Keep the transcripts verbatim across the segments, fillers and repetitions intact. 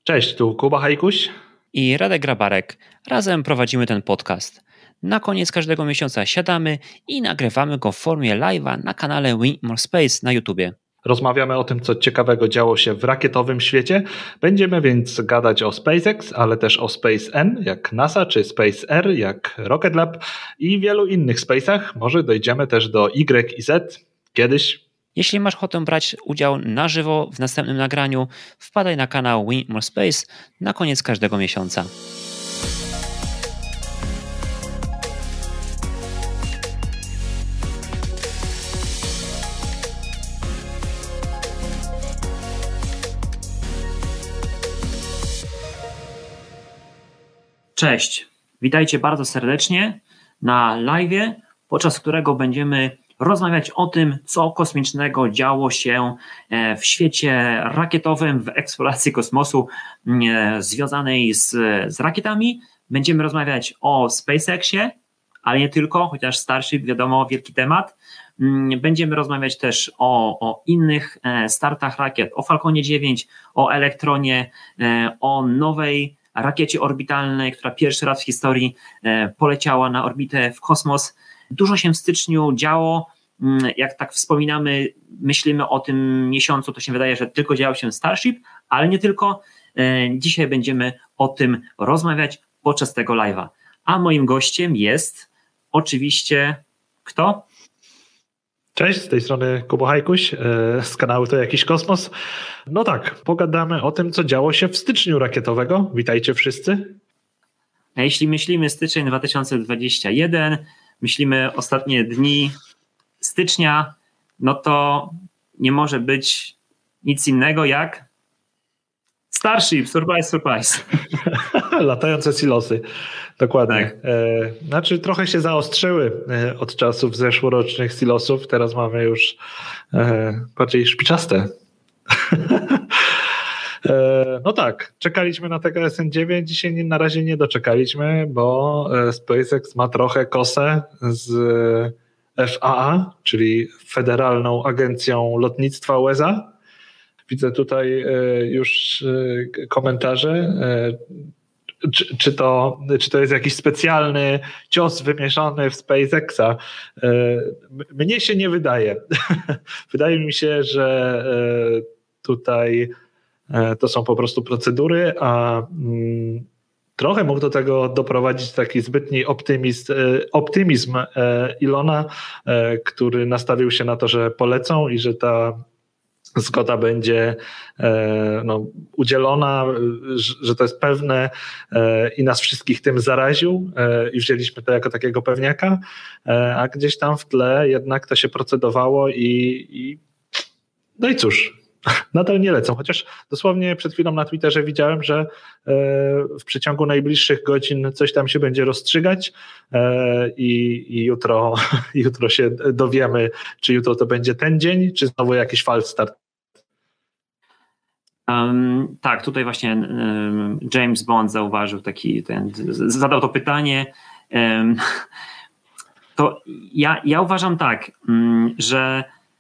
Cześć, tu Kuba Hajkuś i Radek Grabarek. Razem prowadzimy ten podcast. Na koniec każdego miesiąca siadamy i nagrywamy go w formie live'a na kanale We More Space na YouTubie. Rozmawiamy o tym, co ciekawego działo się w rakietowym świecie. Będziemy więc gadać o SpaceX, ale też o SpaceN, jak NASA, czy SpaceR, jak Rocket Lab i wielu innych space'ach. Może dojdziemy też do Y i Z kiedyś. Jeśli masz ochotę brać udział na żywo w następnym nagraniu, wpadaj na kanał We More Space na koniec każdego miesiąca. Cześć, witajcie bardzo serdecznie na live'ie, podczas którego będziemy rozmawiać o tym, co kosmicznego działo się w świecie rakietowym, w eksploracji kosmosu związanej z, z rakietami. Będziemy rozmawiać o SpaceXie, ale nie tylko, chociaż Starship, wiadomo, wielki temat. Będziemy rozmawiać też o, o innych startach rakiet, o Falconie dziewięć, o Electronie, o nowej rakiecie orbitalnej, która pierwszy raz w historii poleciała na orbitę w kosmos. Dużo się w styczniu działo. Jak tak wspominamy, myślimy o tym miesiącu, to się wydaje, że tylko działo się Starship, ale nie tylko. Dzisiaj będziemy o tym rozmawiać podczas tego live'a. A moim gościem jest oczywiście kto? Cześć, z tej strony Kuba Hajkuś z kanału To Jakiś Kosmos. No tak, pogadamy o tym, co działo się w styczniu rakietowego. Witajcie wszyscy. A jeśli myślimy styczeń dwa tysiące dwudziesty pierwszy, myślimy ostatnie dni stycznia, no to nie może być nic innego jak Starship, surprise, surprise. Latające silosy, dokładnie. Tak. E, znaczy trochę się zaostrzyły od czasów zeszłorocznych silosów, teraz mamy już e, bardziej szpiczaste. e, no tak, czekaliśmy na tego S N dziewięć, dzisiaj na razie nie doczekaliśmy, bo SpaceX ma trochę kosę z F A A, czyli Federalną Agencją Lotnictwa U S A. Widzę tutaj już komentarze. Czy, czy, to, czy to jest jakiś specjalny cios wymierzony w SpaceXa? Mnie się nie wydaje. Wydaje mi się, że tutaj to są po prostu procedury, a trochę mógł do tego doprowadzić taki zbytni optymizm, optymizm Ilona, który nastawił się na to, że polecą i że ta zgoda będzie no, udzielona, że to jest pewne i nas wszystkich tym zaraził i wzięliśmy to jako takiego pewniaka, a gdzieś tam w tle jednak to się procedowało i, i no i cóż, nadal nie lecą, chociaż dosłownie przed chwilą na Twitterze widziałem, że w przeciągu najbliższych godzin coś tam się będzie rozstrzygać i, i jutro, jutro się dowiemy, czy jutro to będzie ten dzień, czy znowu jakiś false start. Um, tak, tutaj właśnie um, James Bond zauważył taki, ten, zadał to pytanie. Um, to ja, ja uważam tak, um, że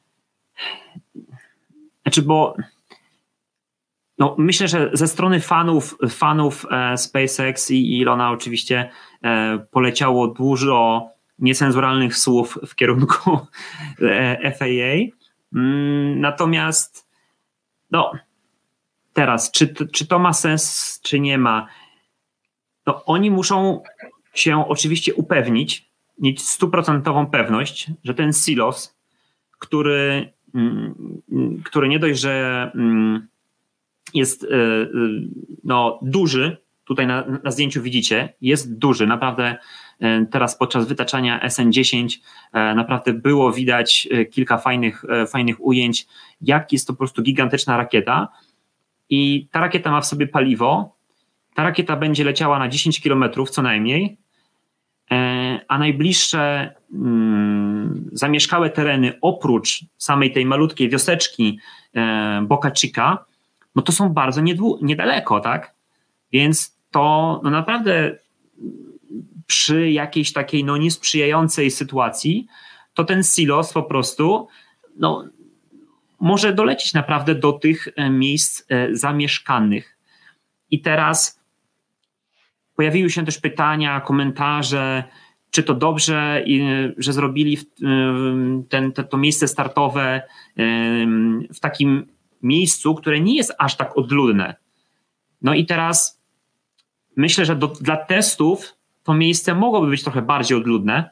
znaczy, bo no, myślę, że ze strony fanów, fanów e, SpaceX i Ilona oczywiście e, poleciało dużo niecenzuralnych słów w kierunku e, F A A. Mm, natomiast no teraz, czy, czy to ma sens, czy nie ma? No, oni muszą się oczywiście upewnić, mieć stuprocentową pewność, że ten silos, który, który nie dość, że jest no, duży, tutaj na, na zdjęciu widzicie, jest duży, naprawdę teraz podczas wytaczania S N dziesięć naprawdę było widać kilka fajnych, fajnych ujęć, jak jest to po prostu gigantyczna rakieta. I ta rakieta ma w sobie paliwo, ta rakieta będzie leciała na dziesięć kilometrów co najmniej, a najbliższe mm, zamieszkałe tereny oprócz samej tej malutkiej wioseczki e, Boca Chica, no to są bardzo niedłu- niedaleko, tak? Więc to no naprawdę przy jakiejś takiej no niesprzyjającej sytuacji, to ten silos po prostu no, może dolecieć naprawdę do tych miejsc zamieszkanych. I teraz pojawiły się też pytania, komentarze, czy to dobrze, że zrobili ten, to, to miejsce startowe w takim miejscu, które nie jest aż tak odludne. No i teraz myślę, że do, dla testów to miejsce mogłoby być trochę bardziej odludne,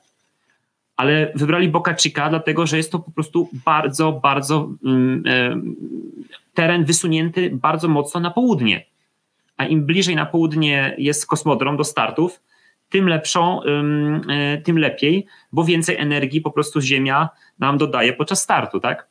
ale wybrali Boca Chica dlatego, że jest to po prostu bardzo, bardzo um, teren wysunięty bardzo mocno na południe. A im bliżej na południe jest kosmodrom do startów, tym lepszą, um, tym lepiej, bo więcej energii po prostu Ziemia nam dodaje podczas startu, tak?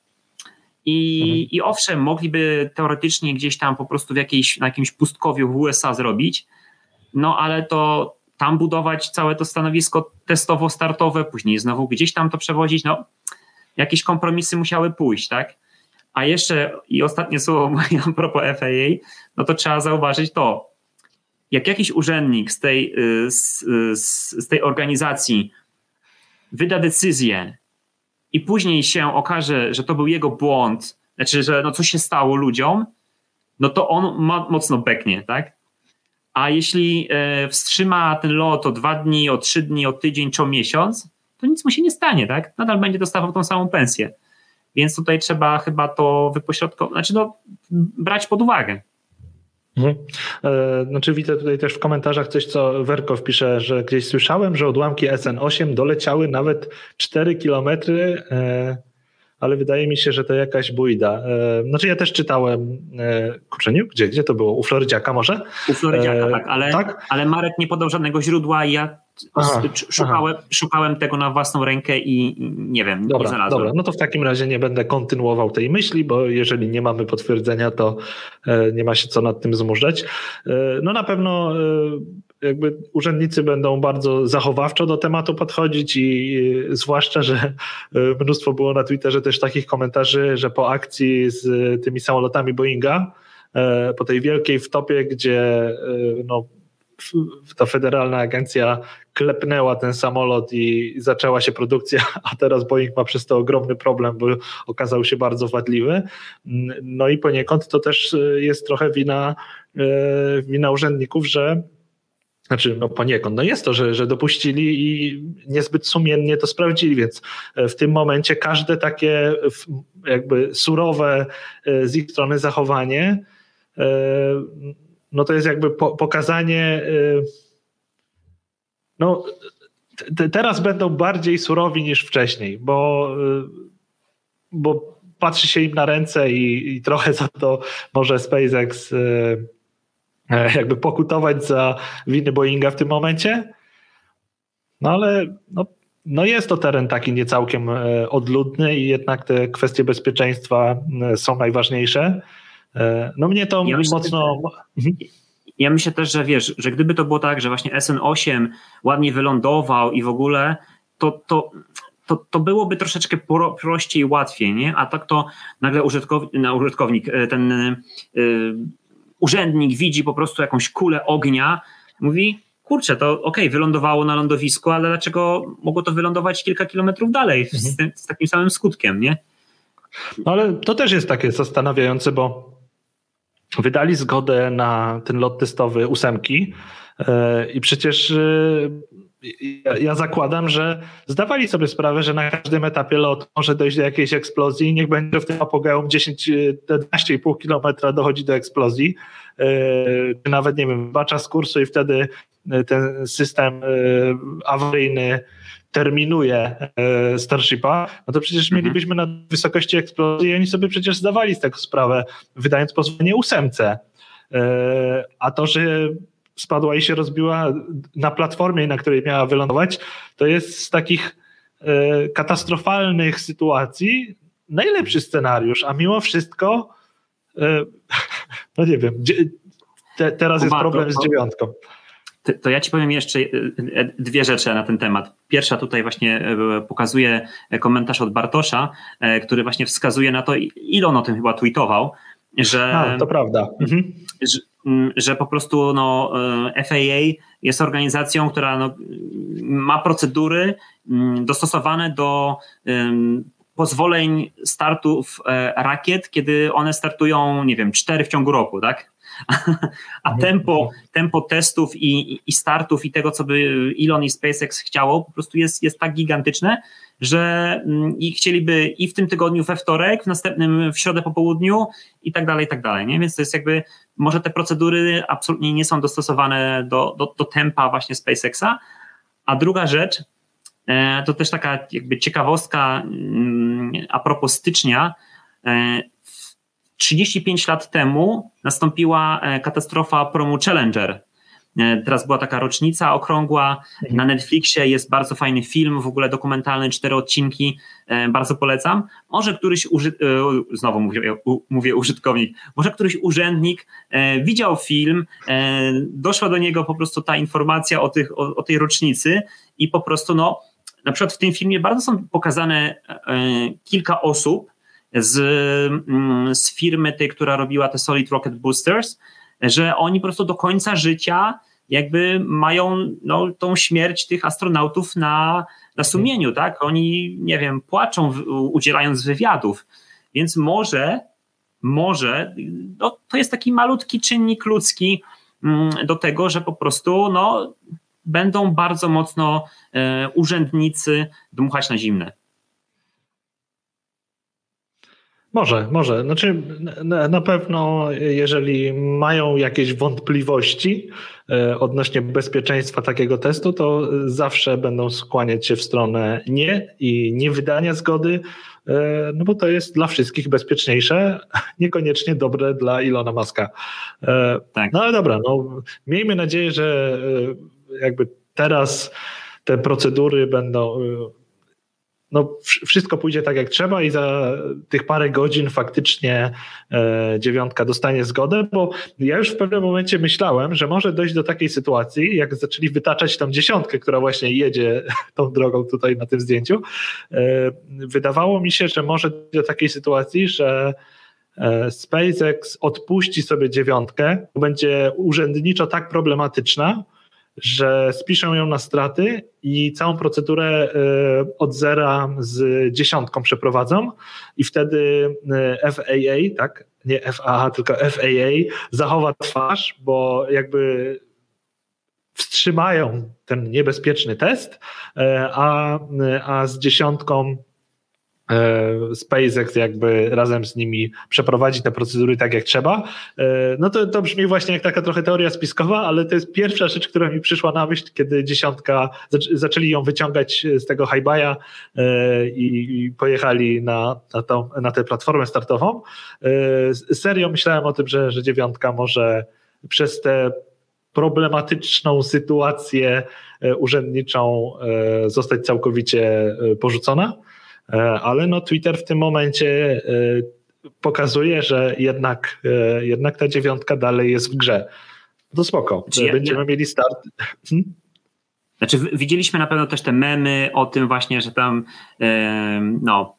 I, mhm. i owszem, mogliby teoretycznie gdzieś tam po prostu w jakiejś, na jakimś pustkowiu w U S A zrobić, no ale to tam budować całe to stanowisko testowo-startowe, później znowu gdzieś tam to przewozić, no jakieś kompromisy musiały pójść, tak? A jeszcze i ostatnie słowo a propos F A A, no to trzeba zauważyć to, jak jakiś urzędnik z tej, z, z, z tej organizacji wyda decyzję i później się okaże, że to był jego błąd, znaczy, że no coś się stało ludziom, no to on ma, mocno beknie, tak? A jeśli e, wstrzyma ten lot o dwa dni, o trzy dni, o tydzień czy o miesiąc, to nic mu się nie stanie, tak? Nadal będzie dostawał tą samą pensję. Więc tutaj trzeba chyba to wypośrodkować, znaczy no, brać pod uwagę. Mhm. E, znaczy widzę tutaj też w komentarzach coś, co Werkow pisze, że gdzieś słyszałem, że odłamki S N osiem doleciały nawet cztery kilometry, e, ale wydaje mi się, że to jakaś bujda. E, znaczy ja też czytałem, e, kurczę, nie, gdzie, gdzie to było? U Florydziaka może? U Florydziaka, e, tak, ale, tak, ale Marek nie podał żadnego źródła i ja aha, szukałem, szukałem tego na własną rękę i nie wiem, dobra, nie znalazłem. Dobra, no to w takim razie nie będę kontynuował tej myśli, bo jeżeli nie mamy potwierdzenia, to e, nie ma się co nad tym zmurzać. E, no na pewno e, jakby urzędnicy będą bardzo zachowawczo do tematu podchodzić i e, zwłaszcza, że e, mnóstwo było na Twitterze też takich komentarzy, że po akcji z e, tymi samolotami Boeinga, e, po tej wielkiej wtopie, gdzie e, no ta federalna agencja klepnęła ten samolot i zaczęła się produkcja, a teraz Boeing ma przez to ogromny problem, bo okazał się bardzo wadliwy. No i poniekąd to też jest trochę wina, wina urzędników, że znaczy no poniekąd, no jest to, że, że dopuścili i niezbyt sumiennie to sprawdzili, więc w tym momencie każde takie jakby surowe z ich strony zachowanie no to jest jakby po, pokazanie, no te, teraz będą bardziej surowi niż wcześniej, bo, bo patrzy się im na ręce i, i trochę za to może SpaceX jakby pokutować za winy Boeinga w tym momencie, no ale no, no jest to teren taki niecałkiem odludny i jednak te kwestie bezpieczeństwa są najważniejsze. No mnie to ja mocno... Myślę, ja myślę też, że wiesz, że gdyby to było tak, że właśnie S N osiem ładnie wylądował i w ogóle, to, to, to, to byłoby troszeczkę pro, prościej i łatwiej, nie? A tak to nagle użytkownik, no, użytkownik ten y, urzędnik widzi po prostu jakąś kulę ognia, mówi, kurczę, to okej, okay, wylądowało na lądowisku, ale dlaczego mogło to wylądować kilka kilometrów dalej mhm. z, z takim samym skutkiem, nie? No ale to też jest takie zastanawiające, bo wydali zgodę na ten lot testowy ósemki i przecież ja zakładam, że zdawali sobie sprawę, że na każdym etapie lotu może dojść do jakiejś eksplozji i niech będzie w tym apogeum dziesięć do dwunastu i pół kilometra dochodzi do eksplozji, czy nawet nie wiem, bacza z kursu i wtedy ten system awaryjny terminuje Starshipa, no to przecież mielibyśmy na wysokości eksplozji i oni sobie przecież zdawali z tego sprawę, wydając pozwolenie ósemce. A to, że spadła i się rozbiła na platformie, na której miała wylądować, to jest z takich katastrofalnych sytuacji najlepszy scenariusz, a mimo wszystko no nie wiem, te, teraz jest problem z dziewiątką. To ja ci powiem jeszcze dwie rzeczy na ten temat. Pierwsza tutaj właśnie pokazuje komentarz od Bartosza, który właśnie wskazuje na to, Elon o tym chyba tweetował, że, A, to prawda. Mhm. że, że po prostu no, F A A jest organizacją, która no, ma procedury dostosowane do um, pozwoleń startów rakiet, kiedy one startują, nie wiem, cztery w ciągu roku, tak? a tempo, tempo testów i, i startów i tego, co by Elon i SpaceX chciało, po prostu jest, jest tak gigantyczne, że i chcieliby i w tym tygodniu we wtorek, w następnym w środę po południu i tak dalej, i tak dalej. Nie? Więc to jest jakby, może te procedury absolutnie nie są dostosowane do, do, do tempa właśnie SpaceXa. A druga rzecz, to też taka jakby ciekawostka a propos stycznia. trzydzieści pięć lat temu nastąpiła katastrofa promu Challenger. Teraz była taka rocznica okrągła, na Netflixie jest bardzo fajny film, w ogóle dokumentalny, cztery odcinki, bardzo polecam. Może któryś, uży... znowu mówię, mówię użytkownik, może któryś urzędnik widział film, doszła do niego po prostu ta informacja o, tych, o, o tej rocznicy i po prostu no, na przykład w tym filmie bardzo są pokazane kilka osób z, z firmy tej, która robiła te Solid Rocket Boosters, że oni po prostu do końca życia jakby mają no, tą śmierć tych astronautów na, na sumieniu, tak? Oni, nie wiem, płaczą udzielając wywiadów, więc może, może no, to jest taki malutki czynnik ludzki do tego, że po prostu no, będą bardzo mocno e, urzędnicy dmuchać na zimne. Może, może. Znaczy na, na pewno jeżeli mają jakieś wątpliwości e, odnośnie bezpieczeństwa takiego testu, to zawsze będą skłaniać się w stronę nie i niewydania zgody, e, no bo to jest dla wszystkich bezpieczniejsze, niekoniecznie dobre dla Elona Muska. E, tak. No ale dobra, no, miejmy nadzieję, że e, jakby teraz te procedury będą... E, no wszystko pójdzie tak jak trzeba i za tych parę godzin faktycznie e, dziewiątka dostanie zgodę, bo ja już w pewnym momencie myślałem, że może dojść do takiej sytuacji, jak zaczęli wytaczać tą dziesiątkę, która właśnie jedzie tą drogą tutaj na tym zdjęciu. E, wydawało mi się, że może dojść do takiej sytuacji, że e, SpaceX odpuści sobie dziewiątkę, będzie urzędniczo tak problematyczna, że spiszą ją na straty i całą procedurę od zera z dziesiątką przeprowadzą i wtedy F A A, tak, nie F A A, tylko F A A zachowa twarz, bo jakby wstrzymają ten niebezpieczny test, a, a z dziesiątką SpaceX jakby razem z nimi przeprowadzi te procedury tak jak trzeba, no to, to brzmi właśnie jak taka trochę teoria spiskowa, ale to jest pierwsza rzecz, która mi przyszła na myśl, kiedy dziesiątka, zaczęli ją wyciągać z tego high-baya i, i pojechali na, na, tą, na tę platformę startową. Serio myślałem o tym, że, że dziewiątka może przez tę problematyczną sytuację urzędniczą zostać całkowicie porzucona. Ale no Twitter w tym momencie pokazuje, że jednak, jednak ta dziewiątka dalej jest w grze. To spoko. Znaczy, Będziemy ja, mieli start. Hmm? Znaczy widzieliśmy na pewno też te memy o tym właśnie, że tam no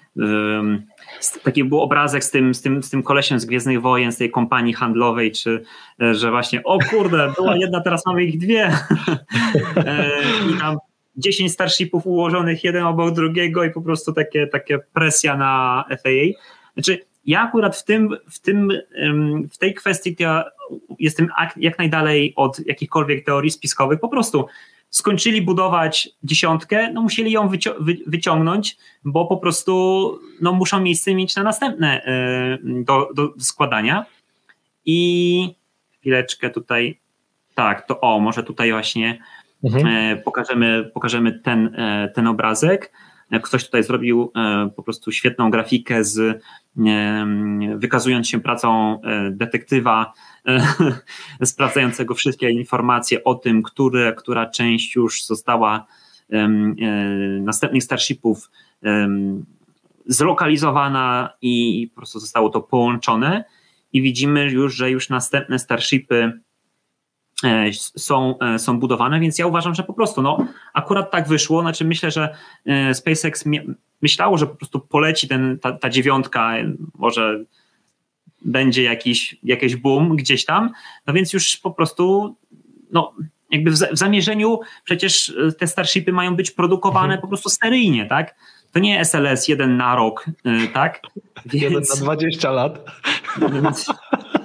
taki był obrazek z tym, z tym, z tym kolesiem z Gwiezdnych Wojen, z tej kompanii handlowej, czy że właśnie o kurde, była jedna, teraz mamy ich dwie. I tam dziesięć Starshipów ułożonych jeden obok drugiego i po prostu takie, takie presja na F A A. Znaczy ja akurat w tym, w tym, w tej kwestii ja jestem jak najdalej od jakichkolwiek teorii spiskowych. Po prostu skończyli budować dziesiątkę, no musieli ją wycio- wy- wyciągnąć, bo po prostu no muszą miejsce mieć na następne do, do składania. I chwileczkę tutaj, tak, to o, może tutaj właśnie Mhm. Pokażemy, pokażemy ten, ten obrazek. Ktoś tutaj zrobił po prostu świetną grafikę z wykazując się pracą detektywa sprawdzającego wszystkie informacje o tym, które, która część już została następnych Starshipów zlokalizowana i po prostu zostało to połączone i widzimy już, że już następne Starshipy są, są budowane, więc ja uważam, że po prostu no, akurat tak wyszło, znaczy myślę, że SpaceX myślało, że po prostu poleci ten, ta, ta dziewiątka, może będzie jakiś, jakiś boom gdzieś tam, no więc już po prostu no, jakby w, w zamierzeniu przecież te Starshipy mają być produkowane mhm. po prostu seryjnie, tak? To nie S L S jeden na rok, tak? Więc, jeden na dwadzieścia lat. Więc,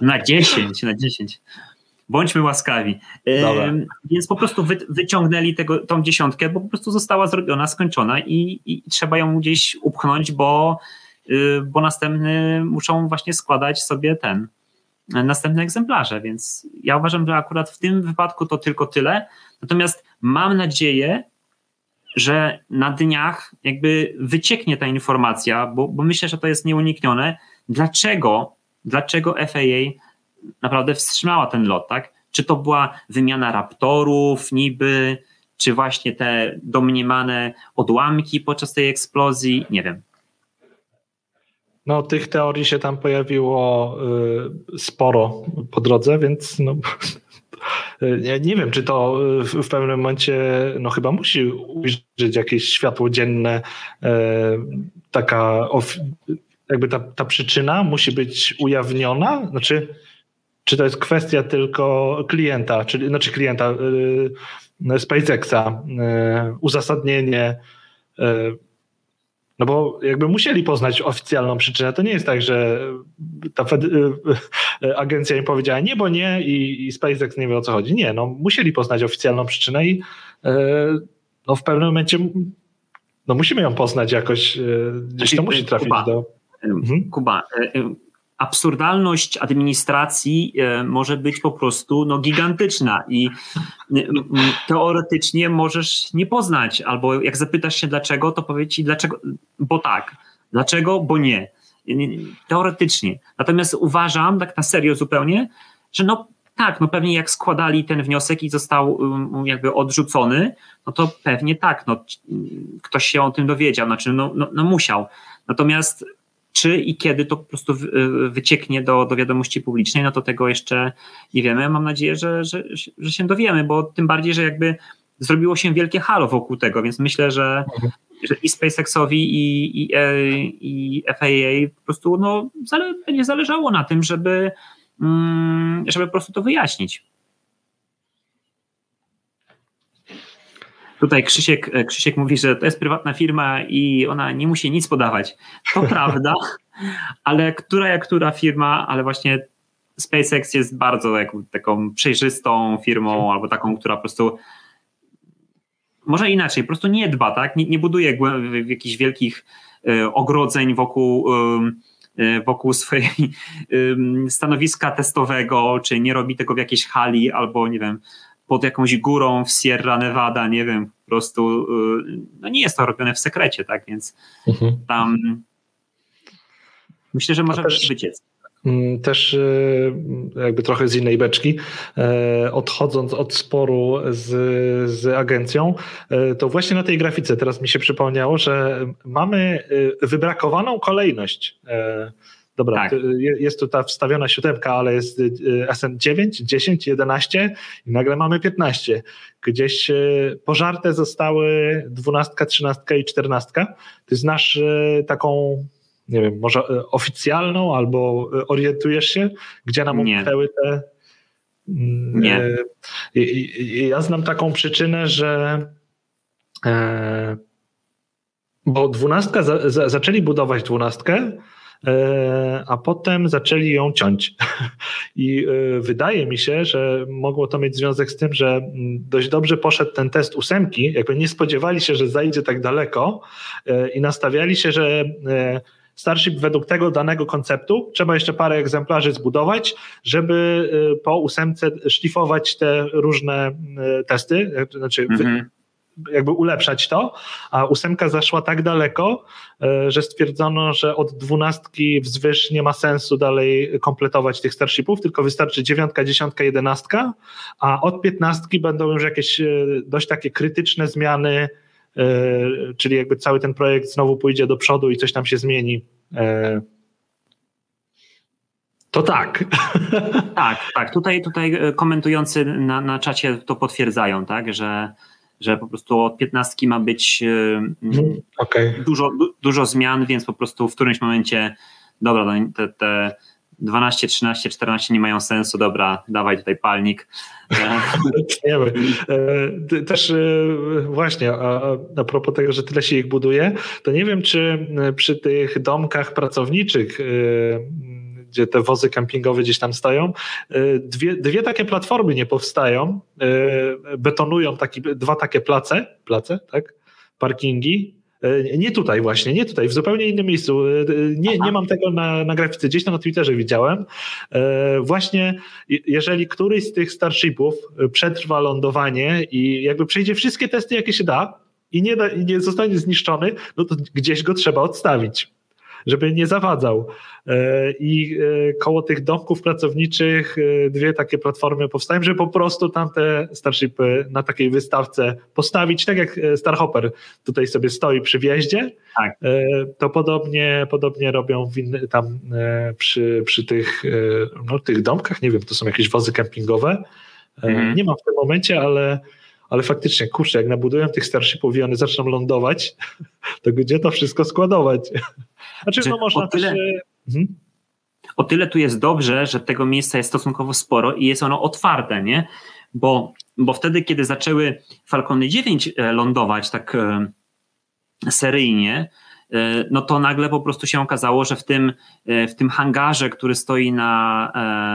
Na dziesięć, na dziesięć. Bądźmy łaskawi. Dobra. Więc po prostu wy, wyciągnęli tego, tą dziesiątkę, bo po prostu została zrobiona, skończona i, i trzeba ją gdzieś upchnąć, bo, bo następny muszą właśnie składać sobie ten następne egzemplarze, więc ja uważam, że akurat w tym wypadku to tylko tyle. Natomiast mam nadzieję, że na dniach jakby wycieknie ta informacja, bo, bo myślę, że to jest nieuniknione. Dlaczego, dlaczego F A A naprawdę wstrzymała ten lot, tak? Czy to była wymiana Raptorów niby, czy właśnie te domniemane odłamki podczas tej eksplozji? Nie wiem. No, tych teorii się tam pojawiło y, sporo po drodze, więc no, nie, nie wiem, czy to w, w pewnym momencie no chyba musi ujrzeć jakieś światło dzienne, y, taka of, jakby ta, ta przyczyna musi być ujawniona, znaczy czy to jest kwestia tylko klienta, czyli znaczy klienta y, SpaceXa, y, uzasadnienie, y, no bo jakby musieli poznać oficjalną przyczynę. To nie jest tak, że ta fed- agencja im powiedziała nie, bo nie i, i SpaceX nie wie, o co chodzi. Nie, no musieli poznać oficjalną przyczynę i no w pewnym momencie no musimy ją poznać jakoś, gdzieś to musi trafić Kuba, do... Mhm. Kuba, absurdalność administracji może być po prostu no, gigantyczna i teoretycznie możesz nie poznać, albo jak zapytasz się dlaczego, to powie ci dlaczego, bo tak, dlaczego, bo nie. Teoretycznie. Natomiast uważam, tak na serio zupełnie, że no tak, no pewnie jak składali ten wniosek i został jakby odrzucony, no to pewnie tak, no ktoś się o tym dowiedział, znaczy no, no, no musiał. Natomiast czy i kiedy to po prostu wycieknie do, do wiadomości publicznej, no to tego jeszcze nie wiemy. Mam nadzieję, że, że, że się dowiemy, bo tym bardziej, że jakby zrobiło się wielkie halo wokół tego, więc myślę, że, że i SpaceXowi i, i, i F A A po prostu no, zale, będzie zależało na tym, żeby, żeby po prostu to wyjaśnić. Tutaj Krzysiek, Krzysiek mówi, że to jest prywatna firma i ona nie musi nic podawać. To prawda, ale która jak która firma, ale właśnie SpaceX jest bardzo jak, taką przejrzystą firmą albo taką, która po prostu może inaczej, po prostu nie dba, tak? Nie, nie buduje jakichś wielkich y, ogrodzeń wokół, y, wokół swojej y, stanowiska testowego, czy nie robi tego w jakiejś hali albo nie wiem, pod jakąś górą w Sierra Nevada, nie wiem, po prostu no nie jest to robione w sekrecie, tak, więc mhm. tam myślę, że może też wyciec. Też jakby trochę z innej beczki, odchodząc od sporu z, z agencją, to właśnie na tej grafice teraz mi się przypomniało, że mamy wybrakowaną kolejność. Dobra, tak. Jest tu ta wstawiona siódemka, ale jest S N dziewięć, dziesięć, jedenaście i nagle mamy piętnaście. Gdzieś pożarte zostały dwunastka, trzynastka i czternastka. Ty znasz taką, nie wiem, może oficjalną albo orientujesz się, gdzie nam umknęły te... Nie. Ja znam taką przyczynę, że bo dwunastka, zaczęli budować dwunastkę, a potem zaczęli ją ciąć. I wydaje mi się, że mogło to mieć związek z tym, że dość dobrze poszedł ten test ósemki, jakby nie spodziewali się, że zajdzie tak daleko i nastawiali się, że Starship według tego danego konceptu trzeba jeszcze parę egzemplarzy zbudować, żeby po ósemce szlifować te różne testy, znaczy mhm. jakby ulepszać to, a ósemka zaszła tak daleko, że stwierdzono, że od dwunastki wzwyż nie ma sensu dalej kompletować tych Starshipów, tylko wystarczy dziewiątka, dziesiątka, jedenastka, a od piętnastki będą już jakieś dość takie krytyczne zmiany, czyli jakby cały ten projekt znowu pójdzie do przodu i coś tam się zmieni. To tak. Tak, tak. Tutaj, tutaj komentujący na, na czacie to potwierdzają, tak, że że po prostu od piętnastki ma być okay. dużo, du, dużo zmian, więc po prostu w którymś momencie dobra, te, te dwanaście, trzynaście, czternaście nie mają sensu, dobra, dawaj tutaj palnik. Też właśnie a, a propos tego, że tyle się ich buduje, to nie wiem, czy przy tych domkach pracowniczych gdzie te wozy kempingowe gdzieś tam stoją. Dwie, dwie takie platformy nie powstają, betonują taki, dwa takie place, place, tak? Parkingi. Nie tutaj właśnie, nie tutaj, w zupełnie innym miejscu. Nie, nie mam tego na, na grafice, gdzieś tam na Twitterze widziałem. Właśnie jeżeli któryś z tych Starshipów przetrwa lądowanie i jakby przejdzie wszystkie testy, jakie się da i nie, da, i nie zostanie zniszczony, no to gdzieś go trzeba odstawić, żeby nie zawadzał. I koło tych domków pracowniczych dwie takie platformy powstają, żeby po prostu tamte Starshipy na takiej wystawce postawić, tak jak Starhopper tutaj sobie stoi przy wjeździe, tak. To podobnie, podobnie robią w inny, tam przy, przy tych, no, tych domkach, nie wiem, to są jakieś wozy kempingowe. Mhm. Nie mam w tym momencie, ale Ale faktycznie, kurczę, jak nabudują tych Starshipów i one zaczną lądować, to gdzie to wszystko składować? Znaczy, no można o tyle, też... Mhm. O tyle tu jest dobrze, że tego miejsca jest stosunkowo sporo i jest ono otwarte, nie? Bo, bo wtedy, kiedy zaczęły Falcony dziewięć lądować tak seryjnie, no to nagle po prostu się okazało, że w tym, w tym hangarze, który stoi na...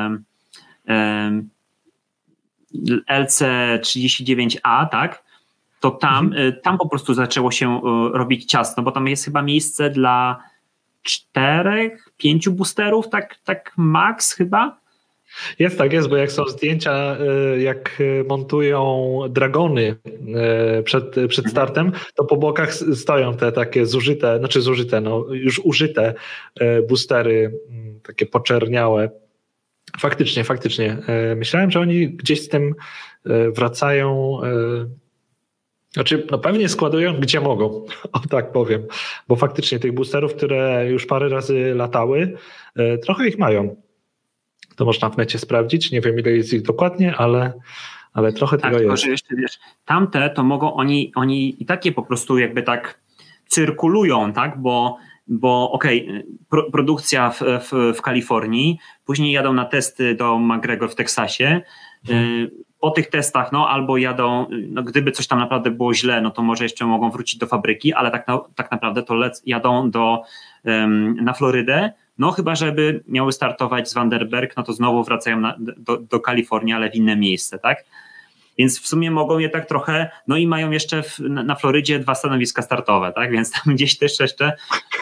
L C trzydzieści dziewięć A, tak, to tam, mhm. tam po prostu zaczęło się robić ciasno, bo tam jest chyba miejsce dla czterech, pięciu boosterów, tak, tak max chyba. Jest tak, jest, bo jak są zdjęcia, jak montują dragony przed, przed startem, to po bokach stoją te takie zużyte, znaczy zużyte, no już użyte boostery, takie poczerniałe. Faktycznie, faktycznie. Myślałem, że oni gdzieś z tym wracają, znaczy no pewnie składują gdzie mogą, o tak powiem, bo faktycznie tych boosterów, które już parę razy latały, trochę ich mają. To można w necie sprawdzić, nie wiem ile jest ich dokładnie, ale, ale trochę tak, tego tylko, jest. Że jeszcze, wiesz, tamte to mogą, oni, oni i takie po prostu jakby tak cyrkulują, tak, bo Bo okej, okay, pro, produkcja w, w, w Kalifornii, później jadą na testy do McGregor w Teksasie. Hmm. Po tych testach, no albo jadą, no gdyby coś tam naprawdę było źle, no to może jeszcze mogą wrócić do fabryki, ale tak, na, tak naprawdę to lec, jadą do, um, na Florydę, no chyba żeby miały startować z Vandenberg, no to znowu wracają na, do, do Kalifornii, ale w inne miejsce, tak? Więc w sumie mogą je tak trochę, no i mają jeszcze w, na, na Florydzie dwa stanowiska startowe, tak? Więc tam gdzieś też jeszcze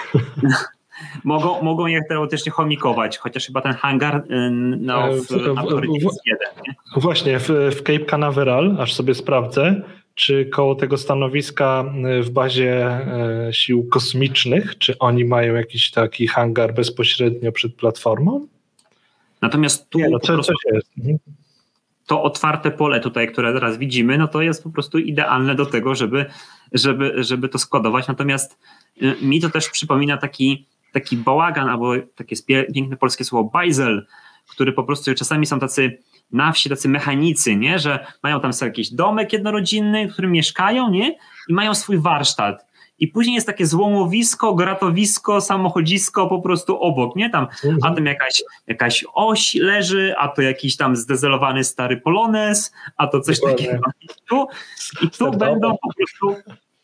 mogą, mogą je teoretycznie chomikować, chociaż chyba ten hangar no, w, na Florydzie jest jeden. Nie? Właśnie, w, w Cape Canaveral, aż sobie sprawdzę, czy koło tego stanowiska w bazie sił kosmicznych, czy oni mają jakiś taki hangar bezpośrednio przed platformą? Natomiast tu Nie, no, po co, prostu... coś jest. Mhm. To otwarte pole tutaj, które teraz widzimy, no to jest po prostu idealne do tego, żeby, żeby, żeby to składować. Natomiast mi to też przypomina taki, taki bałagan, albo takie piękne polskie słowo bajzel, który po prostu czasami są tacy na wsi, tacy mechanicy, nie? Że mają tam sobie jakiś domek jednorodzinny, w którym mieszkają, nie? I mają swój warsztat. I później jest takie złomowisko, gratowisko, samochodzisko po prostu obok, nie? Tam, mhm. A tam jakaś, jakaś oś leży, a to jakiś tam zdezelowany stary Polones, a to coś Dokładnie. Takiego. I tu, i tu będą po prostu...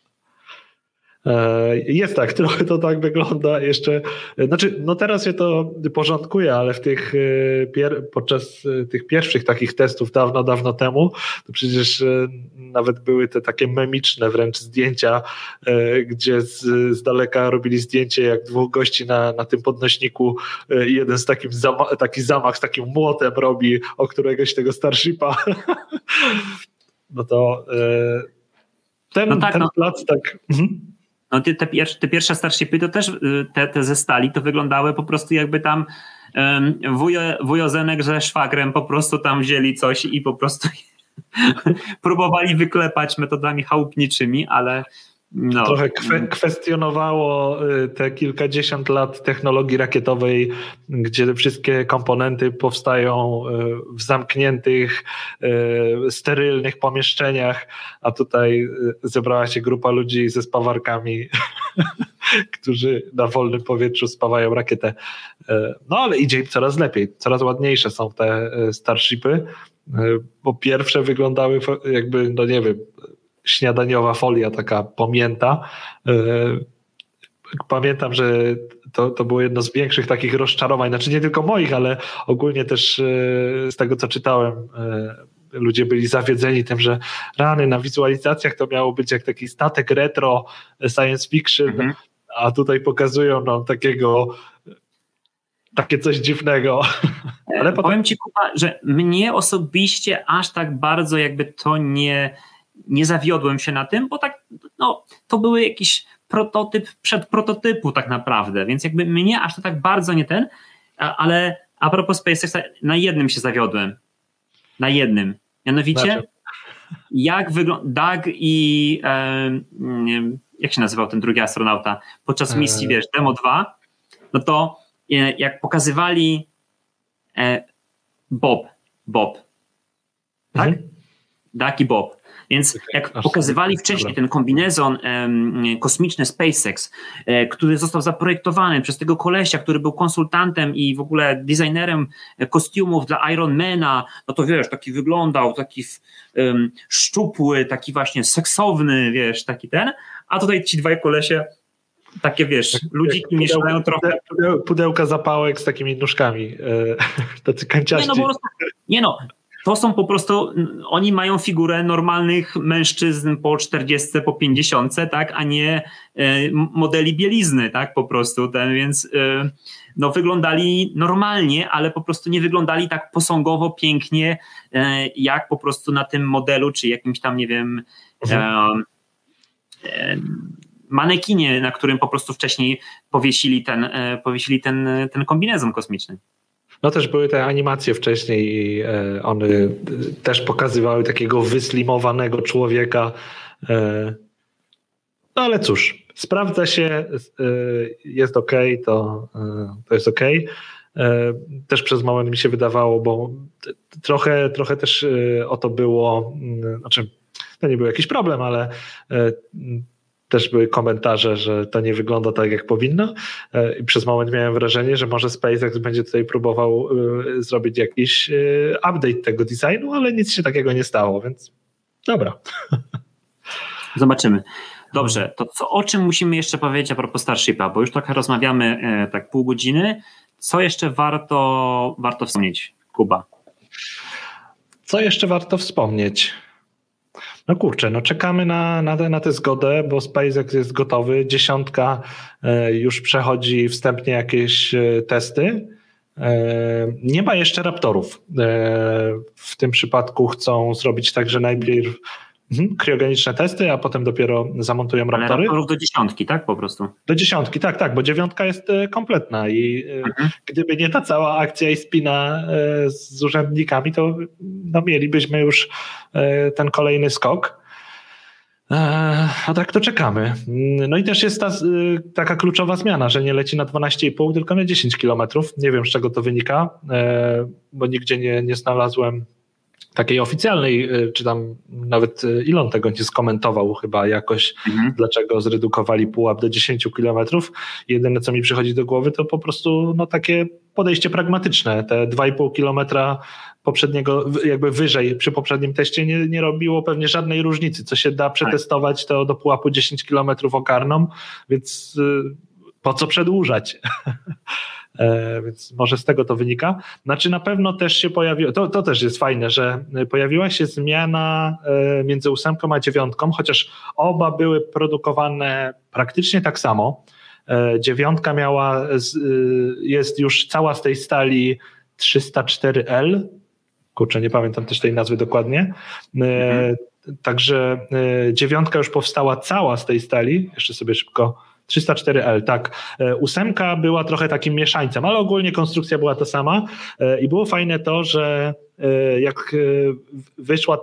Jest tak, trochę to tak wygląda jeszcze, znaczy no teraz się to porządkuje, ale w tych pier, podczas tych pierwszych takich testów dawno, dawno temu, to przecież nawet były te takie memiczne wręcz zdjęcia, gdzie z, z daleka robili zdjęcie jak dwóch gości na, na tym podnośniku i jeden z takim zama, taki zamach z takim młotem robi o któregoś tego Starshipa. No to ten, no tak, ten no. plac tak... Mhm. No te, te, pierwsze, te pierwsze Starshipy to też te, te ze stali to wyglądały po prostu jakby tam um, wujo, wujo Zenek ze szwagrem po prostu tam wzięli coś i po prostu próbowali wyklepać metodami chałupniczymi, ale no. Trochę kwe, kwestionowało te kilkadziesiąt lat technologii rakietowej, gdzie wszystkie komponenty powstają w zamkniętych, sterylnych pomieszczeniach, a tutaj zebrała się grupa ludzi ze spawarkami, którzy na wolnym powietrzu spawają rakietę. No ale idzie im coraz lepiej, coraz ładniejsze są te Starshipy, bo pierwsze wyglądały jakby, no nie wiem, śniadaniowa folia taka pomięta. pamiętam, że to, to było jedno z większych takich rozczarowań, znaczy nie tylko moich, ale ogólnie też z tego, co czytałem, ludzie byli zawiedzeni tym, że rany na wizualizacjach to miało być jak taki statek retro science fiction, mhm. a tutaj pokazują nam takiego takie coś dziwnego. Ale potem... Powiem ci, Kuba, że mnie osobiście aż tak bardzo jakby to nie, nie zawiodłem się na tym, bo tak, no, to były jakiś prototyp przed prototypu tak naprawdę, więc jakby mnie aż to tak bardzo nie ten, ale a propos SpaceX, na jednym się zawiodłem. Na jednym. Mianowicie, znaczy? jak wygląda Doug i e, nie wiem, jak się nazywał ten drugi astronauta podczas misji, eee. wiesz, Demo dwa, no to e, jak pokazywali e, Bob, Bob, tak? Mhm. Doug i Bob. Więc jak pokazywali wcześniej ten kombinezon um, kosmiczny SpaceX, e, który został zaprojektowany przez tego kolesia, który był konsultantem i w ogóle designerem kostiumów dla Ironmana, no to wiesz, taki wyglądał, taki um, szczupły, taki właśnie seksowny, wiesz, taki ten, a tutaj ci dwaj kolesie takie, wiesz, tak, ludziki mieszają trochę. Pudełka zapałek z takimi nóżkami, e, tacy kanciaści. Nie no, po prostu, nie no, to są po prostu, oni mają figurę normalnych mężczyzn po czterdziestce, po pięćdziesiątce, tak, a nie e, modeli bielizny, tak, po prostu, ten, więc e, no wyglądali normalnie, ale po prostu nie wyglądali tak posągowo, pięknie, e, jak po prostu na tym modelu, czy jakimś tam, nie wiem, e, e, manekinie, na którym po prostu wcześniej powiesili ten, e, powiesili ten, ten kombinezon kosmiczny. No też były te animacje wcześniej i e, one też pokazywały takiego wyslimowanego człowieka. E, no ale cóż, sprawdza się, e, jest okej, okay, to, e, to jest okej. Okay. E, też przez moment mi się wydawało, bo trochę, trochę też e, o to było, e, znaczy to nie był jakiś problem, ale e, też były komentarze, że to nie wygląda tak, jak powinno i przez moment miałem wrażenie, że może SpaceX będzie tutaj próbował y, zrobić jakiś y, update tego designu, ale nic się takiego nie stało, więc dobra. Zobaczymy. Dobrze, to co, o czym musimy jeszcze powiedzieć a propos Starshipa, bo już trochę rozmawiamy e, tak pół godziny. Co jeszcze warto, warto wspomnieć, Kuba? Co jeszcze warto wspomnieć? No kurczę, no czekamy na, na, te, na tę zgodę, bo SpaceX jest gotowy. Dziesiątka już przechodzi wstępnie jakieś testy. Nie ma jeszcze Raptorów. W tym przypadku chcą zrobić tak, że najpierw kriogeniczne testy, a potem dopiero zamontują Raptory. Ale Raptorów do dziesiątki, tak po prostu? Do dziesiątki, tak, tak, bo dziewiątka jest kompletna i mhm. gdyby nie ta cała akcja i spina z urzędnikami, to no, mielibyśmy już ten kolejny skok. A tak to czekamy. No i też jest ta taka kluczowa zmiana, że nie leci na dwanaście i pół, tylko na dziesięć kilometrów. Nie wiem, z czego to wynika, bo nigdzie nie, nie znalazłem takiej oficjalnej, czy tam nawet Elon tego nie skomentował chyba jakoś, mhm. dlaczego zredukowali pułap do dziesięć kilometrów. Jedyne, co mi przychodzi do głowy, to po prostu no, takie podejście pragmatyczne. Te dwa i pół kilometra poprzedniego, jakby wyżej przy poprzednim teście nie, nie robiło pewnie żadnej różnicy. Co się da przetestować, to do pułapu dziesięć kilometrów ogarną, więc po co przedłużać? E, więc może z tego to wynika. Znaczy na pewno też się pojawiło, to, to też jest fajne, że pojawiła się zmiana e, między ósemką a dziewiątką, chociaż oba były produkowane praktycznie tak samo. E, dziewiątka miała, z, e, jest już cała z tej stali trzysta cztery L, kurczę, nie pamiętam też tej nazwy dokładnie. E, mhm. Także e, dziewiątka już powstała cała z tej stali, jeszcze sobie szybko trzysta cztery L, tak. Ósemka była trochę takim mieszańcem, ale ogólnie konstrukcja była ta sama i było fajne to, że jak wyszła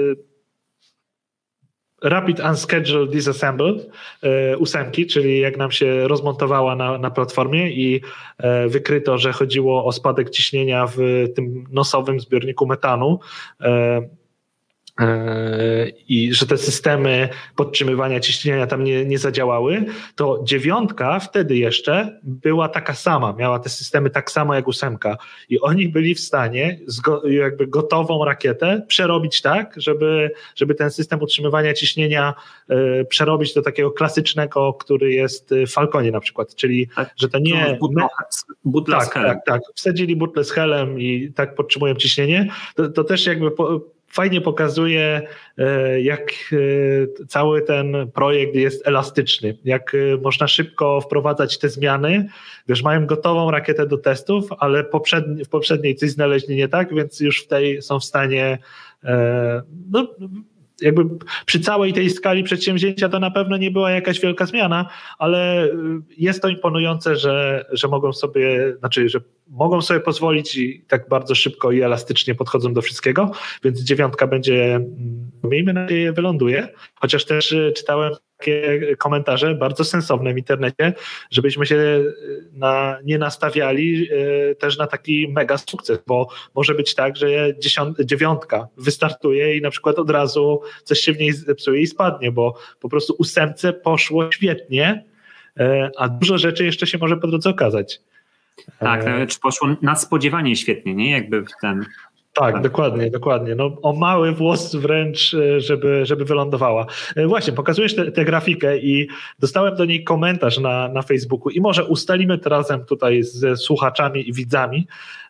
Rapid Unscheduled Disassembled ósemki, czyli jak nam się rozmontowała na, na platformie i wykryto, że chodziło o spadek ciśnienia w tym nosowym zbiorniku metanu, i że te systemy podtrzymywania ciśnienia tam nie, nie zadziałały, to dziewiątka wtedy jeszcze była taka sama, miała te systemy tak samo jak ósemka i oni byli w stanie zgo, jakby gotową rakietę przerobić tak, żeby, żeby ten system utrzymywania ciśnienia y, przerobić do takiego klasycznego, który jest w Falconie na przykład, czyli tak, że to nie... Butle tak, z helem. Tak, tak, wsadzili butlę z helem i tak podtrzymują ciśnienie, to, to też jakby po, fajnie pokazuje, jak cały ten projekt jest elastyczny, jak można szybko wprowadzać te zmiany. Wiesz, mają gotową rakietę do testów, ale poprzedni, w poprzedniej coś znaleźli nie tak, więc już w tej są w stanie no, jakby przy całej tej skali przedsięwzięcia to na pewno nie była jakaś wielka zmiana, ale jest to imponujące, że, że mogą sobie, znaczy, że mogą sobie pozwolić i tak bardzo szybko i elastycznie podchodzą do wszystkiego, więc dziewiątka będzie, miejmy nadzieję, wyląduje, chociaż też czytałem takie komentarze bardzo sensowne w internecie, żebyśmy się na, nie nastawiali też na taki mega sukces, bo może być tak, że dziesiąt, dziewiątka wystartuje i na przykład od razu coś się w niej zepsuje i spadnie, bo po prostu ósemce poszło świetnie, a dużo rzeczy jeszcze się może po drodze okazać. Tak, czy poszło nadspodziewanie świetnie, nie? Jakby w ten... Tak, tak, dokładnie, dokładnie. No, o mały włos wręcz, żeby, żeby wylądowała. Właśnie, pokazujesz tę grafikę i dostałem do niej komentarz na, na Facebooku i może ustalimy to razem tutaj ze słuchaczami i widzami,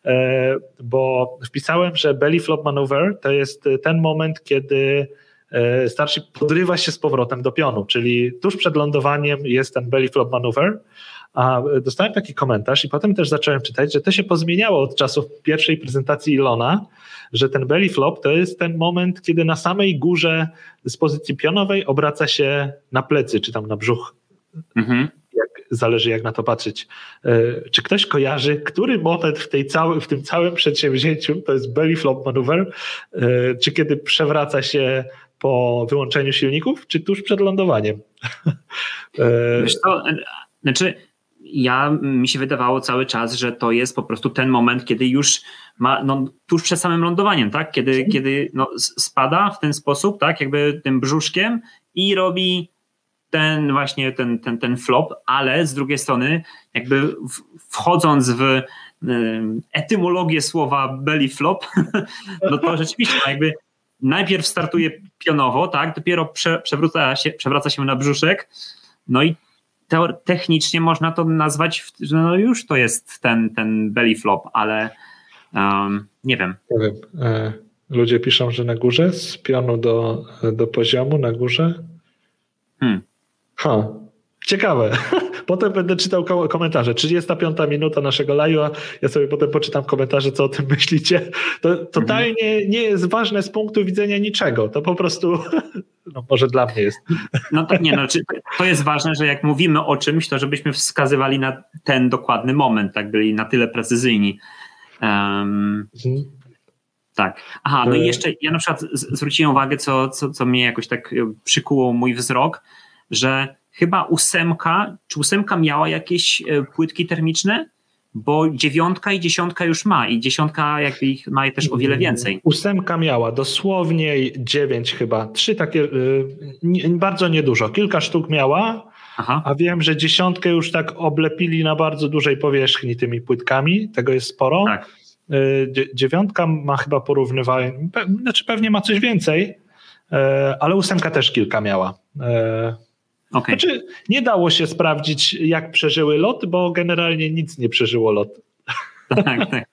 bo wpisałem, że belly flop maneuver to jest ten moment, kiedy Starship podrywa się z powrotem do pionu, czyli tuż przed lądowaniem jest ten belly flop maneuver. A dostałem taki komentarz i potem też zacząłem czytać, że to się pozmieniało od czasów pierwszej prezentacji Ilona, że ten belly flop to jest ten moment, kiedy na samej górze z pozycji pionowej obraca się na plecy, czy tam na brzuch. Mhm. Jak, zależy jak na to patrzeć. Czy ktoś kojarzy, który moment w, tej całym, w tym całym przedsięwzięciu to jest belly flop maneuver, czy kiedy przewraca się po wyłączeniu silników, czy tuż przed lądowaniem? Wiesz co, znaczy ja, mi się wydawało cały czas, że to jest po prostu ten moment, kiedy już ma, no, tuż przed samym lądowaniem, tak? Kiedy, kiedy no, spada w ten sposób, tak? Jakby tym brzuszkiem i robi ten właśnie ten, ten, ten flop, ale z drugiej strony jakby wchodząc w etymologię słowa belly flop, no to rzeczywiście jakby najpierw startuje pionowo, tak? Dopiero prze, przewraca się, przewraca się na brzuszek, no i technicznie można to nazwać, że no już to jest ten, ten belly flop, ale um, nie wiem. Nie wiem. Ludzie piszą, że na górze, z pionu do, do poziomu na górze. Hmm. Ha, ciekawe. Potem będę czytał komentarze. trzydziesta piąta minuta naszego live'a. Ja sobie potem poczytam komentarze, co o tym myślicie. To totalnie mhm. nie jest ważne z punktu widzenia niczego. To po prostu, no może dla mnie jest. No to nie, no, to jest ważne, że jak mówimy o czymś, to żebyśmy wskazywali na ten dokładny moment, tak, byli na tyle precyzyjni. Um, mhm. Tak. Aha, no i jeszcze ja na przykład zwróciłem uwagę, co, co, co mnie jakoś tak przykuło mój wzrok, że chyba ósemka, czy ósemka miała jakieś płytki termiczne? Bo dziewiątka i dziesiątka już ma i dziesiątka jakby ich ma też o wiele więcej. Ósemka miała dosłownie dziewięć chyba, trzy takie, nie, bardzo niedużo, kilka sztuk miała, aha. A wiem, że dziesiątkę już tak oblepili na bardzo dużej powierzchni tymi płytkami, tego jest sporo. Tak. Dziewiątka ma chyba porównywalnie, znaczy pewnie ma coś więcej, ale ósemka też kilka miała. Okay. Znaczy, nie dało się sprawdzić, jak przeżyły lot, bo generalnie nic nie przeżyło lot. Tak, tak.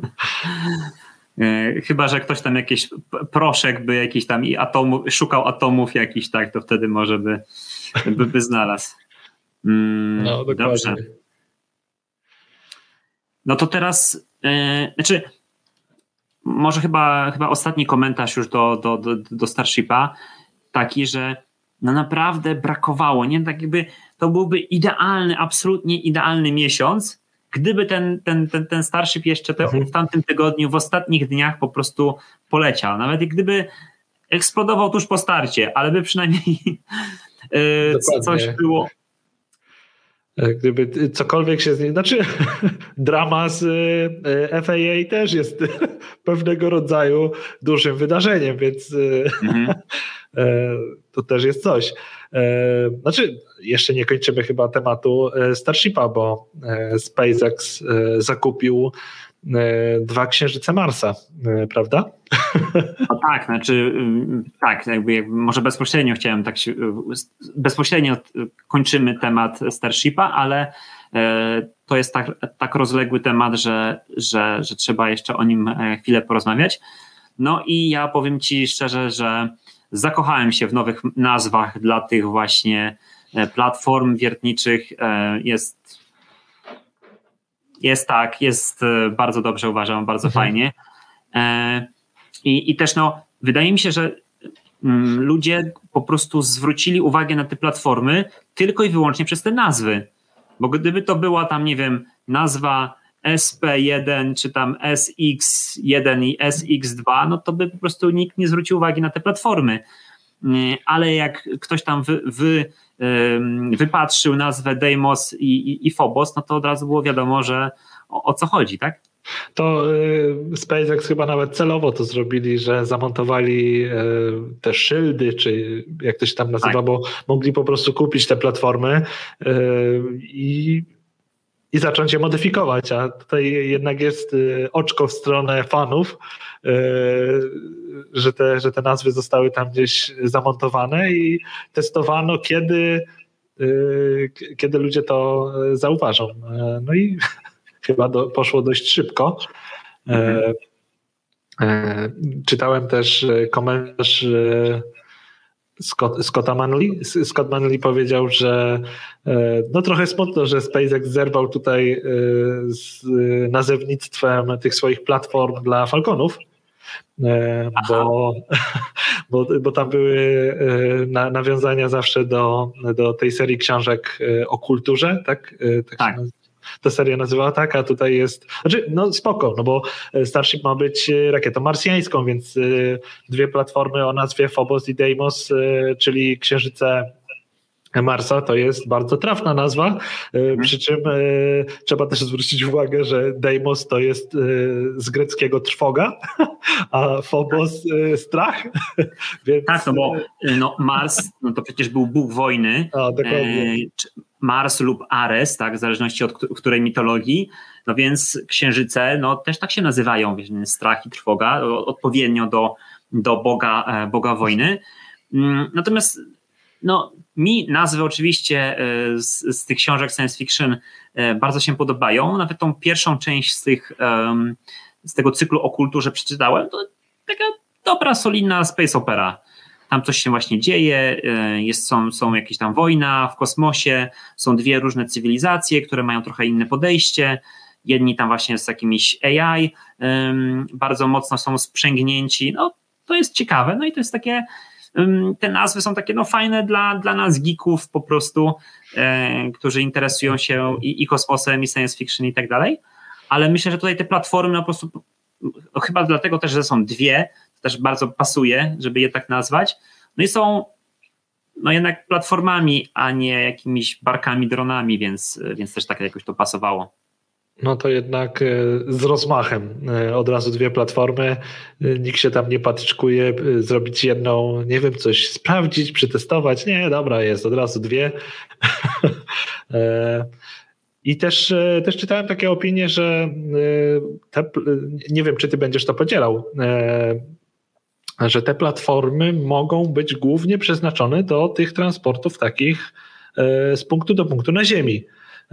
Chyba że ktoś tam jakiś proszek by jakiś tam i atomów, szukał atomów jakiś, tak, to wtedy może by, by, by znalazł. Mm, no, dokładnie. Dobrze. No to teraz, yy, znaczy, może chyba, chyba ostatni komentarz już do, do, do, do Starshipa, taki, że no naprawdę brakowało, nie? Tak jakby to byłby idealny, absolutnie idealny miesiąc, gdyby ten, ten, ten, ten Starship jeszcze te, w tamtym tygodniu, w ostatnich dniach po prostu poleciał. Nawet gdyby eksplodował tuż po starcie, ale by przynajmniej yy, coś było. Gdyby cokolwiek się z nim... Znaczy, drama z F A A też jest pewnego rodzaju dużym wydarzeniem, więc mhm. to też jest coś. Znaczy, jeszcze nie kończymy chyba tematu Starshipa, bo SpaceX zakupił dwa księżyce Marsa, prawda? No tak, znaczy tak, jakby może bezpośrednio chciałem tak się, bezpośrednio kończymy temat Starshipa, ale to jest tak, tak rozległy temat, że, że, że trzeba jeszcze o nim chwilę porozmawiać. No i ja powiem ci szczerze, że zakochałem się w nowych nazwach dla tych właśnie platform wiertniczych. Jest Jest tak, jest bardzo dobrze, uważam, bardzo mhm. fajnie. I, I też no, wydaje mi się, że ludzie po prostu zwrócili uwagę na te platformy tylko i wyłącznie przez te nazwy. Bo gdyby to była tam, nie wiem, nazwa S P jeden czy tam S X jeden i S X dwa, no to by po prostu nikt nie zwrócił uwagi na te platformy. Ale jak ktoś tam wy, wy, wypatrzył nazwę Deimos i, i, i Phobos, no to od razu było wiadomo, że o, o co chodzi, tak? To y, SpaceX chyba nawet celowo to zrobili, że zamontowali y, te szyldy, czy jak to się tam nazywa, tak. Bo mogli po prostu kupić te platformy y, i, i zacząć je modyfikować, a tutaj jednak jest y, oczko w stronę fanów, y, że, te, że te nazwy zostały tam gdzieś zamontowane i testowano, kiedy, y, kiedy ludzie to zauważą. Y, no i chyba do, poszło dość szybko. E, e, czytałem też komentarz e, Scott, Scotta Manley. Scott Manley powiedział, że e, no trochę smutno, że SpaceX zerwał tutaj e, z nazewnictwem tych swoich platform dla Falconów, e, bo, bo, bo tam były e, na, nawiązania zawsze do, do tej serii książek o kulturze, tak? E, tak, tak. Ta seria nazywała tak, a tutaj jest... Znaczy, no spoko, no bo Starship ma być rakietą marsjańską, więc dwie platformy o nazwie Phobos i Deimos, czyli księżyce Marsa, to jest bardzo trafna nazwa, hmm. przy czym trzeba też zwrócić uwagę, że Deimos to jest z greckiego trwoga, a Phobos strach. Więc... Tak, no bo no Mars no to przecież był bóg wojny. A, dokładnie. Mars lub Ares, tak, w zależności od której mitologii, no więc księżyce no, też tak się nazywają, wiesz, strach i trwoga, odpowiednio do, do Boga, Boga wojny. Natomiast no, mi nazwy oczywiście z, z tych książek science fiction bardzo się podobają, nawet tą pierwszą część z, tych, z tego cyklu o kulturze przeczytałem, to taka dobra, solidna space opera. Tam coś się właśnie dzieje, jest, są, są jakieś tam wojna w kosmosie, są dwie różne cywilizacje, które mają trochę inne podejście. Jedni tam właśnie z jakimiś A I um, bardzo mocno są sprzęgnięci. No, to jest ciekawe. No i to jest takie, um, te nazwy są takie no fajne dla, dla nas geeków po prostu, e, którzy interesują się i, i kosmosem, i science fiction i tak dalej. Ale myślę, że tutaj te platformy no, po prostu, no, chyba dlatego też, że są dwie, też bardzo pasuje, żeby je tak nazwać. No i są no jednak platformami, a nie jakimiś barkami, dronami, więc, więc też tak jakoś to pasowało. No to jednak z rozmachem. Od razu dwie platformy. Nikt się tam nie patyczkuje, zrobić jedną, nie wiem, coś sprawdzić, przetestować. Nie, dobra, jest od razu dwie. I też, też czytałem takie opinie, że te, nie wiem, czy ty będziesz to podzielał, że te platformy mogą być głównie przeznaczone do tych transportów takich z punktu do punktu na Ziemi.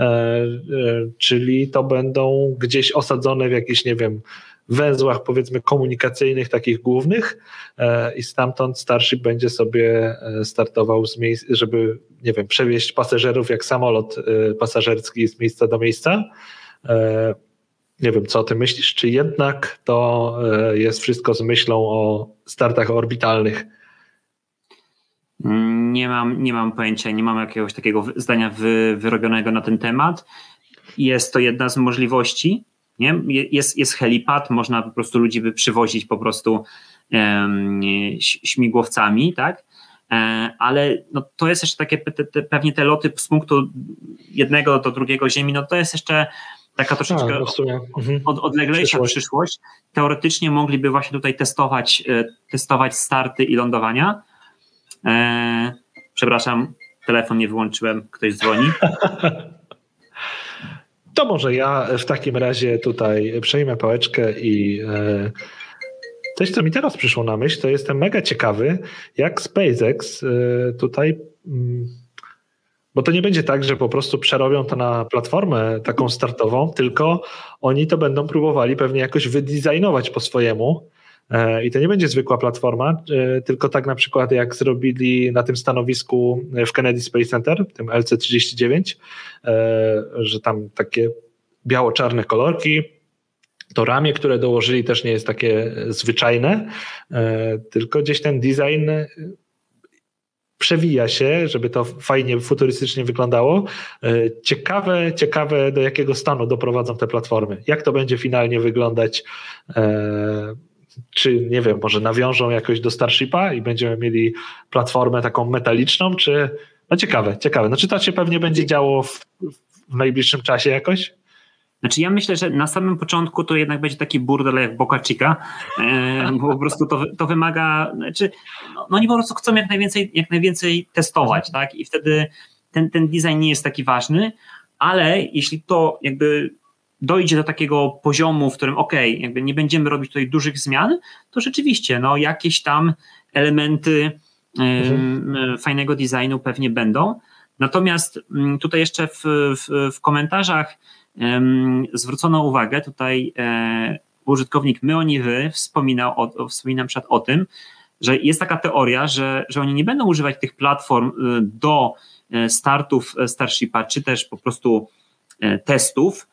Czyli to będą gdzieś osadzone w jakichś, nie wiem, węzłach powiedzmy komunikacyjnych takich głównych i stamtąd Starship będzie sobie startował z miejsc, żeby, nie wiem, przewieźć pasażerów jak samolot pasażerski z miejsca do miejsca. Nie wiem, co o tym myślisz, czy jednak to jest wszystko z myślą o startach orbitalnych? Nie mam, nie mam pojęcia, nie mam jakiegoś takiego zdania wy, wyrobionego na ten temat. Jest to jedna z możliwości. Nie? Jest, jest helipad, można po prostu ludzi by przywozić po prostu um, śmigłowcami, tak? ale no, to jest jeszcze takie te, te, pewnie te loty z punktu jednego do drugiego Ziemi, no to jest jeszcze taka troszeczkę A, od, odleglejsza przyszłość. przyszłość. Teoretycznie mogliby właśnie tutaj testować, testować starty i lądowania. Eee, przepraszam, telefon nie wyłączyłem, ktoś dzwoni. To może ja w takim razie tutaj przejmę pałeczkę i e, coś, co mi teraz przyszło na myśl, to jestem mega ciekawy, jak SpaceX e, tutaj, m, bo to nie będzie tak, że po prostu przerobią to na platformę taką startową, tylko oni to będą próbowali pewnie jakoś wydizajnować po swojemu. I to nie będzie zwykła platforma, tylko tak na przykład jak zrobili na tym stanowisku w Kennedy Space Center, tym L C trzydzieści dziewięć, że tam takie biało-czarne kolorki, to ramię, które dołożyli, też nie jest takie zwyczajne, tylko gdzieś ten design przewija się, żeby to fajnie, futurystycznie wyglądało. Ciekawe, ciekawe do jakiego stanu doprowadzą te platformy. Jak to będzie finalnie wyglądać. Czy, nie wiem, może nawiążą jakoś do Starshipa i będziemy mieli platformę taką metaliczną, czy... No ciekawe, ciekawe. No czy to się pewnie będzie działo w, w najbliższym czasie jakoś? Znaczy ja myślę, że na samym początku to jednak będzie taki burdel jak Boca Chica, e, bo po prostu to, to wymaga... Znaczy, no, no oni po prostu chcą jak najwięcej, jak najwięcej testować, tak? I wtedy ten, ten design nie jest taki ważny, ale jeśli to jakby dojdzie do takiego poziomu, w którym okej, okay, jakby nie będziemy robić tutaj dużych zmian, to rzeczywiście no, jakieś tam elementy mhm. y, fajnego designu pewnie będą. Natomiast y, tutaj jeszcze w, w, w komentarzach y, zwrócono uwagę, tutaj y, użytkownik My Oni Wy wspominał o, o, wspominał przykład o tym, że jest taka teoria, że, że oni nie będą używać tych platform y, do y, startów Starshipa, czy też po prostu y, testów,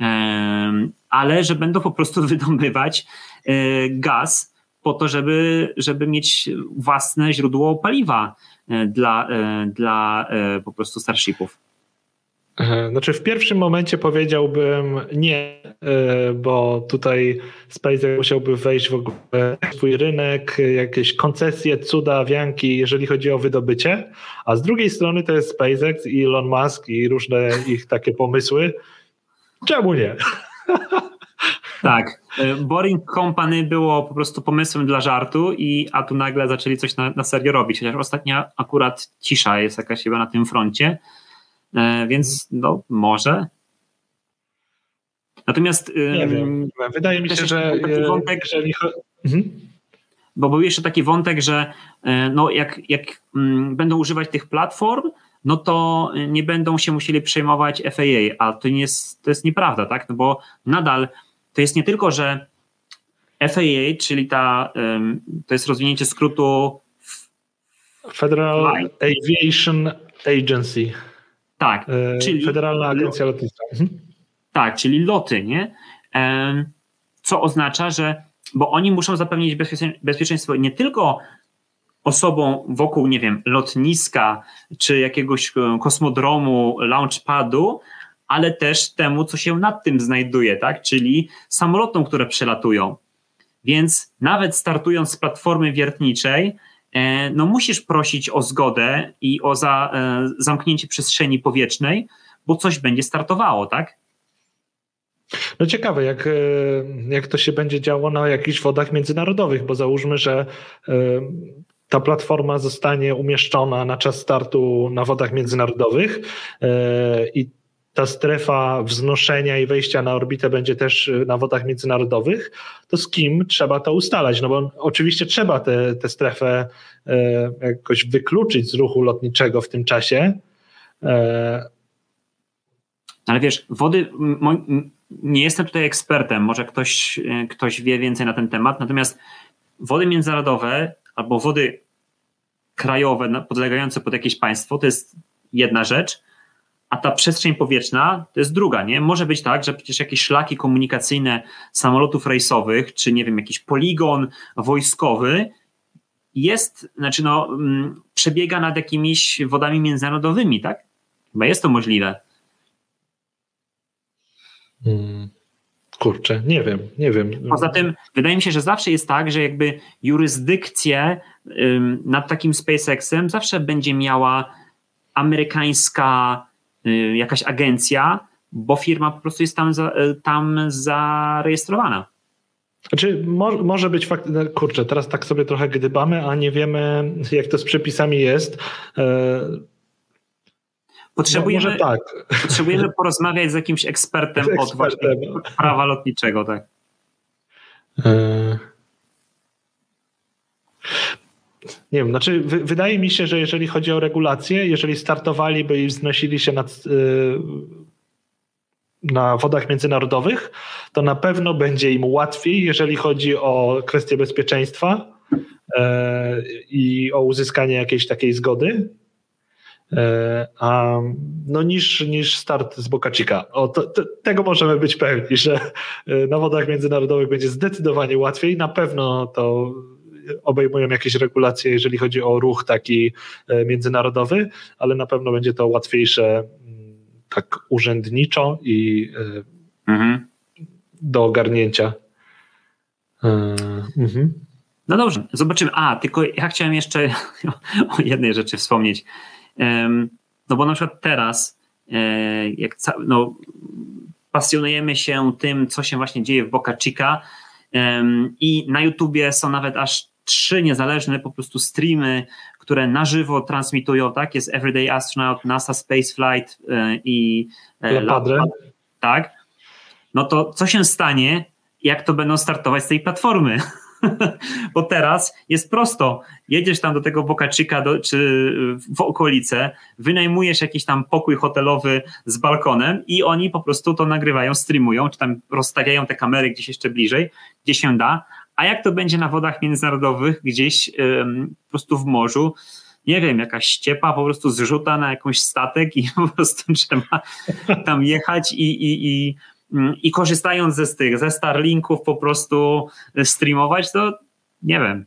ale że będą po prostu wydobywać gaz po to, żeby, żeby mieć własne źródło paliwa dla, dla po prostu Starshipów. Znaczy w pierwszym momencie powiedziałbym nie, bo tutaj SpaceX musiałby wejść w ogóle w swój rynek, jakieś koncesje, cuda, wianki, jeżeli chodzi o wydobycie, a z drugiej strony to jest SpaceX i Elon Musk i różne ich takie pomysły. Czemu nie? Tak. Boring Company było po prostu pomysłem dla żartu, i, a tu nagle zaczęli coś na, na serio robić. Chociaż ostatnia akurat cisza jest jakaś chyba na tym froncie, e, więc no może. Natomiast nie wiem. Wydaje mi się, że wątek, jeżeli... mhm. Bo był jeszcze taki wątek, że no jak, jak m, będą używać tych platform, no to nie będą się musieli przejmować F A A, a to, nie jest, to jest nieprawda, tak? No bo nadal to jest nie tylko, że F A A, czyli ta, to jest rozwinięcie skrótu Federal Aviation Agency. Tak, czyli Federalna Agencja Lotnictwa. Tak, czyli loty, nie? Co oznacza, że bo oni muszą zapewnić bezpieczeństwo nie tylko osobom wokół, nie wiem, lotniska czy jakiegoś kosmodromu, launchpadu, ale też temu, co się nad tym znajduje, tak? Czyli samolotom, które przelatują. Więc nawet startując z platformy wiertniczej, no musisz prosić o zgodę i o za, zamknięcie przestrzeni powietrznej, bo coś będzie startowało, tak? No ciekawe, jak, jak to się będzie działo na jakichś wodach międzynarodowych, bo załóżmy, że ta platforma zostanie umieszczona na czas startu na wodach międzynarodowych i ta strefa wznoszenia i wejścia na orbitę będzie też na wodach międzynarodowych, to z kim trzeba to ustalać? No bo oczywiście trzeba tę strefę jakoś wykluczyć z ruchu lotniczego w tym czasie. Ale wiesz, wody, nie jestem tutaj ekspertem, może ktoś, ktoś wie więcej na ten temat, natomiast wody międzynarodowe albo wody krajowe podlegające pod jakieś państwo to jest jedna rzecz, a ta przestrzeń powietrzna to jest druga, nie? Może być tak, że przecież jakieś szlaki komunikacyjne samolotów rejsowych, czy nie wiem, jakiś poligon wojskowy jest, znaczy no, przebiega nad jakimiś wodami międzynarodowymi, tak? Chyba jest to możliwe. Hmm. Kurczę, nie wiem, nie wiem. Poza tym wydaje mi się, że zawsze jest tak, że jakby jurysdykcję ym, nad takim SpaceXem zawsze będzie miała amerykańska y, jakaś agencja, bo firma po prostu jest tam, za, y, tam zarejestrowana. Znaczy, mo, może być fakt, kurczę, teraz tak sobie trochę gdybamy, a nie wiemy, jak to z przepisami jest. Potrzebujemy, może tak. Potrzebujemy porozmawiać z jakimś ekspertem, ekspertem. od właśnie prawa lotniczego, tak. Nie wiem, znaczy w, wydaje mi się, że jeżeli chodzi o regulacje, jeżeli startowaliby i wznosili się nad, na wodach międzynarodowych, to na pewno będzie im łatwiej, jeżeli chodzi o kwestie bezpieczeństwa i o uzyskanie jakiejś takiej zgody, a, no niż, niż start z Boca Chica. O, to, to, tego możemy być pewni, że na wodach międzynarodowych będzie zdecydowanie łatwiej. Na pewno to obejmują jakieś regulacje, jeżeli chodzi o ruch taki międzynarodowy, ale na pewno będzie to łatwiejsze tak urzędniczo i mhm. do ogarnięcia. Mhm. No dobrze, zobaczymy. A, tylko ja chciałem jeszcze o jednej rzeczy wspomnieć. No bo na przykład teraz jak no, pasjonujemy się tym, co się właśnie dzieje w Boca Chica i na YouTubie są nawet aż trzy niezależne po prostu streamy, które na żywo transmitują, tak? Jest Everyday Astronaut, NASA Spaceflight i LaPadre. Tak? No to co się stanie, jak to będą startować z tej platformy? Bo teraz jest prosto. Jedziesz tam do tego Boca Chica do, czy w okolice, wynajmujesz jakiś tam pokój hotelowy z balkonem i oni po prostu to nagrywają, streamują, czy tam rozstawiają te kamery gdzieś jeszcze bliżej, gdzie się da. A jak to będzie na wodach międzynarodowych, gdzieś ym, po prostu w morzu, nie wiem, jakaś ściepa po prostu zrzuta na jakąś statek i po prostu trzeba tam jechać i, i, i I korzystając ze, z tych, ze Starlinków po prostu streamować, to nie wiem.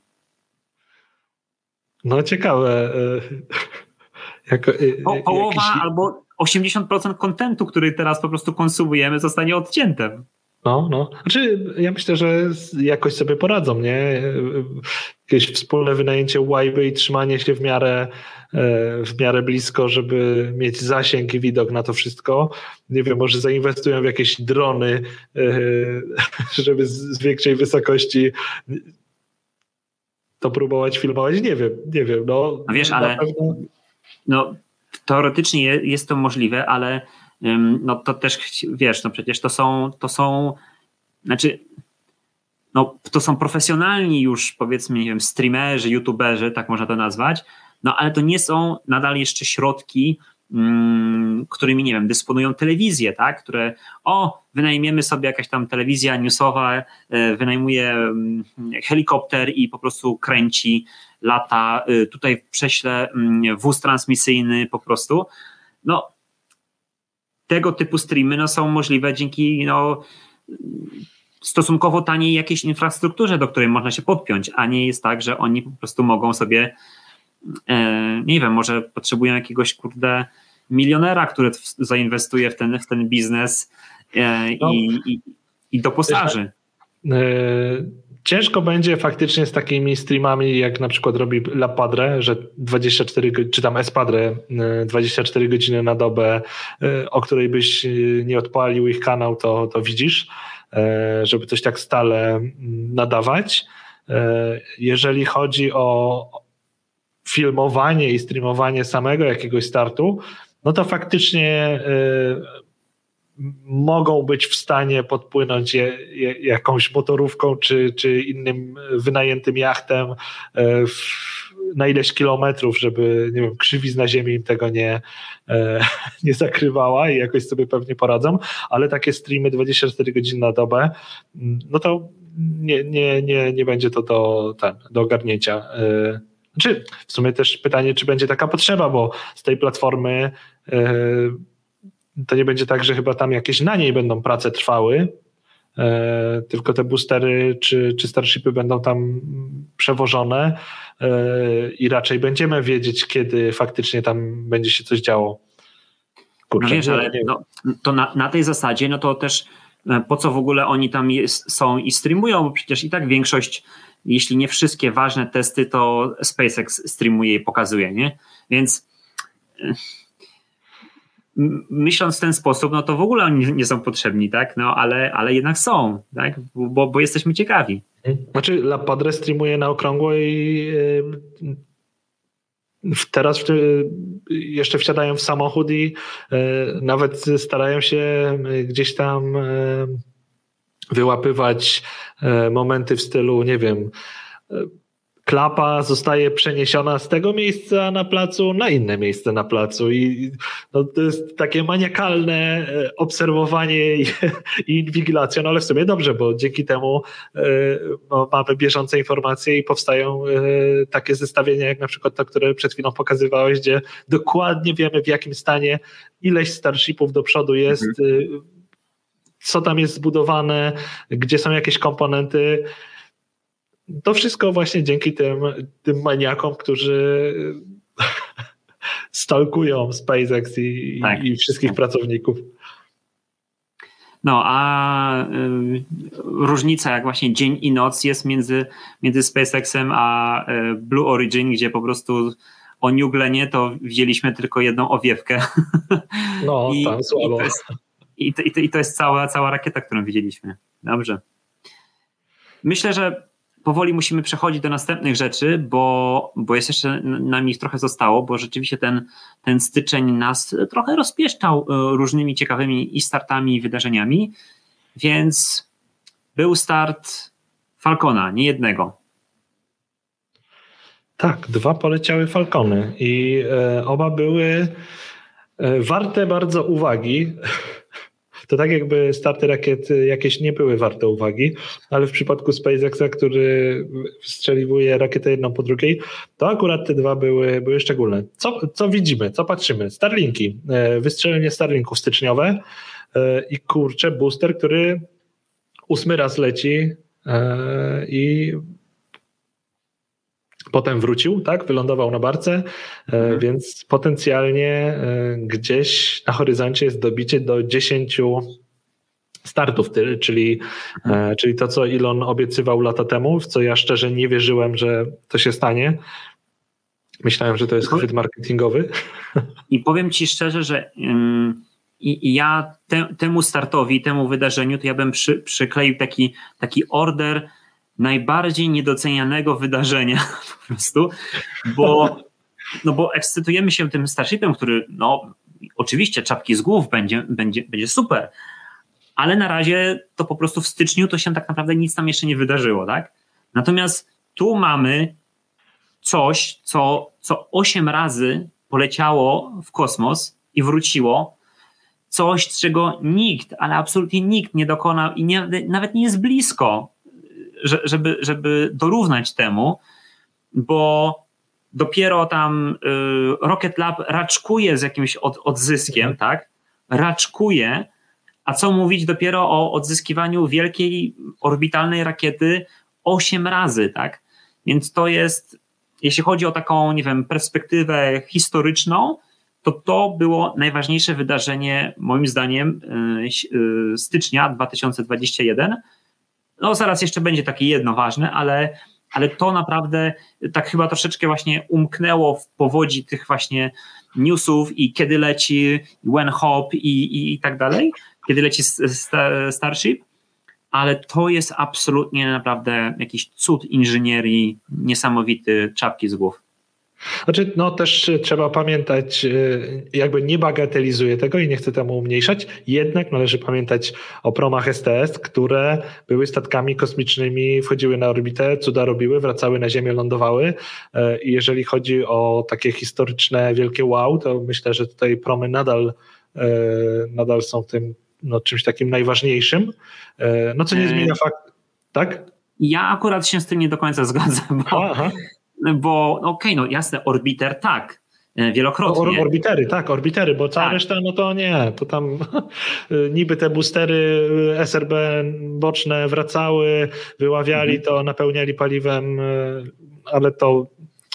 No ciekawe. Jako, po, połowa jakiś... albo osiemdziesiąt procent kontentu, który teraz po prostu konsumujemy, zostanie odcięte. No, no. Znaczy, ja myślę, że jakoś sobie poradzą, nie? Jakieś wspólne wynajęcie łajby i trzymanie się w miarę, w miarę blisko, żeby mieć zasięg i widok na to wszystko. Nie wiem, może zainwestują w jakieś drony, żeby z większej wysokości to próbować filmować. Nie wiem, nie wiem. No, no wiesz, ale pewno... no, teoretycznie jest to możliwe, ale no to też, wiesz, no przecież to są, to są, znaczy, no to są profesjonalni już, powiedzmy, nie wiem, streamerzy, youtuberzy, tak można to nazwać, no ale to nie są nadal jeszcze środki, mm, którymi, nie wiem, dysponują telewizje, tak, które, o, wynajmiemy sobie jakaś tam telewizja newsowa, wynajmuje helikopter i po prostu kręci, lata, tutaj prześlę wóz transmisyjny po prostu, no tego typu streamy no, są możliwe dzięki no, stosunkowo taniej jakiejś infrastrukturze, do której można się podpiąć, a nie jest tak, że oni po prostu mogą sobie, e, nie wiem, może potrzebują jakiegoś kurde milionera, który zainwestuje w ten, w ten biznes e, no. i, i, i doposaży. Ciężko będzie faktycznie z takimi streamami, jak na przykład robi LaPadre, że dwadzieścia cztery, czy tam Espadre, dwadzieścia cztery godziny na dobę, o której byś nie odpalił ich kanał, to, to widzisz, żeby coś tak stale nadawać. Jeżeli chodzi o filmowanie i streamowanie samego jakiegoś startu, no to faktycznie mogą być w stanie podpłynąć je, je, jakąś motorówką czy, czy innym wynajętym jachtem w, na ileś kilometrów, żeby, nie wiem, krzywizna ziemi im tego nie, nie zakrywała i jakoś sobie pewnie poradzą, ale takie streamy dwadzieścia cztery godziny na dobę, no to nie, nie, nie, nie będzie to do, ten, do ogarnięcia. Znaczy, w sumie też pytanie, czy będzie taka potrzeba, bo z tej platformy to nie będzie tak, że chyba tam jakieś na niej będą prace trwały, e, tylko te boostery czy, czy starshipy będą tam przewożone e, i raczej będziemy wiedzieć, kiedy faktycznie tam będzie się coś działo. Kurczę, no wiesz, ale no, to na, na tej zasadzie, no to też po co w ogóle oni tam jest, są i streamują, bo przecież i tak większość, jeśli nie wszystkie ważne testy, to SpaceX streamuje i pokazuje, nie? Więc myśląc w ten sposób, no to w ogóle oni nie są potrzebni, tak? No ale, ale jednak są, tak? Bo, bo jesteśmy ciekawi. Znaczy La Padre streamuje na okrągło i yy, teraz jeszcze wsiadają w samochód i yy, nawet starają się gdzieś tam yy, wyłapywać yy, momenty w stylu, nie wiem, yy, klapa zostaje przeniesiona z tego miejsca na placu na inne miejsce na placu i no, to jest takie maniakalne obserwowanie i, i inwigilacja, no ale w sumie dobrze, bo dzięki temu no, mamy bieżące informacje i powstają takie zestawienia jak na przykład to, które przed chwilą pokazywałeś, gdzie dokładnie wiemy w jakim stanie ileś Starshipów do przodu jest, mhm. co tam jest zbudowane, gdzie są jakieś komponenty. To wszystko właśnie dzięki tym, tym maniakom, którzy stalkują SpaceX i, tak. i wszystkich pracowników. No a y, różnica jak właśnie dzień i noc jest między, między SpaceXem a y, Blue Origin, gdzie po prostu o New Glennie to widzieliśmy tylko jedną owiewkę. No, I, tam słabo. I to jest, i to, i to, i to jest cała, cała rakieta, którą widzieliśmy. Dobrze. Myślę, że powoli musimy przechodzić do następnych rzeczy, bo, bo jest jeszcze nam ich trochę zostało, bo rzeczywiście ten, ten styczeń nas trochę rozpieszczał różnymi ciekawymi i startami, i wydarzeniami, więc był start Falcona, nie jednego. Tak, dwa poleciały Falcony i e, oba były e, warte bardzo uwagi. To tak jakby starty rakiet jakieś nie były warte uwagi, ale w przypadku SpaceXa, który wystrzeliwuje rakietę jedną po drugiej, to akurat te dwa były, były szczególne. Co, co widzimy, co patrzymy? Starlinki, wystrzelenie Starlinków styczniowe i kurczę, booster, który ósmy raz leci i potem wrócił, tak, wylądował na barce, mhm. więc potencjalnie gdzieś na horyzoncie jest dobicie do dziesięciu startów, czyli, mhm. czyli to, co Elon obiecywał lata temu, w co ja szczerze nie wierzyłem, że to się stanie. Myślałem, że to jest chwyt marketingowy. I powiem ci szczerze, że um, i, i ja te, temu startowi, temu wydarzeniu, to ja bym przy, przykleił taki, taki order najbardziej niedocenianego wydarzenia po prostu, bo, no bo ekscytujemy się tym Starshipem, który no oczywiście czapki z głów będzie, będzie, będzie super, ale na razie to po prostu w styczniu to się tak naprawdę nic tam jeszcze nie wydarzyło, tak? Natomiast tu mamy coś, co, co osiem razy poleciało w kosmos i wróciło, coś, czego nikt, ale absolutnie nikt nie dokonał i nie, nawet nie jest blisko, żeby, żeby dorównać temu, bo dopiero tam y, Rocket Lab raczkuje z jakimś od, odzyskiem, mhm. tak? Raczkuje, a co mówić dopiero o odzyskiwaniu wielkiej orbitalnej rakiety osiem razy, tak? Więc to jest, jeśli chodzi o taką, nie wiem, perspektywę historyczną, to to było najważniejsze wydarzenie, moim zdaniem, y, y, stycznia dwa tysiące dwudziestego pierwszego. No zaraz jeszcze będzie takie jedno ważne, ale, ale to naprawdę tak chyba troszeczkę właśnie umknęło w powodzi tych właśnie newsów i kiedy leci when hop i, i, i tak dalej, kiedy leci Starship, ale to jest absolutnie naprawdę jakiś cud inżynierii, niesamowity, czapki z głów. Znaczy, no też trzeba pamiętać, jakby nie bagatelizuję tego i nie chcę temu umniejszać, jednak należy pamiętać o promach S T S, które były statkami kosmicznymi, wchodziły na orbitę, cuda robiły, wracały na Ziemię, lądowały i jeżeli chodzi o takie historyczne wielkie wow, to myślę, że tutaj promy nadal, nadal są tym no, czymś takim najważniejszym, no co nie zmienia faktu, tak? Ja akurat się z tym nie do końca zgadzam, bo Aha. Bo okej, okay, no jasne, orbiter tak, wielokrotnie. Or, orbitery, tak, orbitery, bo cała tak. reszta, no to nie, to tam niby te boostery S R B boczne wracały, wyławiali mhm. to, napełniali paliwem, ale to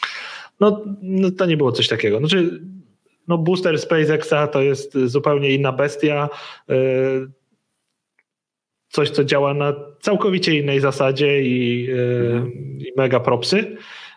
no, no to nie było coś takiego. Znaczy, no booster SpaceXa to jest zupełnie inna bestia. coś, co działa na całkowicie innej zasadzie i, mhm. i mega propsy.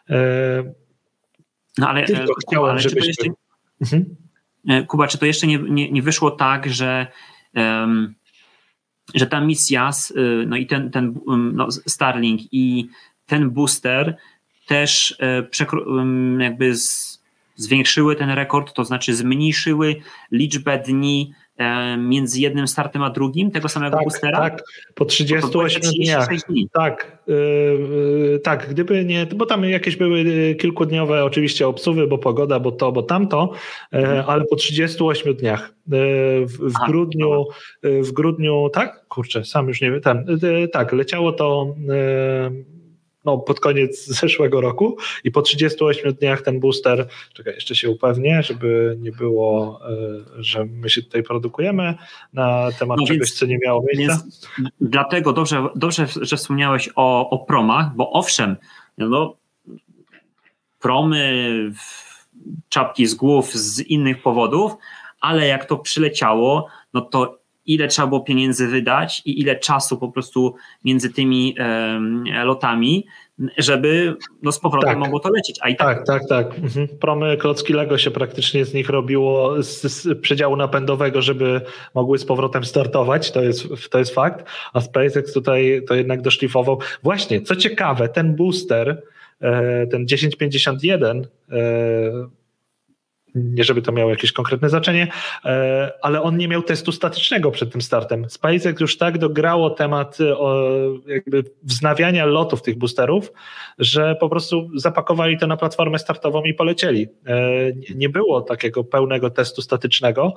No ale, Tylko Kuba, chciałem, ale żebyśmy... czy to jeszcze, mhm. Kuba, czy to jeszcze nie, nie, nie wyszło tak, że um, że ta misja, no i ten, ten no Starlink i ten booster też jakby z, zwiększyły ten rekord, to znaczy zmniejszyły liczbę dni między jednym startem a drugim tego samego tak, boostera? Tak, po trzydziestu ośmiu dniach. Dni. Tak, yy, tak, gdyby nie, bo tam jakieś były kilkudniowe oczywiście obsuwy, bo pogoda, bo to, bo tamto, yy, ale po trzydziestu ośmiu dniach. Yy, w, w Aha, grudniu, yy, w grudniu, tak? Kurczę, sam już nie wiem, ten, yy, tak, leciało to yy, no, pod koniec zeszłego roku i po trzydziestu ośmiu dniach ten booster, czekaj, jeszcze się upewnię, żeby nie było, że my się tutaj produkujemy na temat no czegoś, więc, co nie miało miejsca. Dlatego dobrze, dobrze, że wspomniałeś o, o promach, bo owszem, no, promy, czapki z głów z innych powodów, ale jak to przyleciało, no to ile trzeba było pieniędzy wydać i ile czasu po prostu między tymi um, lotami, żeby no, z powrotem tak. mogło to lecieć. A i tak, tak, tak. tak. Mhm. Promy, klocki Lego się praktycznie z nich robiło z, z przedziału napędowego, żeby mogły z powrotem startować, to jest, to jest fakt, a SpaceX tutaj to jednak doszlifował. Właśnie, co ciekawe, ten booster, ten tysiąc pięćdziesiąt jeden, nie żeby to miało jakieś konkretne znaczenie, ale on nie miał testu statycznego przed tym startem. SpaceX już tak dograło temat jakby wznawiania lotów tych boosterów, że po prostu zapakowali to na platformę startową i polecieli. Nie było takiego pełnego testu statycznego.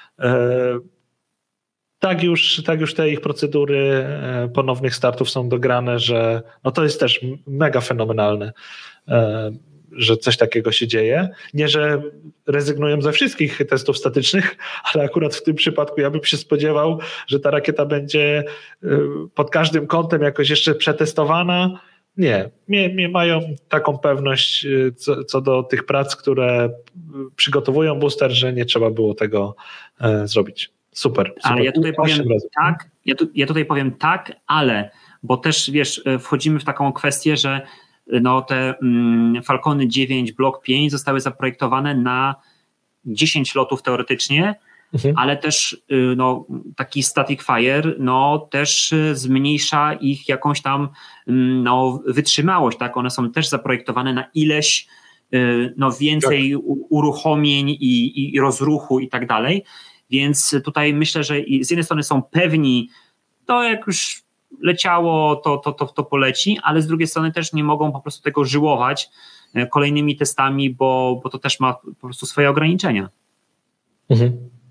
Tak już, tak już te ich procedury ponownych startów są dograne, że no to jest też mega fenomenalne, że coś takiego się dzieje. Nie, że rezygnują ze wszystkich testów statycznych, ale akurat w tym przypadku ja bym się spodziewał, że ta rakieta będzie pod każdym kątem jakoś jeszcze przetestowana. Nie, nie, nie mają taką pewność co, co do tych prac, które przygotowują booster, że nie trzeba było tego e, zrobić. Super, super. Ale ja tutaj powiem tak, ja, tu, ja tutaj powiem tak, ale, bo też wiesz, wchodzimy w taką kwestię, że no te mm, Falcony dziewięć Block pięć zostały zaprojektowane na dziesięć lotów teoretycznie, mhm. ale też no, taki static fire no, też zmniejsza ich jakąś tam no, wytrzymałość. Tak? One są też zaprojektowane na ileś no, więcej tak. uruchomień i, i rozruchu i tak dalej. Więc tutaj myślę, że z jednej strony są pewni, to jak już leciało, to, to, to, to poleci, ale z drugiej strony też nie mogą po prostu tego żyłować kolejnymi testami, bo, bo to też ma po prostu swoje ograniczenia. Mhm.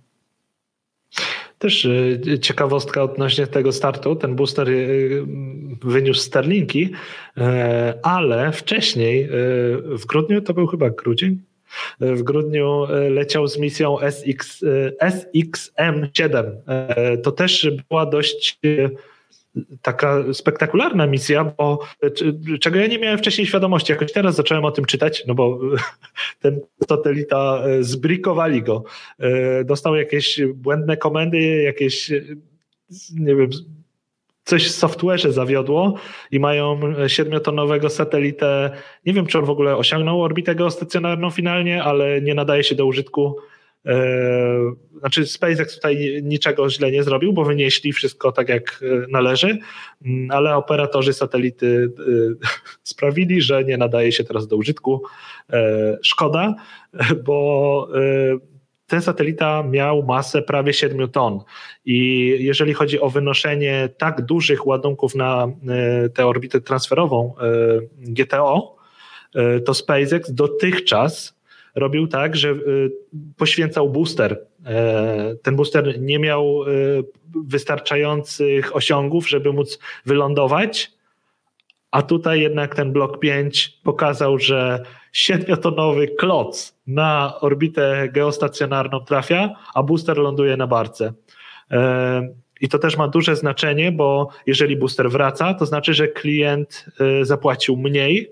Też ciekawostka odnośnie tego startu, ten booster wyniósł Starlinki, ale wcześniej w grudniu, to był chyba grudzień, w grudniu leciał z misją S X, S X M siedem. To też była dość taka spektakularna misja, bo czego ja nie miałem wcześniej świadomości, jakoś teraz zacząłem o tym czytać, no bo ten satelita, zbrikowali go, dostał jakieś błędne komendy, jakieś, nie wiem, coś w software'ze zawiodło i mają siedmiotonowego satelitę, nie wiem, czy on w ogóle osiągnął orbitę geostacjonarną finalnie, ale nie nadaje się do użytku. Znaczy SpaceX tutaj niczego źle nie zrobił, bo wynieśli wszystko tak jak należy, ale operatorzy satelity sprawili, że nie nadaje się teraz do użytku. Szkoda, bo ten satelita miał masę prawie siedmiu ton i jeżeli chodzi o wynoszenie tak dużych ładunków na tę orbitę transferową G T O, to SpaceX dotychczas robił tak, że poświęcał booster. Ten booster nie miał wystarczających osiągów, żeby móc wylądować, a tutaj jednak ten Block pięć pokazał, że siedmiotonowy kloc na orbitę geostacjonarną trafia, a booster ląduje na barce. I to też ma duże znaczenie, bo jeżeli booster wraca, to znaczy, że klient zapłacił mniej,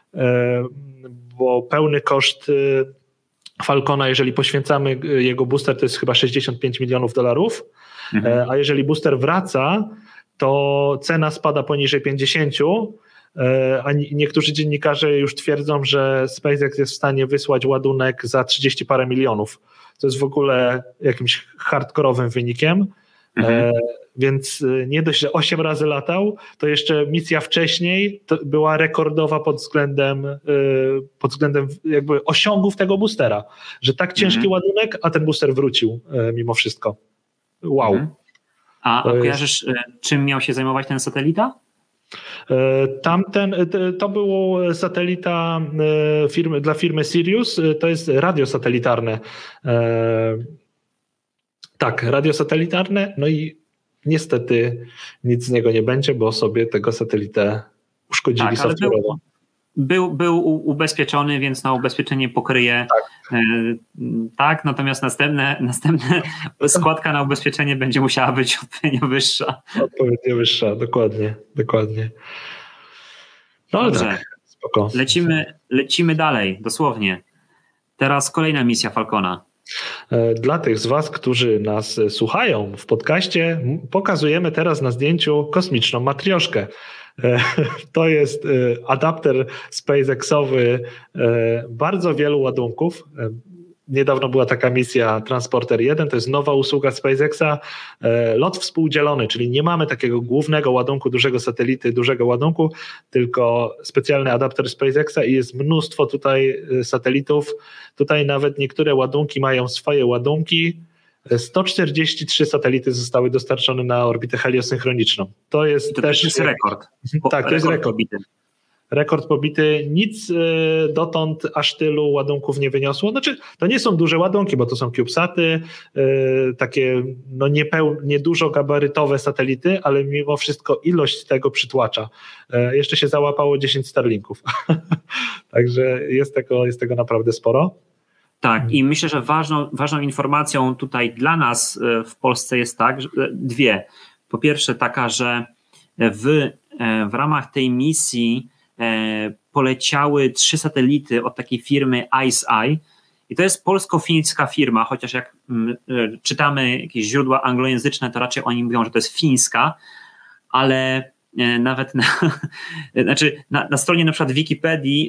bo pełny koszt Falcona, jeżeli poświęcamy jego booster, to jest chyba sześćdziesiąt pięć milionów dolarów, mhm. a jeżeli booster wraca, to cena spada poniżej pięćdziesiąt, a niektórzy dziennikarze już twierdzą, że SpaceX jest w stanie wysłać ładunek za trzydzieści parę milionów. To jest w ogóle jakimś hardkorowym wynikiem. Mhm. Więc nie dość, że osiem razy latał, to jeszcze misja wcześniej to była rekordowa pod względem, pod względem jakby osiągów tego boostera, że tak ciężki mhm. ładunek, a ten booster wrócił mimo wszystko. Wow. Mhm. A, a kojarzysz, jest... czym miał się zajmować ten satelita? Tamten, to było satelita firmy, dla firmy Sirius, to jest radio satelitarne. Tak, radio satelitarne, no i niestety nic z niego nie będzie, bo sobie tego satelitę uszkodzili tak, software'owo. Był, był ubezpieczony, więc na ubezpieczenie pokryje. Tak, e, tak natomiast następne, następne składka na ubezpieczenie będzie musiała być odpowiednio wyższa. Odpowiednio wyższa, dokładnie, dokładnie. No ale Dobrze. Tak, spoko. Lecimy, lecimy dalej, dosłownie. Teraz kolejna misja Falcona. Dla tych z was, którzy nas słuchają w podcaście, pokazujemy teraz na zdjęciu kosmiczną matrioszkę. To jest adapter SpaceXowy bardzo wielu ładunków. Niedawno była taka misja Transporter jeden, to jest nowa usługa SpaceXa, lot współdzielony, czyli nie mamy takiego głównego ładunku, dużego satelity, dużego ładunku, tylko specjalny adapter SpaceXa i jest mnóstwo tutaj satelitów. Tutaj nawet niektóre ładunki mają swoje ładunki. sto czterdzieści trzy satelity zostały dostarczone na orbitę heliosynchroniczną. To jest to też jest rekord. Tak, to jest rekord. Pobity. Rekord pobity. Nic dotąd aż tylu ładunków nie wyniosło. Znaczy, to nie są duże ładunki, bo to są CubeSaty, takie no niepeł, niedużo gabarytowe satelity, ale mimo wszystko ilość tego przytłacza. Jeszcze się załapało dziesięć Starlinków. Także jest tego, jest tego naprawdę sporo. Tak, i myślę, że ważną, ważną informacją tutaj dla nas w Polsce jest tak, że dwie. Po pierwsze taka, że w, w ramach tej misji poleciały trzy satelity od takiej firmy ICEYE i to jest polsko-fińska firma, chociaż jak czytamy jakieś źródła anglojęzyczne, to raczej oni mówią, że to jest fińska, ale nawet na, znaczy na, na stronie na przykład Wikipedii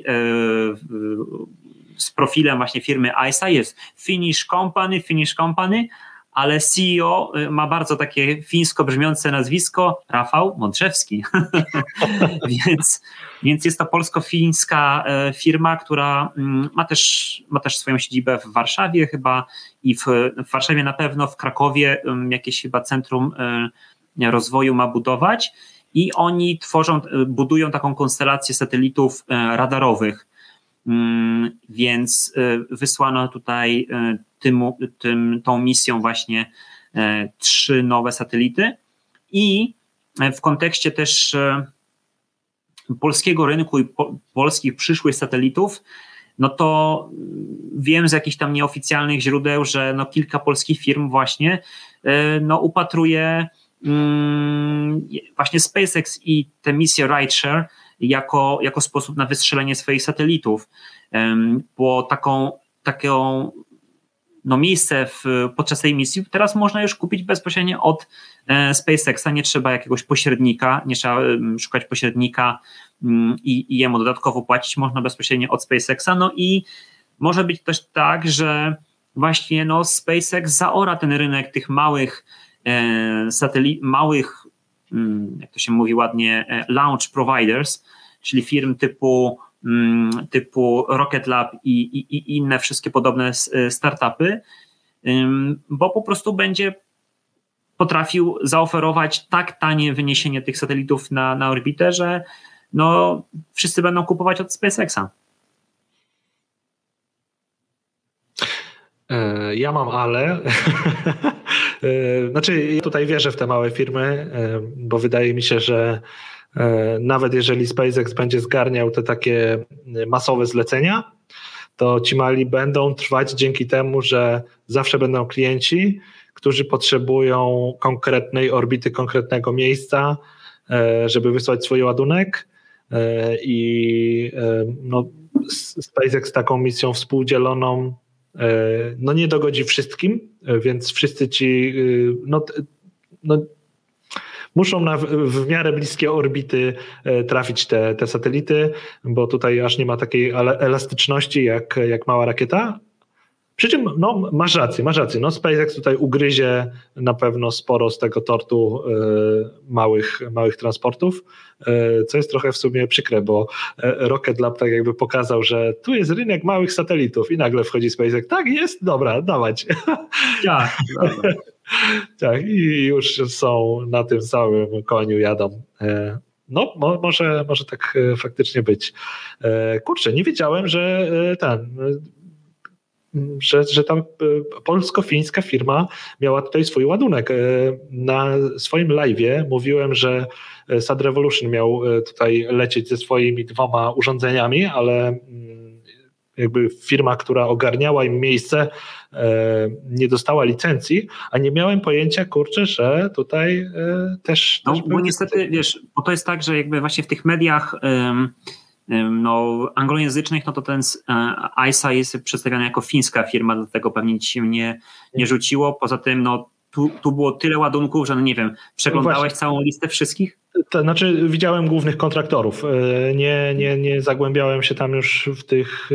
z profilem właśnie firmy ICEYE jest Finnish Company, Finnish Company, ale C E O ma bardzo takie fińsko brzmiące nazwisko, Rafał Mądrzewski. więc, więc jest to polsko-fińska firma, która ma też, ma też swoją siedzibę w Warszawie chyba i w, w Warszawie na pewno, w Krakowie jakieś chyba centrum rozwoju ma budować i oni tworzą, budują taką konstelację satelitów radarowych. Więc wysłano tutaj tym, tym, tą misją właśnie trzy nowe satelity i w kontekście też polskiego rynku i po, polskich przyszłych satelitów, no to wiem z jakichś tam nieoficjalnych źródeł, że no kilka polskich firm właśnie no upatruje właśnie SpaceX i tę misję Rideshare jako, jako sposób na wystrzelenie swoich satelitów, bo taką, taką no miejsce w, podczas tej misji teraz można już kupić bezpośrednio od SpaceXa, nie trzeba jakiegoś pośrednika, nie trzeba szukać pośrednika i, i jemu dodatkowo płacić, można bezpośrednio od SpaceXa, no i może być też tak, że właśnie no SpaceX zaora ten rynek tych małych satelit, małych, jak to się mówi ładnie, launch providers, czyli firm typu, typu Rocket Lab i, i, i inne wszystkie podobne startupy, bo po prostu będzie potrafił zaoferować tak tanie wyniesienie tych satelitów na, na orbitę, że no, wszyscy będą kupować od SpaceXa. Ja mam ale, znaczy ja tutaj wierzę w te małe firmy, bo wydaje mi się, że nawet jeżeli SpaceX będzie zgarniał te takie masowe zlecenia, to ci mali będą trwać dzięki temu, że zawsze będą klienci, którzy potrzebują konkretnej orbity, konkretnego miejsca, żeby wysłać swój ładunek i no, SpaceX taką misją współdzieloną no nie dogodzi wszystkim, więc wszyscy ci no, no muszą na w miarę bliskie orbity trafić te, te satelity, bo tutaj aż nie ma takiej elastyczności jak, jak mała rakieta. Przy czym no, masz rację, masz rację. No, SpaceX tutaj ugryzie na pewno sporo z tego tortu y, małych, małych transportów, y, co jest trochę w sumie przykre, bo Rocket Lab tak jakby pokazał, że tu jest rynek małych satelitów i nagle wchodzi SpaceX. Tak, jest, dobra, dawać. Tak, dobra. Tak, i już są na tym samym koniu, jadą. No, mo, może, może tak faktycznie być. Kurczę, nie wiedziałem, że ten... Że, że tam polsko-fińska firma miała tutaj swój ładunek. Na swoim live'ie mówiłem, że Sad Revolution miał tutaj lecieć ze swoimi dwoma urządzeniami, ale jakby firma, która ogarniała im miejsce, nie dostała licencji, a nie miałem pojęcia, kurczę, że tutaj też... No, też bo niestety, wiesz, bo to jest tak, że jakby właśnie w tych mediach um, no, anglojęzycznych, no to ten I S A jest przedstawiany jako fińska firma, do tego pewnie ci się nie, nie rzuciło. Poza tym, no, tu, tu było tyle ładunków, że no nie wiem, przeglądałeś no całą listę wszystkich? To znaczy widziałem głównych kontraktorów. Nie, nie, nie zagłębiałem się tam już w tych,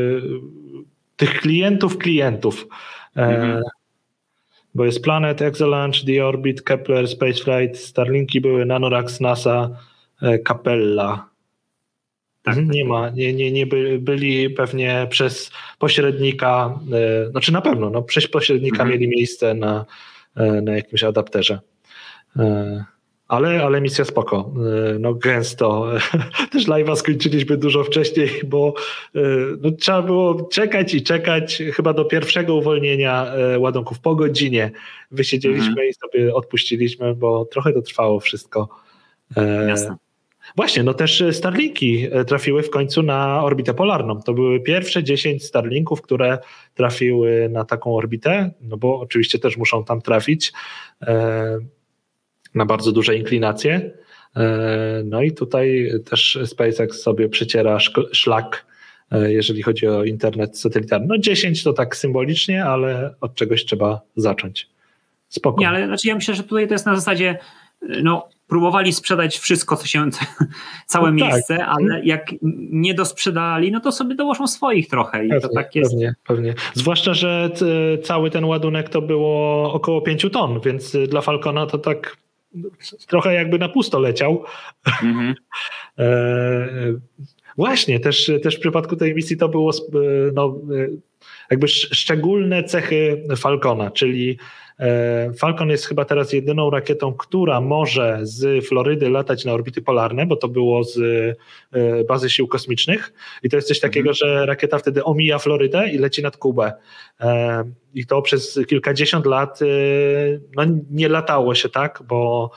tych klientów klientów. Mhm. Bo jest Planet, Exolaunch, The Orbit, Kepler, Spaceflight, Starlinki były, Nanoracks, NASA, Capella. Tak, nie tak. ma, nie, nie, nie by, byli pewnie przez pośrednika, e, znaczy na pewno, no, przez pośrednika mhm. mieli miejsce na, e, na jakimś adapterze. E, ale, ale misja spoko. E, no gęsto. Też live'a skończyliśmy dużo wcześniej, bo e, no, trzeba było czekać i czekać chyba do pierwszego uwolnienia e, ładunków po godzinie. Wysiedzieliśmy mhm. i sobie odpuściliśmy, bo trochę to trwało wszystko. E, Jasne. Właśnie, no też Starlinki trafiły w końcu na orbitę polarną. To były pierwsze dziesięć Starlinków, które trafiły na taką orbitę, no bo oczywiście też muszą tam trafić e, na bardzo duże inklinacje. E, no i tutaj też SpaceX sobie przeciera szk- szlak, e, jeżeli chodzi o internet satelitarny. No dziesięć to tak symbolicznie, ale od czegoś trzeba zacząć. Spoko. Nie, ale znaczy ja myślę, że tutaj to jest na zasadzie, no próbowali sprzedać wszystko, co się, całe no miejsce, tak. ale jak nie dosprzedali, no to sobie dołożą swoich trochę. I pewnie, to tak jest. Pewnie, pewnie. Zwłaszcza, że cały ten ładunek to było około pięciu ton, więc dla Falcona to tak trochę jakby na pusto leciał. Mhm. e, właśnie, też, też w przypadku tej misji to było no, jakby szczególne cechy Falcona, czyli Falcon jest chyba teraz jedyną rakietą, która może z Florydy latać na orbity polarne, bo to było z bazy sił kosmicznych i to jest coś takiego, że rakieta wtedy omija Florydę i leci nad Kubę. I to przez kilkadziesiąt lat no, nie latało się tak, bo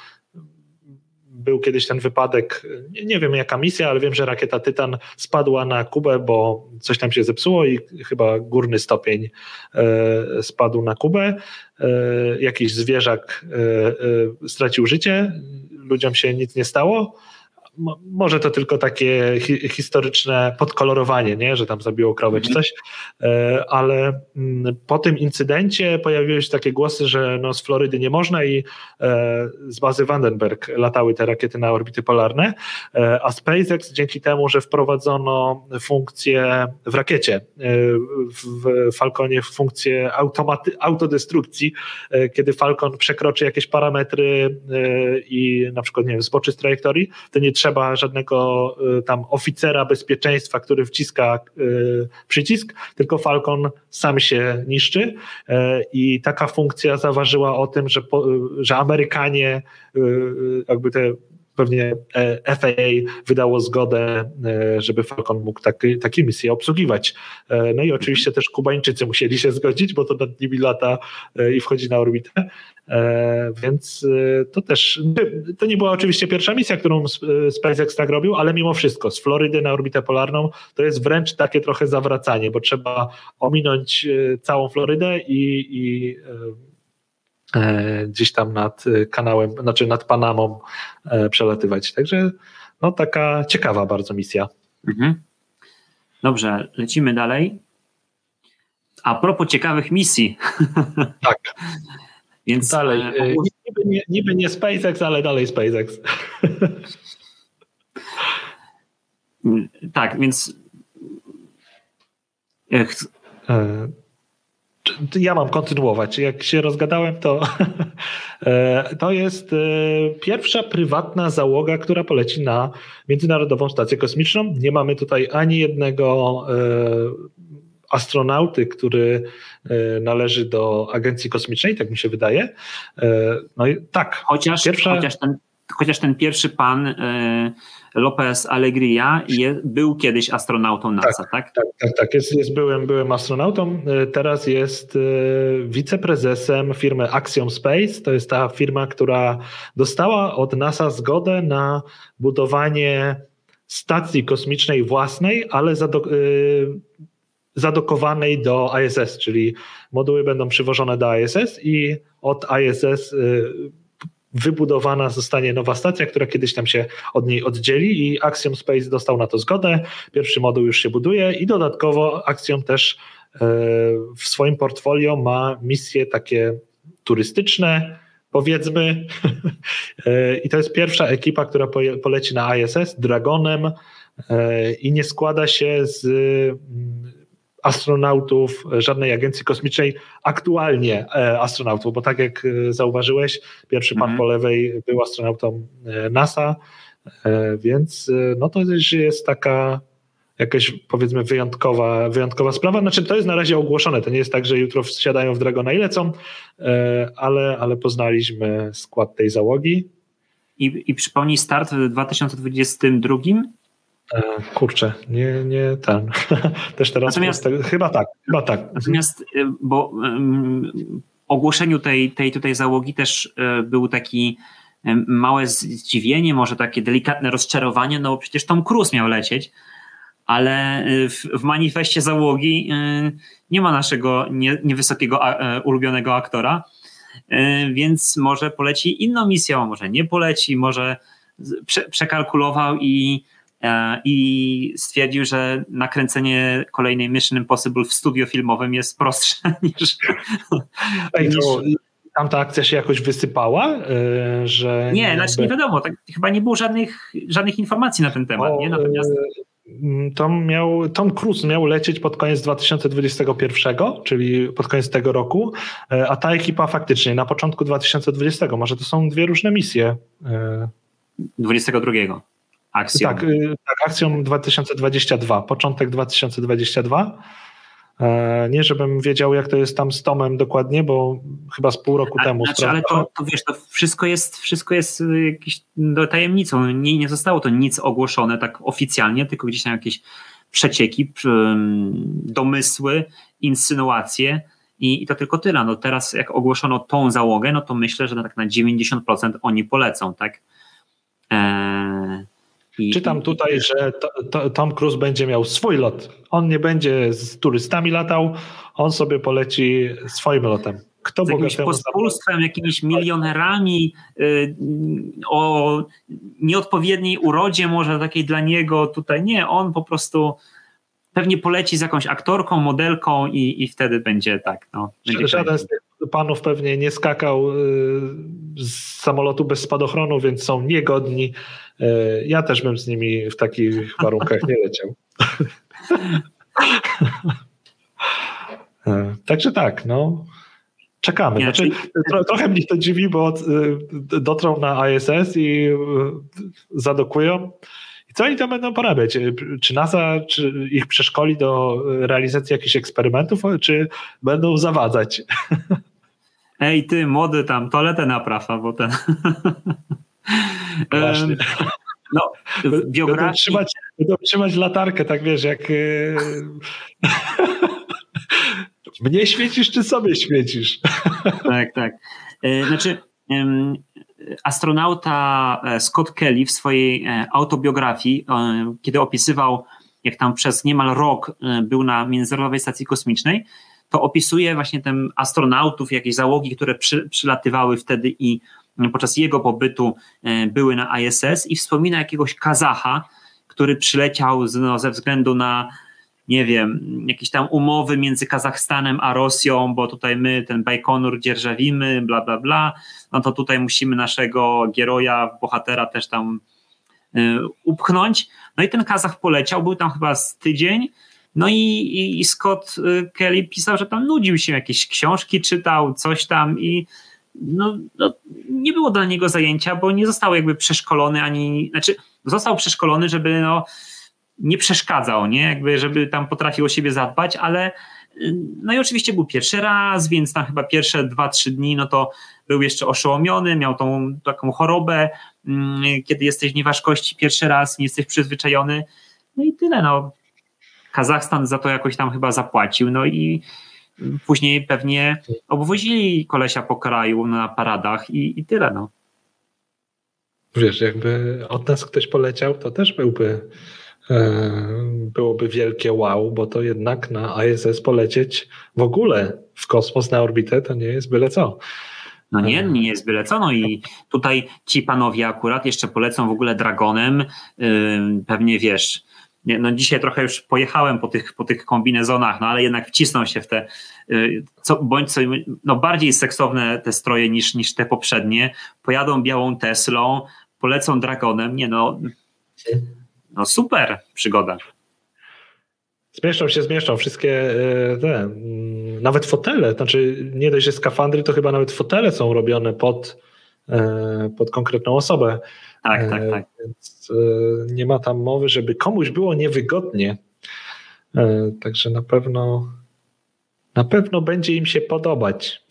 był kiedyś ten wypadek, nie, nie wiem jaka misja, ale wiem, że rakieta Tytan spadła na Kubę, bo coś tam się zepsuło i chyba górny stopień e, spadł na Kubę. E, jakiś zwierzak e, e, stracił życie, ludziom się nic nie stało. Mo, może to tylko takie hi, historyczne podkolorowanie, nie? Że tam zabiło krowę czy coś, e, ale m, po tym incydencie pojawiły się takie głosy, że no, z Florydy nie można i e, z bazy Vandenberg latały te rakiety na orbity polarne, e, a SpaceX dzięki temu, że wprowadzono funkcję w rakiecie, e, w Falconie funkcję automaty, autodestrukcji, e, kiedy Falcon przekroczy jakieś parametry e, i na przykład nie wiem, zboczy z trajektorii, to nie trzeba trzeba żadnego tam oficera bezpieczeństwa, który wciska przycisk, tylko Falcon sam się niszczy i taka funkcja zaważyła o tym, że, że Amerykanie jakby te pewnie F A A wydało zgodę, żeby Falcon mógł taki, takie misje obsługiwać. No i oczywiście też Kubańczycy musieli się zgodzić, bo to nad nimi lata i wchodzi na orbitę. Więc to też, to nie była oczywiście pierwsza misja, którą SpaceX tak robił, ale mimo wszystko z Florydy na orbitę polarną to jest wręcz takie trochę zawracanie, bo trzeba ominąć całą Florydę i, i gdzieś tam nad kanałem, znaczy nad Panamą przelatywać. Także no taka ciekawa bardzo misja. Mhm. Dobrze, lecimy dalej. A propos ciekawych misji. Tak. Więc dalej. Nie niby, nie, niby nie SpaceX, ale dalej SpaceX. Tak, więc ja mam kontynuować. Jak się rozgadałem, to to jest pierwsza prywatna załoga, która poleci na Międzynarodową Stację Kosmiczną. Nie mamy tutaj ani jednego astronauty, który należy do Agencji Kosmicznej, tak mi się wydaje. No i tak. Chociaż, pierwsza... chociaż, ten, chociaż ten pierwszy pan Lopez Alegria je, był kiedyś astronautą NASA, tak? Tak, tak, tak. tak. Jest, jest, byłem, byłem astronautą, teraz jest wiceprezesem firmy Axiom Space. To jest ta firma, która dostała od NASA zgodę na budowanie stacji kosmicznej własnej, ale zadok- zadokowanej do I S S, czyli moduły będą przywożone do I S S i od I S S wybudowana zostanie nowa stacja, która kiedyś tam się od niej oddzieli i Axiom Space dostał na to zgodę. Pierwszy moduł już się buduje i dodatkowo Axiom też w swoim portfolio ma misje takie turystyczne, powiedzmy. I to jest pierwsza ekipa, która poleci na I S S Dragonem i nie składa się z astronautów żadnej agencji kosmicznej, aktualnie astronautów, bo tak jak zauważyłeś, pierwszy pan mm-hmm. po lewej był astronautą NASA, więc no to jest taka jakaś powiedzmy wyjątkowa, wyjątkowa sprawa. Znaczy to jest na razie ogłoszone, to nie jest tak, że jutro wsiadają w Dragona i lecą, ale, ale poznaliśmy skład tej załogi. I, i przypomnij start w dwa tysiące dwudziestym drugim? Kurczę, nie, nie ten. Też teraz natomiast, proste, chyba tak, chyba tak. Natomiast, bo um, ogłoszeniu tej, tej tutaj załogi też um, był taki um, małe zdziwienie, może takie delikatne rozczarowanie, no bo przecież Tom Cruise miał lecieć, ale w, w manifestie załogi um, nie ma naszego nie, niewysokiego a, ulubionego aktora, um, więc może poleci inną misją, może nie poleci, może prze, przekalkulował i i stwierdził, że nakręcenie kolejnej Mission Impossible w studio filmowym jest prostsze niż... Ej, to niż... Tamta akcja się jakoś wysypała? Że nie, jakby... znaczy nie wiadomo, tak, chyba nie było żadnych, żadnych informacji na ten temat. O, nie? Natomiast... Tom, miał, Tom Cruise miał lecieć pod koniec dwa tysiące dwudziestego pierwszego, czyli pod koniec tego roku, a ta ekipa faktycznie na początku dwa tysiące dwudziestego. Może to są dwie różne misje. dwudziestego drugiego. Axiom. Tak, tak, Axiom dwa tysiące dwudziesty drugi, początek dwa tysiące dwudziesty drugi. Nie, żebym wiedział, jak to jest tam z Tomem dokładnie, bo chyba z pół roku A, temu. Znaczy, ale to, to wiesz, to wszystko jest, wszystko jest jakieś tajemnicą. Nie, nie zostało to nic ogłoszone tak oficjalnie, tylko gdzieś tam jakieś przecieki, domysły, insynuacje i, i to tylko tyle. No teraz jak ogłoszono tą załogę, no to myślę, że na, tak na dziewięćdziesiąt procent oni polecą, tak? Eee... I, Czytam tutaj, i... że to, to, Tom Cruise będzie miał swój lot. On nie będzie z turystami latał, on sobie poleci swoim lotem. Kto z jakimś pospólstwem, jakimiś milionerami yy, o nieodpowiedniej urodzie może takiej dla niego tutaj. Nie, on po prostu pewnie poleci z jakąś aktorką, modelką i, i wtedy będzie tak. No, będzie Żaden z tych panów pewnie nie skakał z samolotu bez spadochronu, więc są niegodni. Ja też bym z nimi w takich warunkach nie leciał. Także tak, no. Czekamy. Znaczy, tro, trochę mnie to dziwi, bo dotrą na I S S i zadokują. I co oni tam będą porabiać? Czy NASA czy ich przeszkoli do realizacji jakichś eksperymentów, czy będą zawadzać? Ej, ty młody tam, toaletę napraw, bo ten... Właśnie. No, w biografii... Będą trzymać, będą trzymać latarkę, tak wiesz, jak... Mnie świecisz, czy sobie świecisz? Tak, tak. Znaczy... Astronauta Scott Kelly w swojej autobiografii, kiedy opisywał, jak tam przez niemal rok był na Międzynarodowej Stacji Kosmicznej, to opisuje właśnie ten astronautów, jakieś załogi, które przy, przylatywały wtedy i podczas jego pobytu były na I S S i wspomina jakiegoś Kazacha, który przyleciał z, no, ze względu na nie wiem, jakieś tam umowy między Kazachstanem a Rosją, bo tutaj my ten Bajkonur dzierżawimy, bla, bla, bla, no to tutaj musimy naszego Geroja, bohatera też tam y, upchnąć. No i ten Kazach poleciał, był tam chyba z tydzień, no i, i, i Scott Kelly pisał, że tam nudził się, jakieś książki czytał, coś tam i no, no nie było dla niego zajęcia, bo nie został jakby przeszkolony ani, znaczy został przeszkolony, żeby no nie przeszkadzał, nie? Jakby, żeby tam potrafił o siebie zadbać, ale no i oczywiście był pierwszy raz, więc tam chyba pierwsze dwa, trzy dni, no to był jeszcze oszołomiony, miał tą taką chorobę, kiedy jesteś w nieważkości pierwszy raz, nie jesteś przyzwyczajony, no i tyle, no. Kazachstan za to jakoś tam chyba zapłacił, no i później pewnie obwozili kolesia po kraju na paradach i, i tyle, no. Wiesz, jakby od nas ktoś poleciał, to też byłby byłoby wielkie wow, bo to jednak na I S S polecieć w ogóle w kosmos, na orbitę, to nie jest byle co. No nie, nie jest byle co. No i tutaj ci panowie akurat jeszcze polecą w ogóle Dragonem. Yy, pewnie wiesz, no dzisiaj trochę już pojechałem po tych, po tych kombinezonach, no ale jednak wcisną się w te yy, co, bądź co, no bardziej seksowne te stroje niż, niż te poprzednie. Pojadą białą Teslą, polecą Dragonem. Nie no... No super przygoda. Zmieszczą się, zmieszczą. Wszystkie te, nawet fotele, znaczy nie dość, że skafandry, to chyba nawet fotele są robione pod, pod konkretną osobę. Tak, tak, tak. Więc nie ma tam mowy, żeby komuś było niewygodnie. Także na pewno na pewno będzie im się podobać.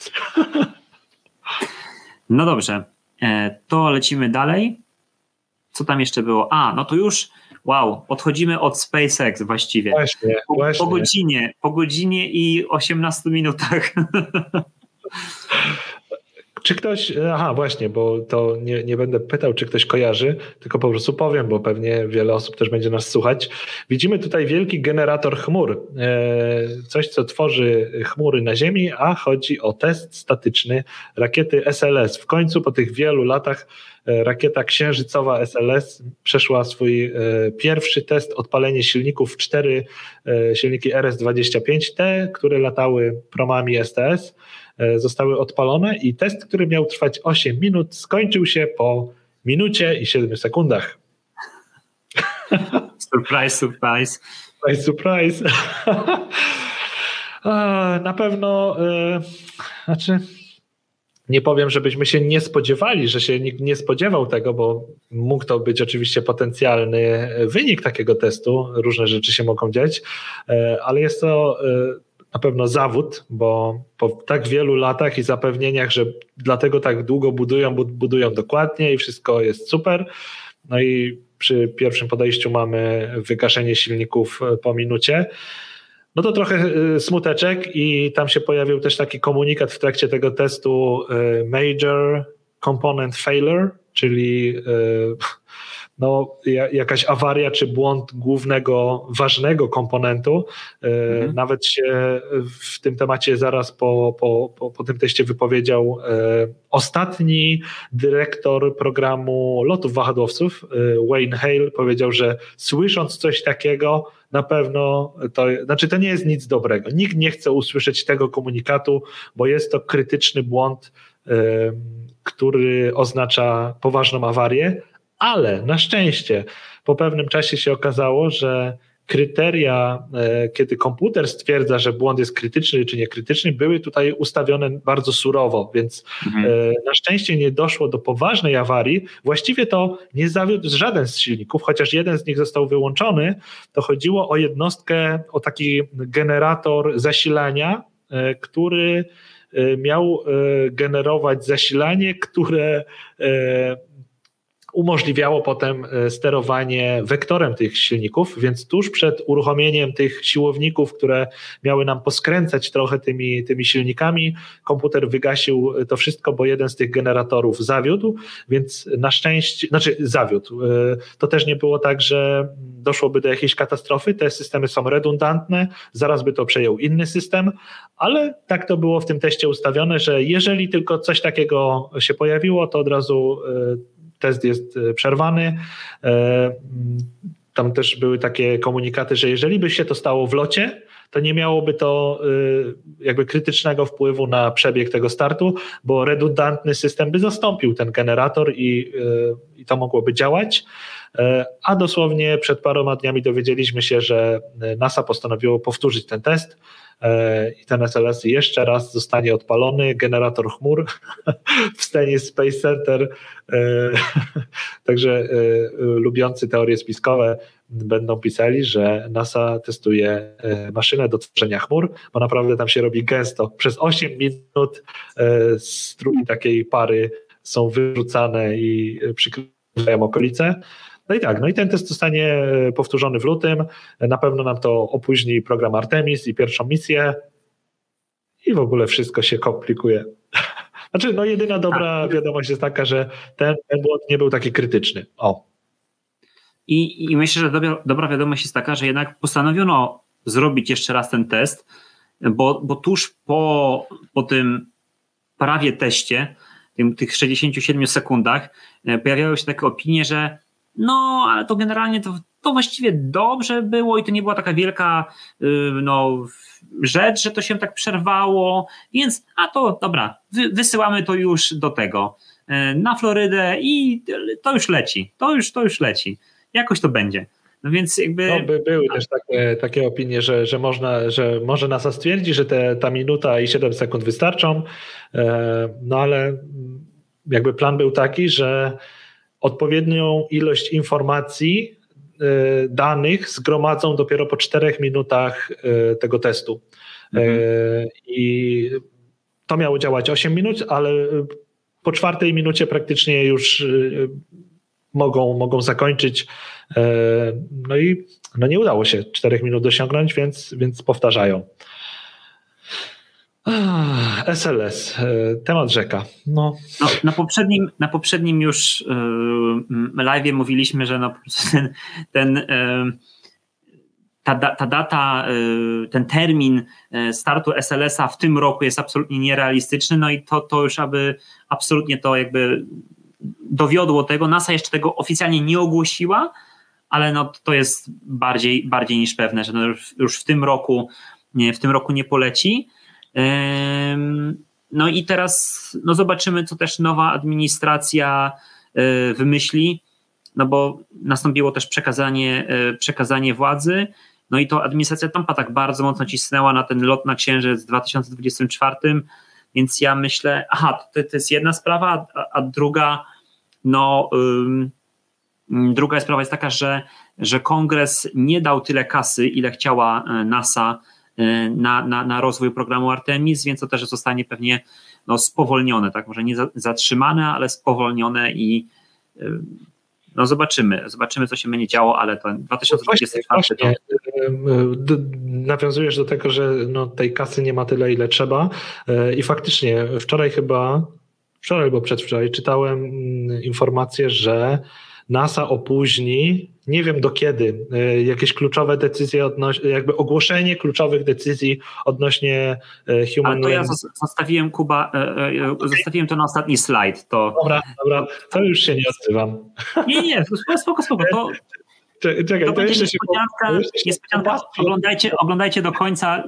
No dobrze, to lecimy dalej. Co tam jeszcze było? A, no to już wow, odchodzimy od SpaceX właściwie. Właśnie, po, właśnie. po godzinie, po godzinie i osiemnastu minutach. Czy ktoś, aha właśnie, bo to nie, nie będę pytał, czy ktoś kojarzy, tylko po prostu powiem, bo pewnie wiele osób też będzie nas słuchać. Widzimy tutaj wielki generator chmur. Coś, co tworzy chmury na Ziemi, a chodzi o test statyczny rakiety S L S. W końcu po tych wielu latach rakieta księżycowa S L S przeszła swój pierwszy test, odpalenie silników, cztery silniki R S dwadzieścia pięć, te, które latały promami S T S, zostały odpalone i test, który miał trwać osiem minut, skończył się po minucie i siedmiu sekundach. Surprise, surprise. Surprise, surprise. Na pewno, znaczy nie powiem, żebyśmy się nie spodziewali, że się nikt nie spodziewał tego, bo mógł to być oczywiście potencjalny wynik takiego testu, różne rzeczy się mogą dziać, ale jest to na pewno zawód, bo po tak wielu latach i zapewnieniach, że dlatego tak długo budują, budują dokładnie i wszystko jest super. No i przy pierwszym podejściu mamy wygaszenie silników po minucie. No to trochę smuteczek i tam się pojawił też taki komunikat w trakcie tego testu Major Component Failure, czyli no, jakaś awaria czy błąd głównego, ważnego komponentu. Mhm. Nawet się w tym temacie zaraz po, po, po, po tym teście wypowiedział ostatni dyrektor programu lotów wahadłowców, Wayne Hale, powiedział, że słysząc coś takiego, na pewno to, znaczy to nie jest nic dobrego. Nikt nie chce usłyszeć tego komunikatu, bo jest to krytyczny błąd, który oznacza poważną awarię, ale na szczęście po pewnym czasie się okazało, że kryteria, kiedy komputer stwierdza, że błąd jest krytyczny czy niekrytyczny, były tutaj ustawione bardzo surowo, więc mhm. na szczęście nie doszło do poważnej awarii. Właściwie to nie zawiódł żaden z silników, chociaż jeden z nich został wyłączony. To chodziło o jednostkę, o taki generator zasilania, który miał generować zasilanie, które umożliwiało potem sterowanie wektorem tych silników, więc tuż przed uruchomieniem tych siłowników, które miały nam poskręcać trochę tymi, tymi silnikami, komputer wygasił to wszystko, bo jeden z tych generatorów zawiódł, więc na szczęście, znaczy zawiódł. To też nie było tak, że doszłoby do jakiejś katastrofy, te systemy są redundantne, zaraz by to przejął inny system, ale tak to było w tym teście ustawione, że jeżeli tylko coś takiego się pojawiło, to od razu test jest przerwany. tam też były takie komunikaty, że jeżeli by się to stało w locie, to nie miałoby to jakby krytycznego wpływu na przebieg tego startu, bo redundantny system by zastąpił ten generator i, i to mogłoby działać. A dosłownie przed paroma dniami dowiedzieliśmy się, że NASA postanowiło powtórzyć ten test i ten S L S jeszcze raz zostanie odpalony, generator chmur w stanie Space Center. Także lubiący teorie spiskowe będą pisali, że NASA testuje maszynę do tworzenia chmur, bo naprawdę tam się robi gęsto. Przez osiem minut strugi takiej pary są wyrzucane i przykrywają okolice. No i tak, no i ten test zostanie powtórzony w lutym. Na pewno nam to opóźni program Artemis i pierwszą misję i w ogóle wszystko się komplikuje. Znaczy, no jedyna dobra wiadomość jest taka, że ten, ten błąd nie był taki krytyczny. O. I, I myślę, że dobra, dobra wiadomość jest taka, że jednak postanowiono zrobić jeszcze raz ten test, bo, bo tuż po, po tym prawie teście, tym, tych sześćdziesięciu siedmiu sekundach, pojawiały się takie opinie, że no, ale to generalnie to, to właściwie dobrze było i to nie była taka wielka no, rzecz, że to się tak przerwało, więc a to dobra, wy, wysyłamy to już do tego, na Florydę i to już leci, to już, to już leci, jakoś to będzie. No więc jakby... No, by, były też takie, takie opinie, że, że, można, że może NASA stwierdzi, że te, ta minuta i siedem sekund wystarczą, no ale jakby plan był taki, że odpowiednią ilość informacji, danych zgromadzą dopiero po czterech minutach tego testu. Mhm. I to miało działać osiem minut, ale po czwartej minucie praktycznie już mogą, mogą zakończyć. No i no nie udało się czterech minut dosiągnąć, więc, więc powtarzają. S L S, temat rzeka. No. No, na, poprzednim, na poprzednim już yy, live'ie mówiliśmy, że no, ten, ten, yy, ta, ta data, yy, ten termin startu S L S-a w tym roku jest absolutnie nierealistyczny, no i to, to już aby absolutnie to jakby dowiodło tego. NASA jeszcze tego oficjalnie nie ogłosiła, ale no, to jest bardziej, bardziej niż pewne, że no już, już w tym roku nie, w tym roku nie poleci. No i teraz no zobaczymy, co też nowa administracja wymyśli, no bo nastąpiło też przekazanie, przekazanie władzy, no i to administracja Trumpa tak bardzo mocno cisnęła na ten lot na Księżyc w dwa tysiące dwudziestym czwartym, więc ja myślę, aha, to, to jest jedna sprawa, a, a druga, no um, druga sprawa jest taka, że, że Kongres nie dał tyle kasy, ile chciała NASA Na, na, na rozwój programu Artemis, więc to też zostanie pewnie no, spowolnione, tak? Może nie za, zatrzymane, ale spowolnione i no zobaczymy, zobaczymy, co się będzie działo, ale to dwa tysiące dwudziesty czwarty to... Nawiązujesz do tego, że no, tej kasy nie ma tyle, ile trzeba i faktycznie wczoraj chyba, wczoraj albo przedwczoraj czytałem informację, że NASA opóźni, nie wiem do kiedy, jakieś kluczowe decyzje, odnośnie, jakby ogłoszenie kluczowych decyzji odnośnie Human... Ale to ja zostawiłem, Kuba, okay. zostawiłem to na ostatni slajd. To... Dobra, dobra, to już się nie odzywam. Nie, nie, spoko, spoko. To, Czekaj, to, to jeszcze się... Niespodzianka, niespodzianka. Oglądajcie, oglądajcie do końca...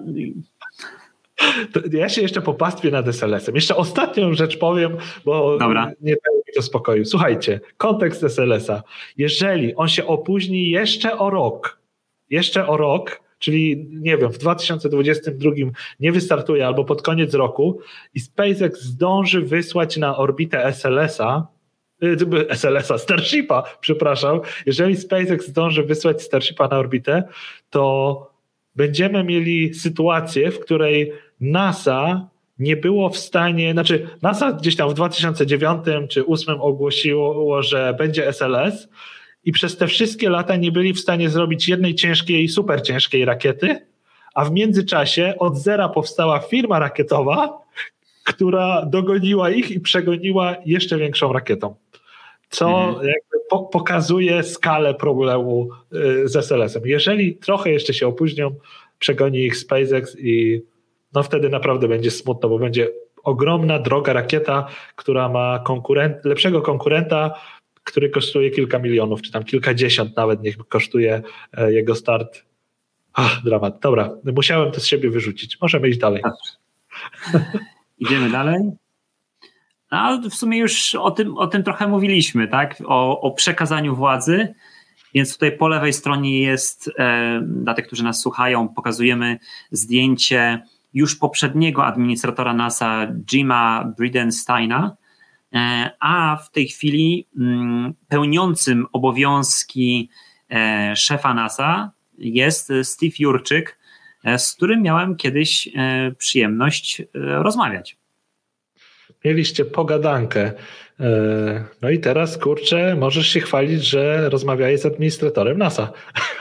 To ja się jeszcze popastwię nad S L S-em. Jeszcze ostatnią rzecz powiem, bo Dobra. nie daje mi to spokoju. Słuchajcie, kontekst S L S-a. Jeżeli on się opóźni jeszcze o rok, jeszcze o rok, czyli nie wiem, w dwa tysiące dwudziestym drugim nie wystartuje albo pod koniec roku i SpaceX zdąży wysłać na orbitę S L S-a, S L S-a, Starshipa, przepraszam, jeżeli SpaceX zdąży wysłać Starshipa na orbitę, to będziemy mieli sytuację, w której NASA nie było w stanie, znaczy NASA gdzieś tam w dwa tysiące dziewiątym czy dwa tysiące ósmym ogłosiło, że będzie S L S i przez te wszystkie lata nie byli w stanie zrobić jednej ciężkiej, super ciężkiej rakiety, a w międzyczasie od zera powstała firma rakietowa, która dogoniła ich i przegoniła jeszcze większą rakietą. Co mhm. jakby po, pokazuje skalę problemu y, z S L S-em. Jeżeli trochę jeszcze się opóźnią, przegoni ich SpaceX i no wtedy naprawdę będzie smutno, bo będzie ogromna, droga rakieta, która ma konkurent, lepszego konkurenta, który kosztuje kilka milionów, czy tam kilkadziesiąt nawet, niech kosztuje jego start. Ach, dramat. Dobra, musiałem to z siebie wyrzucić. Możemy iść dalej. Idziemy dalej. A w sumie już o tym, o tym trochę mówiliśmy, tak? O, o przekazaniu władzy. Więc tutaj po lewej stronie jest, e, dla tych, którzy nas słuchają, pokazujemy zdjęcie już poprzedniego administratora NASA, Jima Bridenstina, e, a w tej chwili m, pełniącym obowiązki e, szefa NASA jest Steve Jurczyk, e, z którym miałem kiedyś e, przyjemność e, rozmawiać. Mieliście pogadankę. No i teraz, kurczę, możesz się chwalić, że rozmawiałeś z administratorem NASA.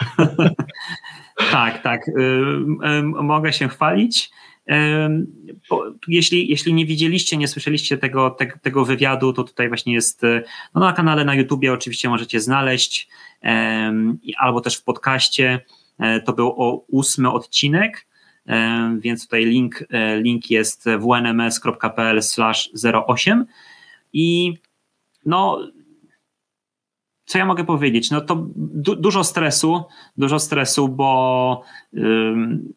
Tak, tak. Mogę się chwalić. Jeśli, jeśli nie widzieliście, nie słyszeliście tego, te, tego wywiadu, to tutaj właśnie jest no na kanale na YouTubie oczywiście możecie znaleźć, albo też w podcaście. To był o ósmy odcinek, więc tutaj link, link jest w n m s kropka p l slash zero osiem i no co ja mogę powiedzieć? No to du- dużo stresu, dużo stresu, bo ym,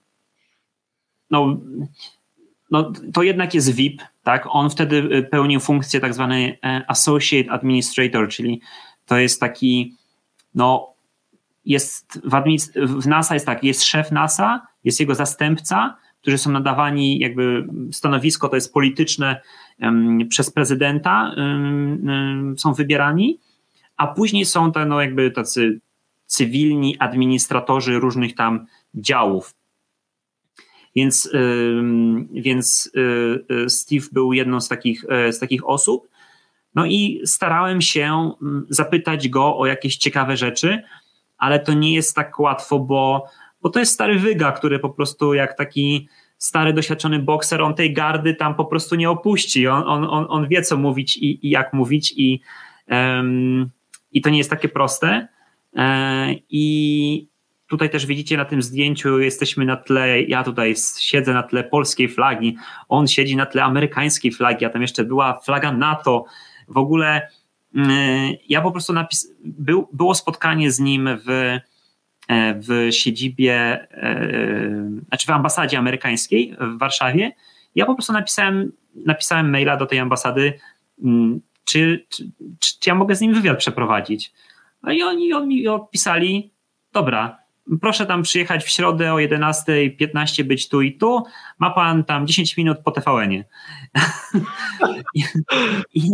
no, no to jednak jest V I P, tak? On wtedy pełnił funkcję tak zwany Associate Administrator, czyli to jest taki, no jest w, administ- w NASA jest tak, jest szef NASA, jest jego zastępca, którzy są nadawani, jakby stanowisko to jest polityczne um, przez prezydenta, um, um, są wybierani, a później są te no jakby tacy cywilni administratorzy różnych tam działów. Więc, um, więc um, Steve był jedną z takich, z takich osób. No i starałem się zapytać go o jakieś ciekawe rzeczy, ale to nie jest tak łatwo, bo Bo to jest stary wyga, który po prostu jak taki stary, doświadczony bokser, on tej gardy tam po prostu nie opuści. On, on, on, on wie, co mówić i, i jak mówić i, um, i to nie jest takie proste. E, I tutaj też widzicie na tym zdjęciu, jesteśmy na tle, ja tutaj siedzę na tle polskiej flagi, on siedzi na tle amerykańskiej flagi, a tam jeszcze była flaga NATO. W ogóle ja po prostu napis, był, było spotkanie z nim w w siedzibie, znaczy w ambasadzie amerykańskiej w Warszawie. Ja po prostu napisałem, napisałem maila do tej ambasady, czy, czy, czy, czy ja mogę z nim wywiad przeprowadzić. No i oni, oni mi odpisali, dobra, proszę tam przyjechać w środę o jedenasta piętnaście, być tu i tu, ma pan tam dziesięć minut po T V N-ie. I, i,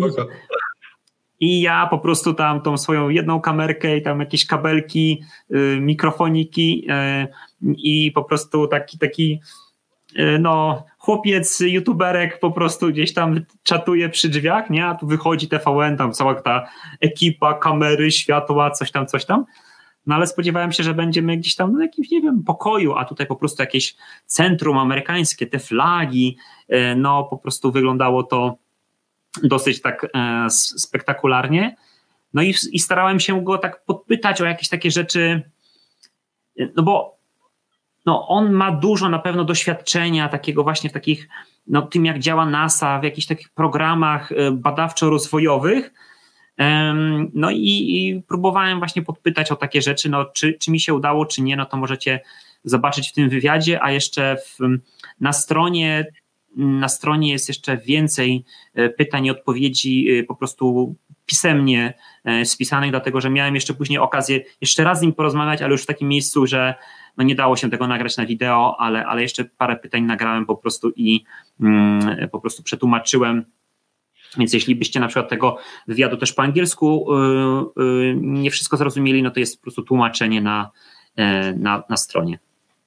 I ja po prostu tam tą swoją jedną kamerkę i tam jakieś kabelki, y, mikrofoniki y, i po prostu taki, taki y, no chłopiec, youtuberek po prostu gdzieś tam czatuje przy drzwiach, nie? A tu wychodzi T V N, tam cała ta ekipa, kamery, światła, coś tam, coś tam. No ale spodziewałem się, że będziemy gdzieś tam na jakimś, nie wiem, pokoju, a tutaj po prostu jakieś centrum amerykańskie, te flagi, y, no po prostu wyglądało to dosyć tak e, spektakularnie. No i, i starałem się go tak podpytać o jakieś takie rzeczy, no bo no on ma dużo na pewno doświadczenia takiego właśnie w takich, no tym jak działa NASA, w jakichś takich programach badawczo-rozwojowych. Um, no i, i próbowałem właśnie podpytać o takie rzeczy, no czy, czy mi się udało, czy nie, no to możecie zobaczyć w tym wywiadzie, a jeszcze w, na stronie Na stronie jest jeszcze więcej pytań i odpowiedzi po prostu pisemnie spisanych, dlatego że miałem jeszcze później okazję jeszcze raz z nim porozmawiać, ale już w takim miejscu, że no nie dało się tego nagrać na wideo, ale, ale jeszcze parę pytań nagrałem po prostu i mm, po prostu przetłumaczyłem. Więc jeśli byście na przykład tego wywiadu też po angielsku yy, yy, nie wszystko zrozumieli, no to jest po prostu tłumaczenie na, yy, na, na stronie.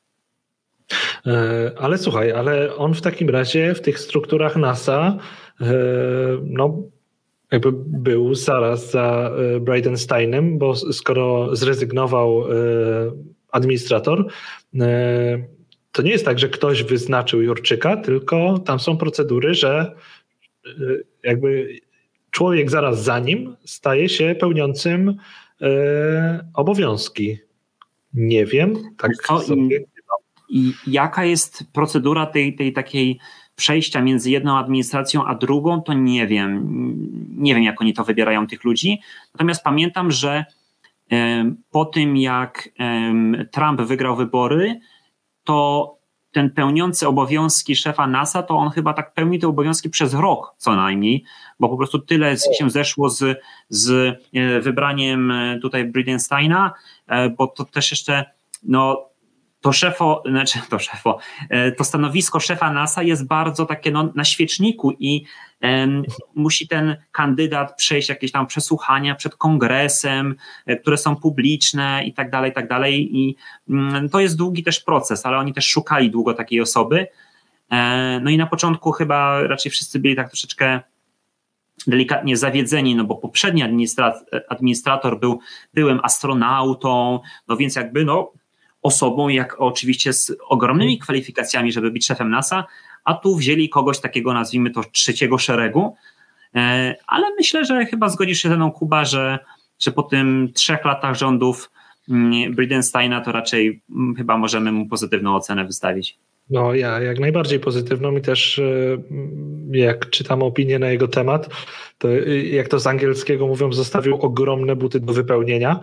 Ale słuchaj, ale on w takim razie w tych strukturach NASA no, jakby był zaraz za Bridenstinem, bo skoro zrezygnował administrator, to nie jest tak, że ktoś wyznaczył Jurczyka, tylko tam są procedury, że jakby człowiek zaraz za nim staje się pełniącym obowiązki. Nie wiem, tak o, sobie... I jaka jest procedura tej, tej takiej przejścia między jedną administracją a drugą, to nie wiem. Nie wiem, jak oni to wybierają, tych ludzi. Natomiast pamiętam, że po tym, jak Trump wygrał wybory, to ten pełniący obowiązki szefa NASA, to on chyba tak pełni te obowiązki przez rok co najmniej, bo po prostu tyle się zeszło z, z wybraniem tutaj Bridenstina, bo to też jeszcze, no to szefo, znaczy to szefo, to stanowisko szefa NASA jest bardzo takie no, na świeczniku i um, musi ten kandydat przejść jakieś tam przesłuchania przed kongresem, które są publiczne i tak dalej, i tak dalej. I um, to jest długi też proces, ale oni też szukali długo takiej osoby. E, no i na początku chyba raczej wszyscy byli tak troszeczkę delikatnie zawiedzeni, no bo poprzedni administrator był byłym astronautą, no więc jakby no osobą, jak oczywiście z ogromnymi kwalifikacjami, żeby być szefem NASA, a tu wzięli kogoś takiego, nazwijmy to trzeciego szeregu, ale myślę, że chyba zgodzisz się ze mną, Kuba, że, że po tym trzech latach rządów Bridenstina to raczej chyba możemy mu pozytywną ocenę wystawić. No ja jak najbardziej pozytywną i też jak czytam opinię na jego temat, to jak to z angielskiego mówią, zostawił ogromne buty do wypełnienia.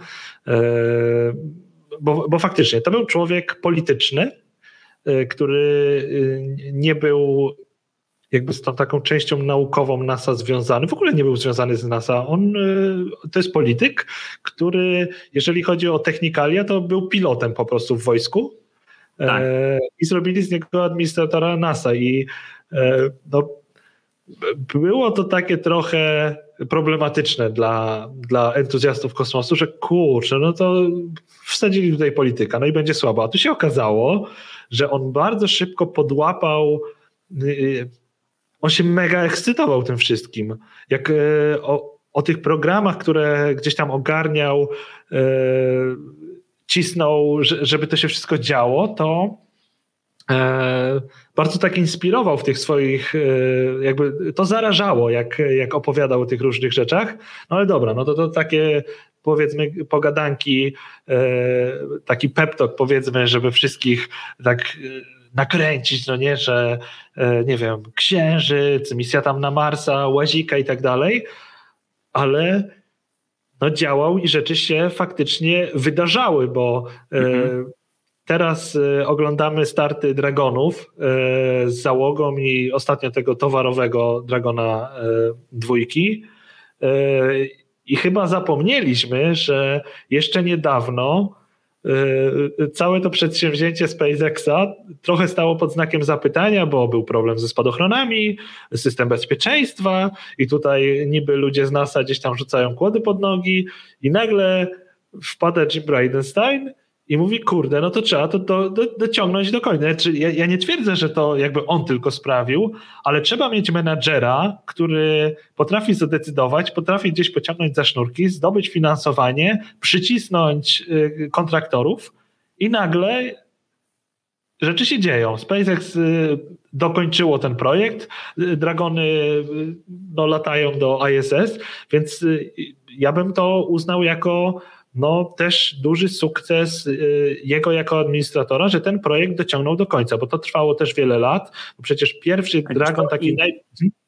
Bo, bo faktycznie to był człowiek polityczny, który nie był jakby z tą taką częścią naukową NASA związany, w ogóle nie był związany z NASA. On to jest polityk, który jeżeli chodzi o technikalia, to był pilotem po prostu w wojsku. Tak. I zrobili z niego administratora NASA i no, było to takie trochę problematyczne dla, dla entuzjastów kosmosu, że kurczę, no to wsadzili tutaj polityka, no i będzie słabo. A tu się okazało, że on bardzo szybko podłapał, on się mega ekscytował tym wszystkim. Jak o, o tych programach, które gdzieś tam ogarniał, cisnął, żeby to się wszystko działo, to bardzo tak inspirował w tych swoich, jakby to zarażało, jak, jak opowiadał o tych różnych rzeczach. No ale dobra, no to, to takie powiedzmy pogadanki, taki pep talk powiedzmy, żeby wszystkich tak nakręcić, no nie, że nie wiem, Księżyc, misja tam na Marsa, Łazika i tak dalej, ale no działał i rzeczy się faktycznie wydarzały, bo mhm. Teraz oglądamy starty Dragonów z załogą i ostatnio tego towarowego Dragona dwójki i chyba zapomnieliśmy, że jeszcze niedawno całe to przedsięwzięcie SpaceXa trochę stało pod znakiem zapytania, bo był problem ze spadochronami, system bezpieczeństwa i tutaj niby ludzie z NASA gdzieś tam rzucają kłody pod nogi i nagle wpada Jim Bridenstine i mówi, kurde, no to trzeba to do, do, dociągnąć do końca. Ja, ja nie twierdzę, że to jakby on tylko sprawił, ale trzeba mieć menadżera, który potrafi zadecydować, potrafi gdzieś pociągnąć za sznurki, zdobyć finansowanie, przycisnąć y, kontraktorów i nagle rzeczy się dzieją. SpaceX y, dokończyło ten projekt, y, Dragony y, no, latają do I S S, więc y, ja bym to uznał jako no też duży sukces jego jako administratora, że ten projekt dociągnął do końca, bo to trwało też wiele lat, bo przecież pierwszy Dragon taki... Naj...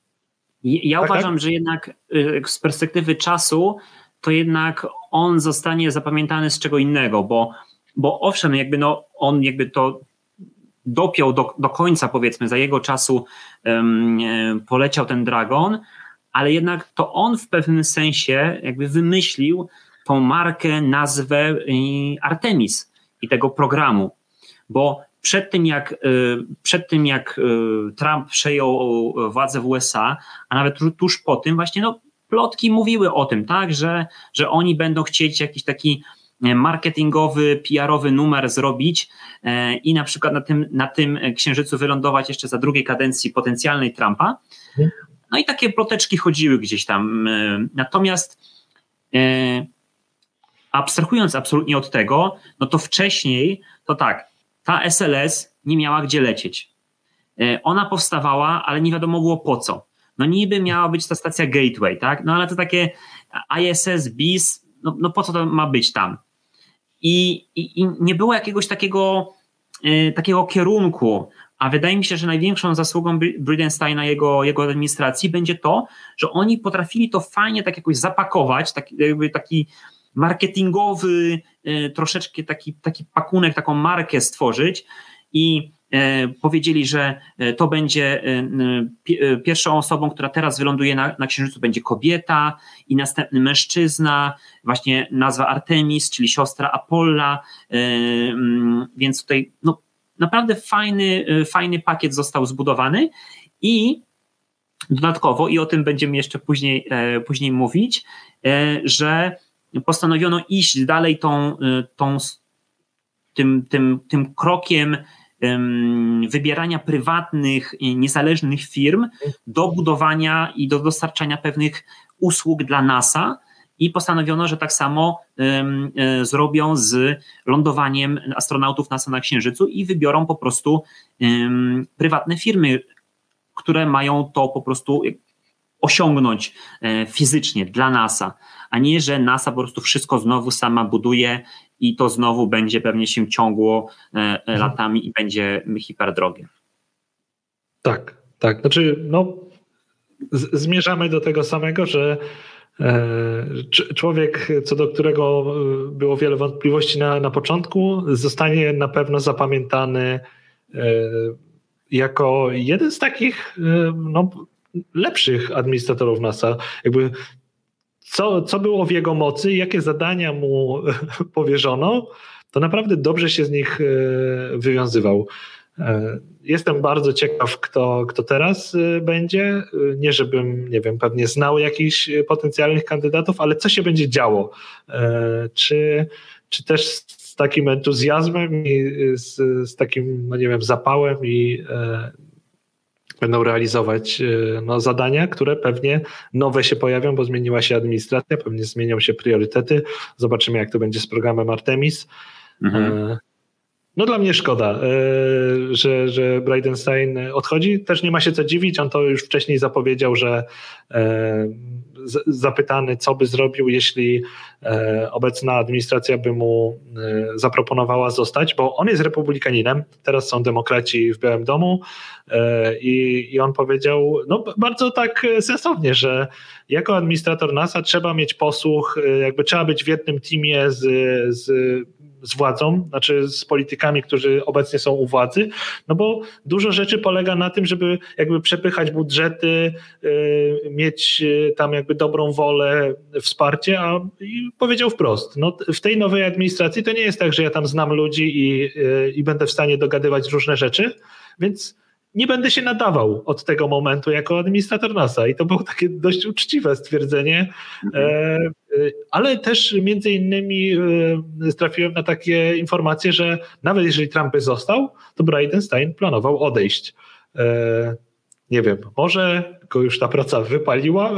Ja tak, uważam, tak? że jednak z perspektywy czasu to jednak on zostanie zapamiętany z czego innego, bo, bo owszem, jakby no on jakby to dopiął do, do końca, powiedzmy, za jego czasu um, poleciał ten Dragon, ale jednak to on w pewnym sensie jakby wymyślił tą markę, nazwę Artemis i tego programu, bo przed tym jak, przed tym jak Trump przejął władzę w U S A, a nawet tuż po tym właśnie no, plotki mówiły o tym, tak, że, że oni będą chcieć jakiś taki marketingowy, P R-owy numer zrobić i na przykład na tym, na tym księżycu wylądować jeszcze za drugiej kadencji potencjalnej Trumpa. No i takie ploteczki chodziły gdzieś tam. Natomiast abstrahując absolutnie od tego, no to wcześniej, to tak, ta S L S nie miała gdzie lecieć. Ona powstawała, ale nie wiadomo było po co. No niby miała być ta stacja Gateway, tak? No ale to takie I S S, B I S, no, no po co to ma być tam? I, i, i nie było jakiegoś takiego, y, takiego kierunku, A wydaje mi się, że największą zasługą Bridenstine'a, jego, jego administracji będzie to, że oni potrafili to fajnie tak jakoś zapakować, tak, jakby taki marketingowy, troszeczkę taki, taki pakunek, taką markę stworzyć i powiedzieli, że to będzie pierwszą osobą, która teraz wyląduje na, na Księżycu, będzie kobieta i następny mężczyzna, właśnie nazwa Artemis, czyli siostra Apolla, więc tutaj no, naprawdę fajny, fajny pakiet został zbudowany i dodatkowo, i o tym będziemy jeszcze później, później mówić, że postanowiono iść dalej tą, tą, tym, tym, tym krokiem wybierania prywatnych, niezależnych firm do budowania i do dostarczania pewnych usług dla NASA i postanowiono, że tak samo um, zrobią z lądowaniem astronautów NASA na Księżycu i wybiorą po prostu um, prywatne firmy, które mają to po prostu osiągnąć e, fizycznie dla NASA, a nie, że NASA po prostu wszystko znowu sama buduje i to znowu będzie pewnie się ciągło e, e, latami i będzie hiperdrogie. Tak, tak. Znaczy, no, z, zmierzamy do tego samego, że e, człowiek, co do którego było wiele wątpliwości na, na początku, zostanie na pewno zapamiętany e, jako jeden z takich e, no, lepszych administratorów NASA. Jakby co, co było w jego mocy, jakie zadania mu powierzono, to naprawdę dobrze się z nich wywiązywał. Jestem bardzo ciekaw, kto, kto teraz będzie. Nie żebym, nie wiem, pewnie znał jakichś potencjalnych kandydatów, ale co się będzie działo? Czy, czy też z takim entuzjazmem i z, z takim, no nie wiem, zapałem i będą realizować no, zadania, które pewnie nowe się pojawią, bo zmieniła się administracja, pewnie zmienią się priorytety. Zobaczymy, jak to będzie z programem Artemis. Mhm. No dla mnie szkoda, że, że Bridenstine odchodzi. Też nie ma się co dziwić, on to już wcześniej zapowiedział, że zapytany, co by zrobił, jeśli obecna administracja by mu zaproponowała zostać, bo on jest republikaninem, teraz są demokraci w Białym Domu i, i on powiedział no bardzo tak sensownie, że jako administrator NASA trzeba mieć posłuch, jakby trzeba być w jednym teamie z, z z władzą, znaczy z politykami, którzy obecnie są u władzy, no bo dużo rzeczy polega na tym, żeby jakby przepychać budżety, yy, mieć tam jakby dobrą wolę, wsparcie, a i powiedział wprost, no w tej nowej administracji to nie jest tak, że ja tam znam ludzi i, yy, i będę w stanie dogadywać różne rzeczy, więc nie będę się nadawał od tego momentu jako administrator NASA i to było takie dość uczciwe stwierdzenie, mhm. Ale też między innymi trafiłem na takie informacje, że nawet jeżeli Trump by został, to Bridenstine planował odejść. Nie wiem, może go już ta praca wypaliła?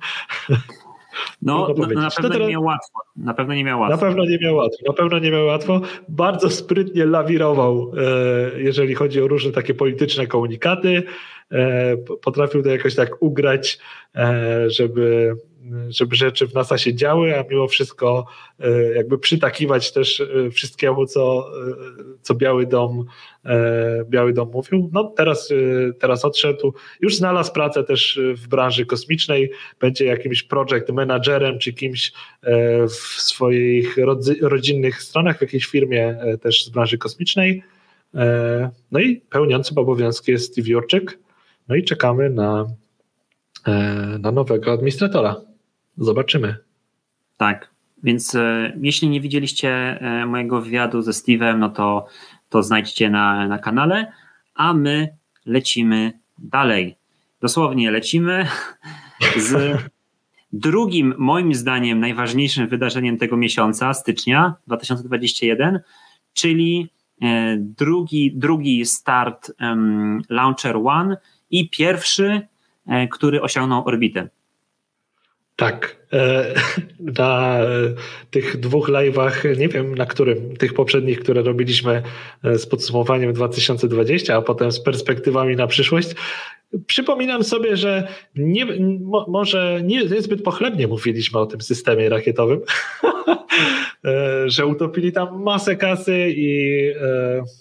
No, no na pewno teraz... nie miał łatwo. Na pewno nie miał łatwo. Na pewno nie miał łatwo. Na pewno nie miał łatwo. Bardzo sprytnie lawirował, jeżeli chodzi o różne takie polityczne komunikaty. Potrafił to jakoś tak ugrać, żeby, żeby rzeczy w NASA się działy, a mimo wszystko jakby przytakiwać też wszystkiemu, co, co Biały Dom, Biały Dom mówił. No teraz, teraz odszedł. Już znalazł pracę też w branży kosmicznej. Będzie jakimś project managerem czy kimś w swoich rodzinnych stronach, w jakiejś firmie też z branży kosmicznej. No i pełniącym obowiązki jest Steve Jurczyk. No i czekamy na, na nowego administratora. Zobaczymy. Tak, więc e, jeśli nie widzieliście e, mojego wywiadu ze Steve'em, no to, to znajdźcie na, na kanale, a my lecimy dalej. Dosłownie lecimy z drugim, moim zdaniem, najważniejszym wydarzeniem tego miesiąca, stycznia dwa tysiące dwudziestego pierwszego, czyli e, drugi, drugi start um, Launcher One i pierwszy, e, który osiągnął orbitę. Tak, na tych dwóch live'ach, nie wiem na którym, tych poprzednich, które robiliśmy z podsumowaniem dwa tysiące dwudziestego, a potem z perspektywami na przyszłość, przypominam sobie, że nie, mo, może nie niezbyt pochlebnie mówiliśmy o tym systemie rakietowym, że utopili tam masę kasy i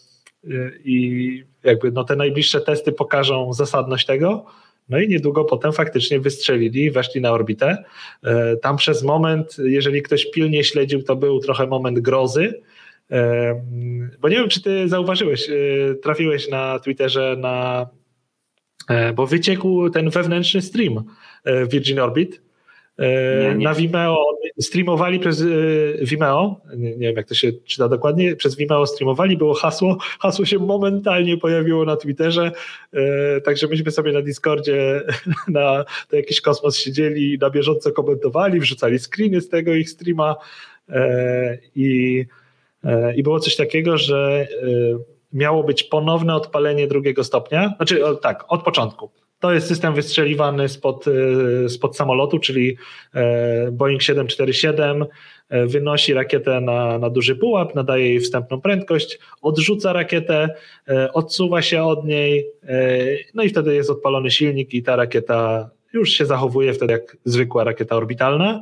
i jakby no te najbliższe testy pokażą zasadność tego. No i niedługo potem faktycznie wystrzelili, weszli na orbitę. Tam przez moment, jeżeli ktoś pilnie śledził, to był trochę moment grozy, bo nie wiem, czy ty zauważyłeś, trafiłeś na Twitterze na, bo wyciekł ten wewnętrzny stream Virgin Orbit. Nie, nie. Na Vimeo, streamowali przez Vimeo, nie, nie wiem jak to się czyta dokładnie, przez Vimeo streamowali, było hasło, hasło się momentalnie pojawiło na Twitterze, także myśmy sobie na Discordzie na to jakiś kosmos siedzieli, na bieżąco komentowali, wrzucali screeny z tego ich streama i, i było coś takiego, że miało być ponowne odpalenie drugiego stopnia, znaczy tak, od początku. To jest system wystrzeliwany spod, spod samolotu, czyli Boeing siedem cztery siedem wynosi rakietę na, na duży pułap, nadaje jej wstępną prędkość, odrzuca rakietę, odsuwa się od niej, no i wtedy jest odpalony silnik i ta rakieta już się zachowuje wtedy jak zwykła rakieta orbitalna.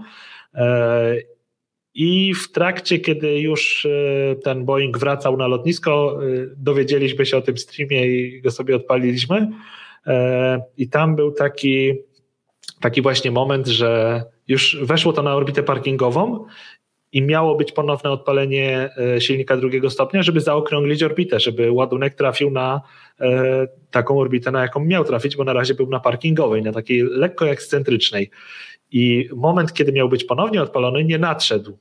I w trakcie, kiedy już ten Boeing wracał na lotnisko, dowiedzieliśmy się o tym streamie i go sobie odpaliliśmy. I tam był taki, taki właśnie moment, że już weszło to na orbitę parkingową i miało być ponowne odpalenie silnika drugiego stopnia, żeby zaokrąglić orbitę, żeby ładunek trafił na taką orbitę, na jaką miał trafić, bo na razie był na parkingowej, na takiej lekko ekscentrycznej. I moment, kiedy miał być ponownie odpalony, nie nadszedł.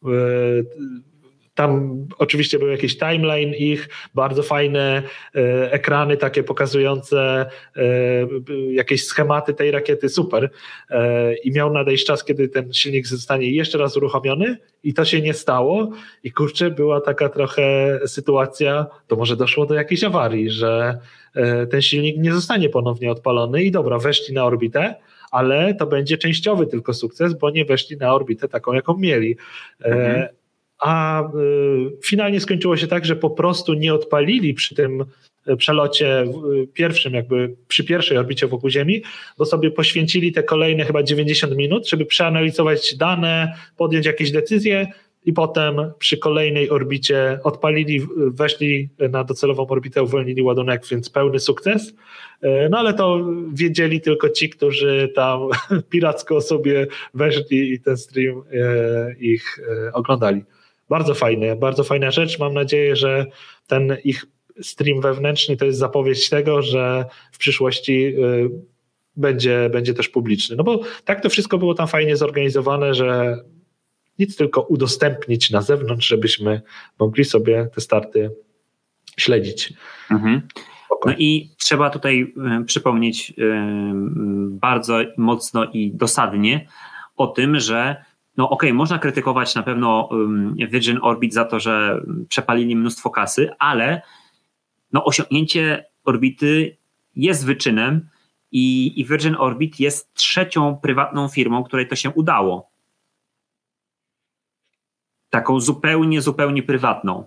Tam oczywiście był jakiś timeline ich, bardzo fajne e, ekrany takie pokazujące e, jakieś schematy tej rakiety, super. E, I miał nadejść czas, kiedy ten silnik zostanie jeszcze raz uruchomiony i to się nie stało i kurczę, była taka trochę sytuacja, to może doszło do jakiejś awarii, że e, ten silnik nie zostanie ponownie odpalony i dobra, weszli na orbitę, ale to będzie częściowy tylko sukces, bo nie weszli na orbitę taką, jaką mieli. Mhm. E, A y, finalnie skończyło się tak, że po prostu nie odpalili przy tym przelocie y, pierwszym, jakby przy pierwszej orbicie wokół Ziemi, bo sobie poświęcili te kolejne chyba dziewięćdziesiąt minut, żeby przeanalizować dane, podjąć jakieś decyzje i potem przy kolejnej orbicie odpalili, weszli na docelową orbitę, uwolnili ładunek, więc pełny sukces. No ale to wiedzieli tylko ci, którzy tam piracko sobie weszli i ten stream ich oglądali. Bardzo fajne, bardzo fajna rzecz. Mam nadzieję, że ten ich stream wewnętrzny to jest zapowiedź tego, że w przyszłości będzie, będzie też publiczny. No bo tak to wszystko było tam fajnie zorganizowane, że nic tylko udostępnić na zewnątrz, żebyśmy mogli sobie te starty śledzić. Mhm. No i trzeba tutaj przypomnieć bardzo mocno i dosadnie o tym, że no okej, okay, można krytykować na pewno Virgin Orbit za to, że przepalili mnóstwo kasy, ale no osiągnięcie orbity jest wyczynem i, i Virgin Orbit jest trzecią prywatną firmą, której to się udało. Taką zupełnie, zupełnie prywatną.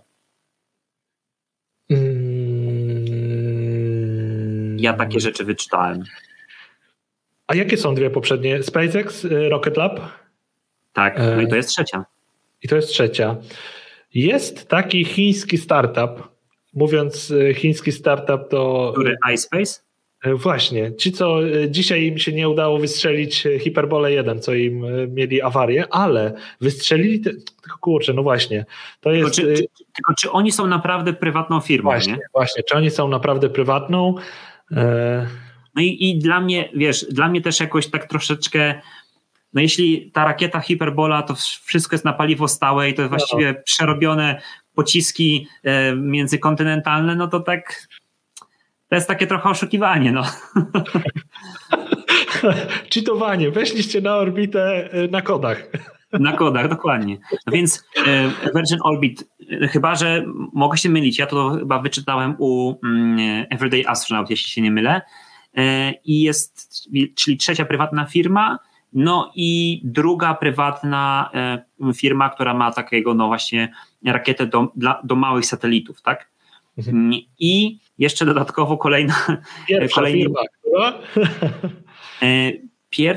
Ja takie rzeczy wyczytałem. A jakie są dwie poprzednie? SpaceX, Rocket Lab? Tak, no i to jest trzecia. I to jest trzecia. Jest taki chiński startup, mówiąc chiński startup to... Który iSpace? Właśnie, ci co dzisiaj im się nie udało wystrzelić Hyperbole jeden, co im mieli awarię, ale wystrzelili, te... tylko kurczę, no właśnie. To tylko, jest... czy, czy, tylko czy oni są naprawdę prywatną firmą? Właśnie, nie? właśnie, czy oni są naprawdę prywatną? No i, i dla mnie, wiesz, dla mnie też jakoś tak troszeczkę, no jeśli ta rakieta Hyperbola to wszystko jest na paliwo stałe i to jest właściwie no. przerobione pociski międzykontynentalne, no to tak to jest takie trochę oszukiwanie. No. Cheatowanie, weszliście na orbitę na kodach. Na kodach, dokładnie. No więc Virgin Orbit, chyba że mogę się mylić, ja to chyba wyczytałem u Everyday Astronaut, jeśli się nie mylę, i jest, czyli trzecia prywatna firma, no i druga prywatna firma, która ma takiego, no właśnie rakietę do, dla, do małych satelitów, tak? Mhm. I jeszcze dodatkowo kolejna... Pierwsza kolejna, firma, która...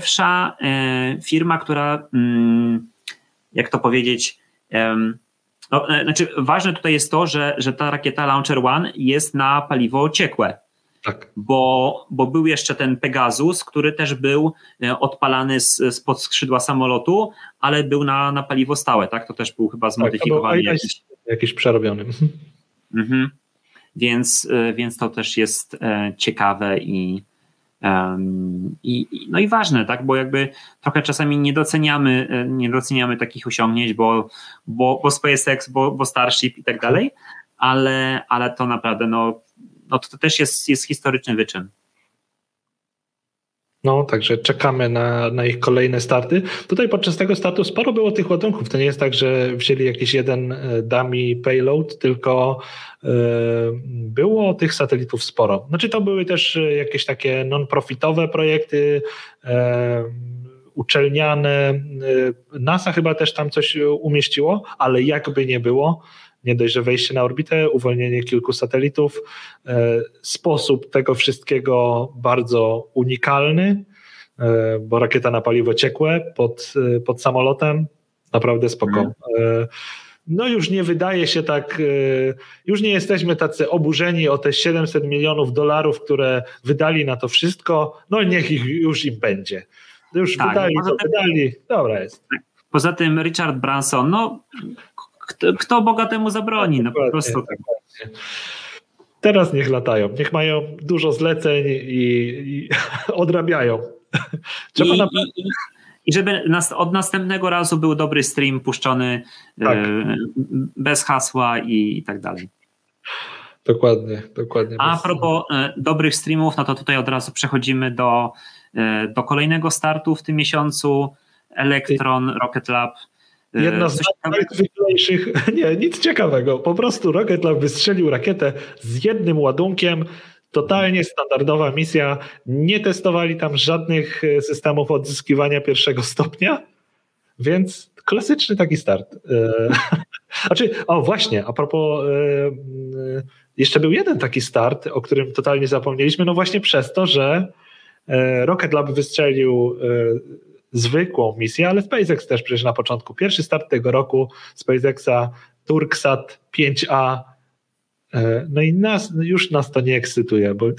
Pierwsza firma, która, jak to powiedzieć, No, znaczy, ważne tutaj jest to, że, że ta rakieta Launcher One jest na paliwo ciekłe. Tak. Bo, bo był jeszcze ten Pegasus, który też był odpalany z, spod skrzydła samolotu, ale był na, na paliwo stałe, tak? To też był chyba zmodyfikowany. Tak, jakiś, jakiś przerobiony. Mhm. Więc, więc to też jest ciekawe i, um, i, no i ważne, tak? Bo jakby trochę czasami nie doceniamy, nie doceniamy takich osiągnięć, bo, bo, bo SpaceX, bo, bo Starship i tak dalej, ale, ale to naprawdę no, no to też jest, jest historyczny wyczyn. No, także czekamy na, na ich kolejne starty. Tutaj podczas tego startu sporo było tych ładunków. To nie jest tak, że wzięli jakiś jeden dummy payload, tylko yy, było tych satelitów sporo. Znaczy to były też jakieś takie non-profitowe projekty, yy, uczelniane. Yy, NASA chyba też tam coś umieściło, ale jakby nie było, nie dość, że wejście na orbitę, uwolnienie kilku satelitów, sposób tego wszystkiego bardzo unikalny, bo rakieta na paliwo ciekłe pod, pod samolotem, naprawdę spoko. No już nie wydaje się tak, już nie jesteśmy tacy oburzeni o te siedemset milionów dolarów, które wydali na to wszystko, no niech ich już im będzie. Już tak, wydali, to tym, wydali, dobra jest. Poza tym Richard Branson, no Kto, kto bogatemu zabroni? No po prostu. Dokładnie. Teraz niech latają. Niech mają dużo zleceń i, i odrabiają. I, na... i, I żeby nas, od następnego razu był dobry stream puszczony tak. e, bez hasła i, i tak dalej. Dokładnie, dokładnie. A, a propos e, dobrych streamów, no to tutaj od razu przechodzimy do, e, do kolejnego startu w tym miesiącu. Electron Rocket Lab. Jedna z najzwyklejszych, nie, nic ciekawego, po prostu Rocket Lab wystrzelił rakietę z jednym ładunkiem, totalnie standardowa misja, nie testowali tam żadnych systemów odzyskiwania pierwszego stopnia, więc klasyczny taki start. Znaczy, o właśnie, a propos, jeszcze był jeden taki start, o którym totalnie zapomnieliśmy, no właśnie przez to, że Rocket Lab wystrzelił zwykłą misję, ale SpaceX też przecież na początku. Pierwszy start tego roku SpaceXa Turksat pięć A. No i nas, już nas to nie ekscytuje, bo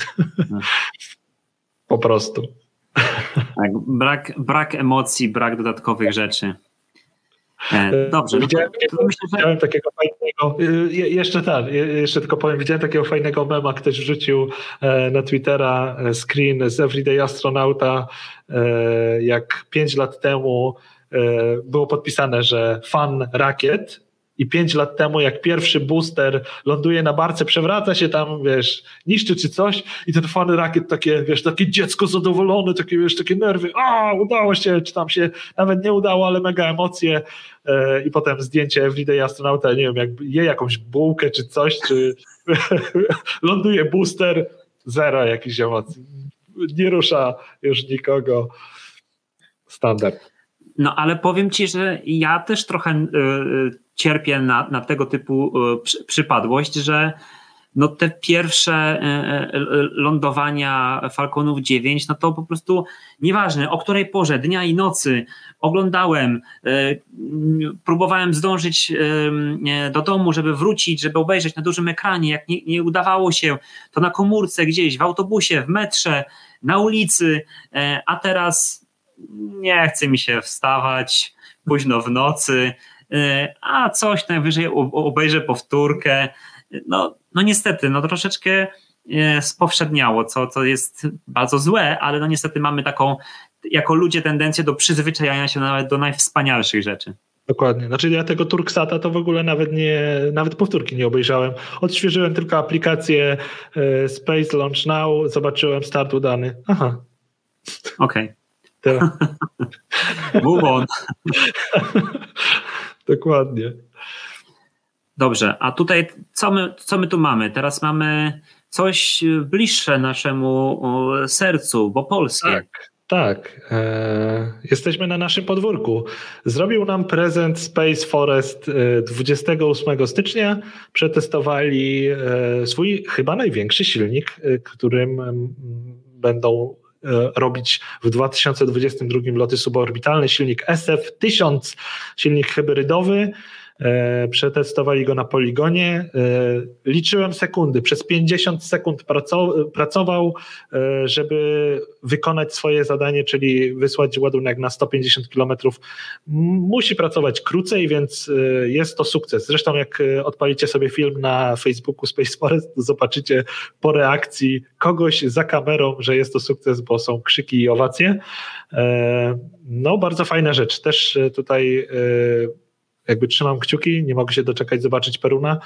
po prostu. Tak, brak, brak emocji, brak dodatkowych rzeczy. Dobrze. Widziałem, no, takiego, myślę, że... widziałem takiego fajnego, jeszcze tak, jeszcze tylko powiem, widziałem takiego fajnego mema, ktoś wrzucił na Twittera screen z Everyday Astronauta, jak pięć lat temu było podpisane, że fan rakiet i pięć lat temu jak pierwszy booster ląduje na barce, przewraca się tam, wiesz, niszczy czy coś i ten fan rakiet takie, wiesz, takie dziecko zadowolone, takie, wiesz, takie nerwy, a udało się, czy tam się nawet nie udało, ale mega emocje i potem zdjęcie Everyday Astronauta, nie wiem, jak je jakąś bułkę czy coś, czy ląduje booster, zero jakichś emocji. Nie rusza już nikogo. Standard. No ale powiem ci, że ja też trochę y, cierpię na, na tego typu y, przy, przypadłość, że no te pierwsze y, y, lądowania Falconów dziewięć, no to po prostu nieważne o której porze dnia i nocy oglądałem, y, próbowałem zdążyć y, do domu, żeby wrócić, żeby obejrzeć na dużym ekranie, jak nie, nie udawało się, to na komórce gdzieś, w autobusie, w metrze, na ulicy, y, a teraz nie chce mi się wstawać późno w nocy, a coś najwyżej obejrzę powtórkę. No, no niestety, no troszeczkę spowszedniało, co, co jest bardzo złe, ale no niestety mamy taką, jako ludzie, tendencję do przyzwyczajania się nawet do najwspanialszych rzeczy. Dokładnie. Znaczy ja tego Turksata to w ogóle nawet nie, nawet powtórki nie obejrzałem. Odświeżyłem tylko aplikację Space Launch Now, zobaczyłem start udany. Aha. Okej. Okay. Move on. Dokładnie. Dobrze, a tutaj co my, co my tu mamy? Teraz mamy coś bliższe naszemu sercu, bo polskie. Tak, tak. E, jesteśmy na naszym podwórku. Zrobił nam prezent Space Forest dwudziestego ósmego stycznia. Przetestowali swój chyba największy silnik, którym będą robić w dwa tysiące dwudziestym drugim loty suborbitalne, silnik S F tysiąc, silnik hybrydowy. Przetestowali go na poligonie. Liczyłem sekundy. Przez pięćdziesiąt sekund pracował, żeby wykonać swoje zadanie, czyli wysłać ładunek na sto pięćdziesiąt kilometrów. Musi pracować krócej, więc jest to sukces. Zresztą jak odpalicie sobie film na Facebooku Space Forest, to zobaczycie po reakcji kogoś za kamerą, że jest to sukces, bo są krzyki i owacje. No bardzo fajna rzecz. Też tutaj jakby trzymam kciuki, nie mogę się doczekać zobaczyć Peruna.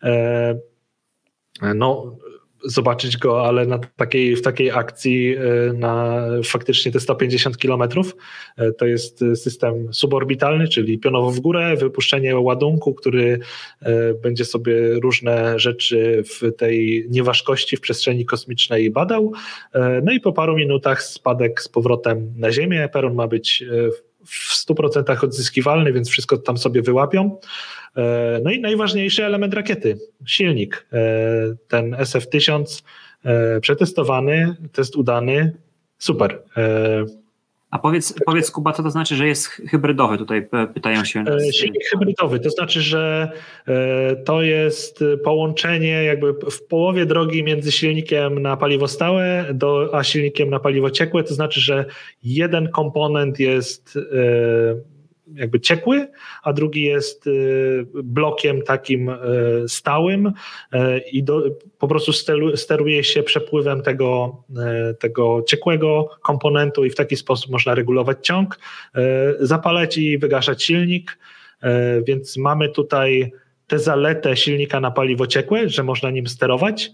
No zobaczyć go, ale na takiej, w takiej akcji na faktycznie te sto pięćdziesiąt kilometrów. To jest system suborbitalny, czyli pionowo w górę, wypuszczenie ładunku, który będzie sobie różne rzeczy w tej nieważkości w przestrzeni kosmicznej badał. No i po paru minutach spadek z powrotem na Ziemię. Perun ma być w stu procentach odzyskiwalny, więc wszystko tam sobie wyłapią. No i najważniejszy element rakiety, silnik. Ten S F tysiąc przetestowany, test udany, super. A powiedz, powiedz Kuba, co to znaczy, że jest hybrydowy? Tutaj pytają się. Silnik hybrydowy, to znaczy, że to jest połączenie jakby w połowie drogi między silnikiem na paliwo stałe do, a silnikiem na paliwo ciekłe, to znaczy, że jeden komponent jest jakby ciekły, a drugi jest blokiem takim stałym i do, po prostu steruje się przepływem tego, tego ciekłego komponentu i w taki sposób można regulować ciąg, zapalać i wygaszać silnik, więc mamy tutaj tę zaletę silnika na paliwo ciekłe, że można nim sterować,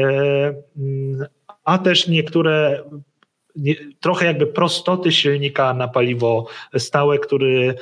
a też niektóre Nie, trochę jakby prostoty silnika na paliwo stałe, który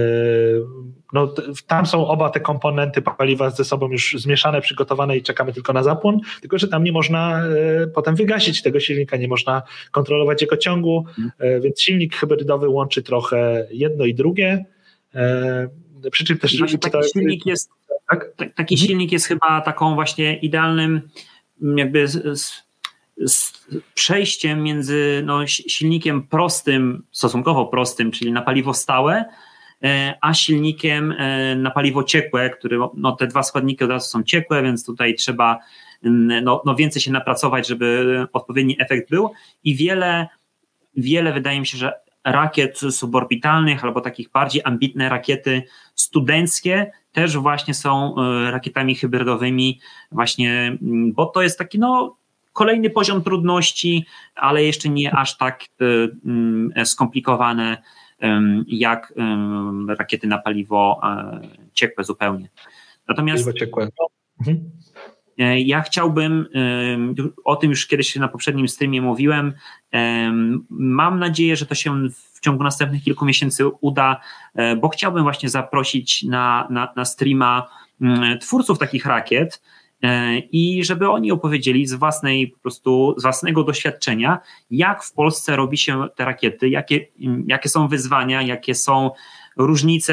no, tam są oba te komponenty paliwa ze sobą już zmieszane, przygotowane i czekamy tylko na zapłon, tylko że tam nie można potem wygasić tego silnika, nie można kontrolować jego ciągu, hmm. więc silnik hybrydowy łączy trochę jedno i drugie. Przy czym też taki czyta... silnik jest tak? taki hmm. silnik jest chyba taką właśnie idealnym jakby z, z z przejściem między no, silnikiem prostym, stosunkowo prostym, czyli na paliwo stałe, a silnikiem na paliwo ciekłe, który, no, te dwa składniki od razu są ciekłe, więc tutaj trzeba no, no więcej się napracować, żeby odpowiedni efekt był i wiele, wiele wydaje mi się, że rakiet suborbitalnych albo takich bardziej ambitne rakiety studenckie też właśnie są rakietami hybrydowymi właśnie, bo to jest taki no kolejny poziom trudności, ale jeszcze nie aż tak y, y, skomplikowane y, jak y, rakiety na paliwo y, ciekłe zupełnie. Natomiast paliwo ciekłe. Mhm. y, ja chciałbym, y, o tym już kiedyś na poprzednim streamie mówiłem, y, mam nadzieję, że to się w ciągu następnych kilku miesięcy uda, y, bo chciałbym właśnie zaprosić na, na, na streama y, twórców takich rakiet, i żeby oni opowiedzieli z własnej, po prostu z własnego doświadczenia, jak w Polsce robi się te rakiety, jakie, jakie są wyzwania, jakie są różnice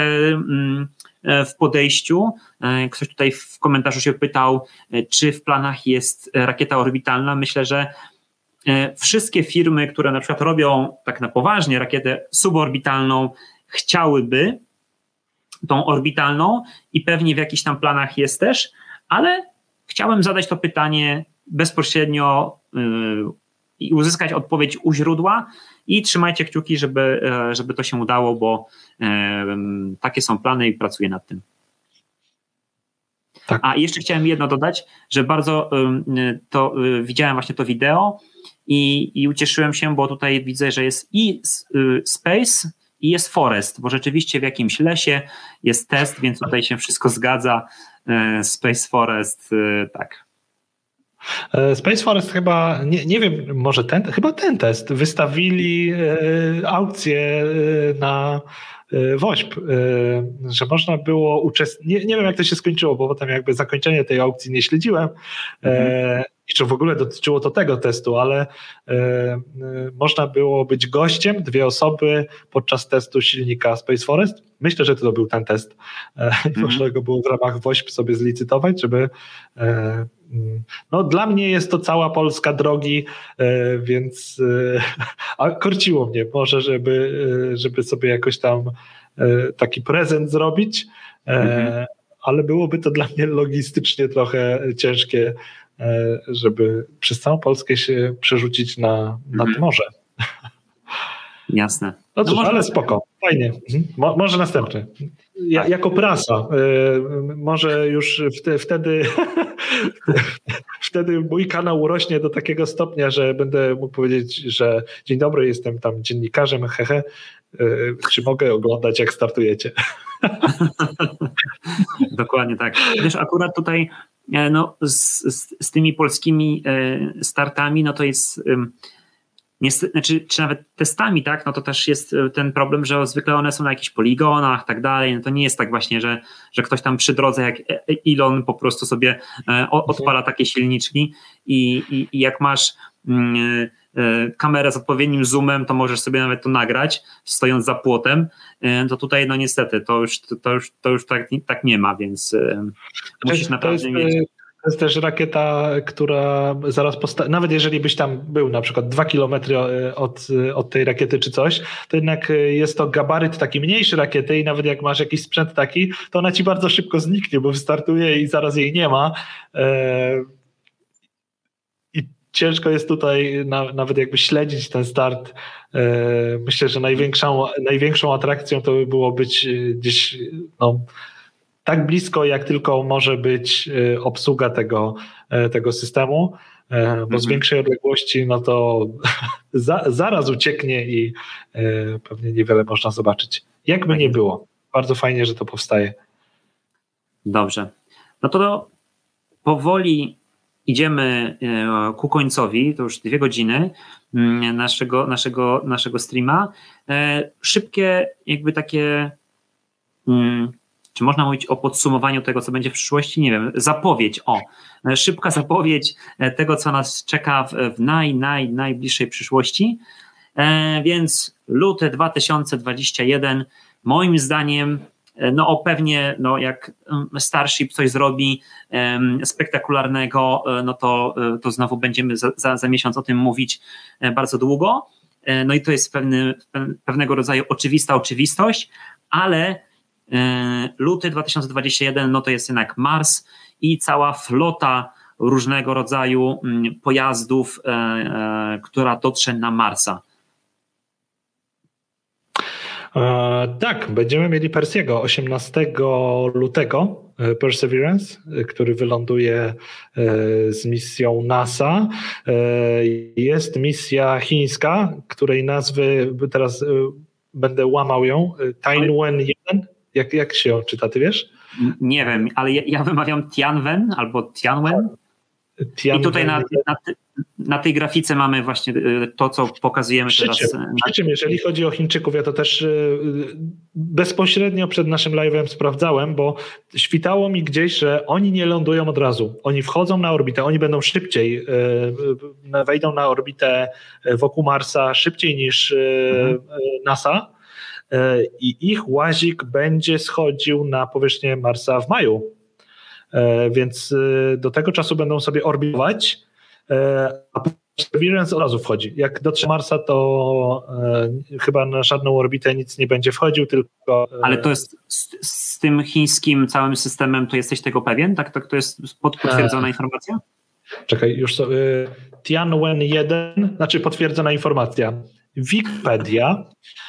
w podejściu. Ktoś tutaj w komentarzu się pytał, czy w planach jest rakieta orbitalna. Myślę, że wszystkie firmy, które na przykład robią tak na poważnie rakietę suborbitalną, chciałyby tą orbitalną i pewnie w jakichś tam planach jest też, ale chciałem zadać to pytanie bezpośrednio i yy, uzyskać odpowiedź u źródła i trzymajcie kciuki, żeby, yy, żeby to się udało, bo yy, takie są plany i pracuję nad tym. Tak. A jeszcze chciałem jedno dodać, że bardzo yy, to yy, widziałem właśnie to wideo i, i ucieszyłem się, bo tutaj widzę, że jest i yy, Space i jest Forest, bo rzeczywiście w jakimś lesie jest test, więc tutaj się wszystko zgadza. Space Forest, tak. Space Forest chyba, nie, nie wiem, może ten, chyba ten test wystawili aukcję na WOŚP, że można było uczestniczyć, nie, nie wiem jak to się skończyło, bo potem jakby zakończenie tej aukcji nie śledziłem mhm. i czy w ogóle dotyczyło to tego testu, ale można było być gościem, dwie osoby podczas testu silnika Space Forest. Myślę, że to był ten test. Mhm. Można go było w ramach WOŚP sobie zlicytować, żeby no dla mnie jest to cała Polska drogi, więc a korciło mnie może, żeby, żeby sobie jakoś tam taki prezent zrobić. mhm. ale byłoby to dla mnie logistycznie trochę ciężkie, żeby przez całą Polskę się przerzucić na, na mhm. to morze. Jasne. No cóż, no może... ale spoko, fajnie. Mo, może następny. Ja, tak. Jako prasa, y, może już wte, wtedy wtedy mój kanał urośnie do takiego stopnia, że będę mógł powiedzieć, że dzień dobry, jestem tam dziennikarzem, hehe, y, czy mogę oglądać, jak startujecie? Dokładnie tak. Wiesz, akurat tutaj no, z, z, z tymi polskimi startami, no to jest... Niestety, znaczy, czy nawet testami, tak, no to też jest ten problem, że zwykle one są na jakichś poligonach, tak dalej, no to nie jest tak właśnie, że, że ktoś tam przy drodze jak Elon po prostu sobie odpala takie silniczki i, i, i jak masz mm, kamerę z odpowiednim zoomem, to możesz sobie nawet to nagrać, stojąc za płotem, to tutaj no niestety to już, to już, to już tak, tak nie ma, więc musisz naprawdę mieć... To jest też rakieta, która zaraz posta- nawet jeżeli byś tam był na przykład dwa kilometry od, od tej rakiety czy coś, to jednak jest to gabaryt taki mniejszy rakiety i nawet jak masz jakiś sprzęt taki, to ona ci bardzo szybko zniknie, bo wystartuje i zaraz jej nie ma. I ciężko jest tutaj na, nawet jakby śledzić ten start. Myślę, że największą, największą atrakcją to by było być gdzieś... No, tak blisko, jak tylko może być obsługa tego, tego systemu, bo z większej odległości no to za, zaraz ucieknie i pewnie niewiele można zobaczyć. Jakby nie było. Bardzo fajnie, że to powstaje. Dobrze. No to powoli idziemy ku końcowi, to już dwie godziny naszego, naszego, naszego streama. Szybkie jakby takie... Czy można mówić o podsumowaniu tego, co będzie w przyszłości? Nie wiem. Zapowiedź, o. Szybka zapowiedź tego, co nas czeka w, w naj, naj, najbliższej przyszłości. E, więc luty dwa tysiące dwudziesty pierwszy, moim zdaniem, no o pewnie, no jak Starship coś zrobi um, spektakularnego, no to, to znowu będziemy za, za, za miesiąc o tym mówić bardzo długo. E, no i to jest pewny, pewnego rodzaju oczywista oczywistość, ale luty dwa tysiące dwudziesty pierwszy, no to jest jednak Mars i cała flota różnego rodzaju pojazdów, która dotrze na Marsa. E, tak, będziemy mieli Persiego osiemnastego lutego, Perseverance, który wyląduje z misją NASA. Jest misja chińska, której nazwy teraz będę łamał ją, Tianwen jeden. Jak, jak się ją czyta, ty wiesz? Nie wiem, ale ja, ja wymawiam Tianwen albo Tianwen. Tianwen. I tutaj na, na, na tej grafice mamy właśnie to, co pokazujemy przy teraz. Czym, przy czym, jeżeli chodzi o Chińczyków, ja to też bezpośrednio przed naszym live'em sprawdzałem, bo świtało mi gdzieś, że oni nie lądują od razu. Oni wchodzą na orbitę, oni będą szybciej, wejdą na orbitę wokół Marsa szybciej niż mhm. NASA. I ich łazik będzie schodził na powierzchnię Marsa w maju. Więc do tego czasu będą sobie orbitować, a Perseverance od razu wchodzi. Jak dotrze Marsa, to chyba na żadną orbitę nic nie będzie wchodził, tylko... Ale to jest z, z tym chińskim całym systemem, to jesteś tego pewien? Tak, tak to jest potwierdzona informacja? Czekaj, już so, Tianwen jeden, znaczy potwierdzona informacja. Wikipedia.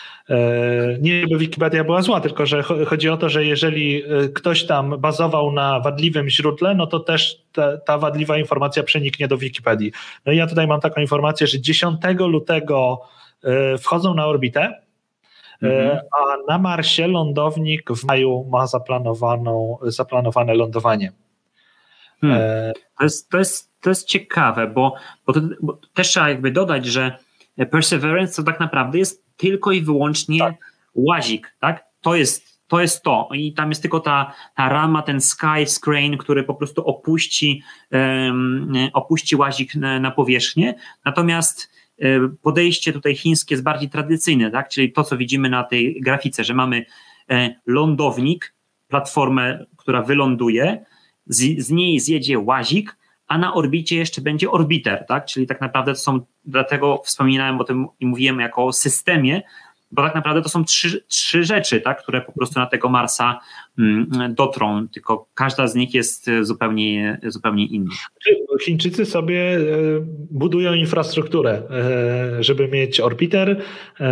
Nie, żeby Wikipedia była zła, tylko że chodzi o to, że jeżeli ktoś tam bazował na wadliwym źródle, no to też ta, ta wadliwa informacja przeniknie do Wikipedii. No i ja tutaj mam taką informację, że dziesiątego lutego wchodzą na orbitę, mhm. a na Marsie lądownik w maju ma zaplanowaną, zaplanowane lądowanie. Hmm. To jest, to jest, to jest ciekawe, bo, bo, to, bo też trzeba jakby dodać, że Perseverance to tak naprawdę jest tylko i wyłącznie tak. łazik, tak? To jest, to jest to. I tam jest tylko ta, ta rama, ten sky screen, który po prostu opuści, um, opuści łazik na, na powierzchnię. Natomiast um, podejście tutaj chińskie jest bardziej tradycyjne, tak? Czyli to, co widzimy na tej grafice, że mamy um, lądownik, platformę, która wyląduje, z, z niej zjedzie łazik, a na orbicie jeszcze będzie orbiter, tak? Czyli tak naprawdę to są, dlatego wspominałem o tym i mówiłem jako o systemie, bo tak naprawdę to są trzy, trzy rzeczy, tak, które po prostu na tego Marsa dotrą, tylko każda z nich jest zupełnie, zupełnie inna. Chińczycy sobie budują infrastrukturę, żeby mieć orbiter.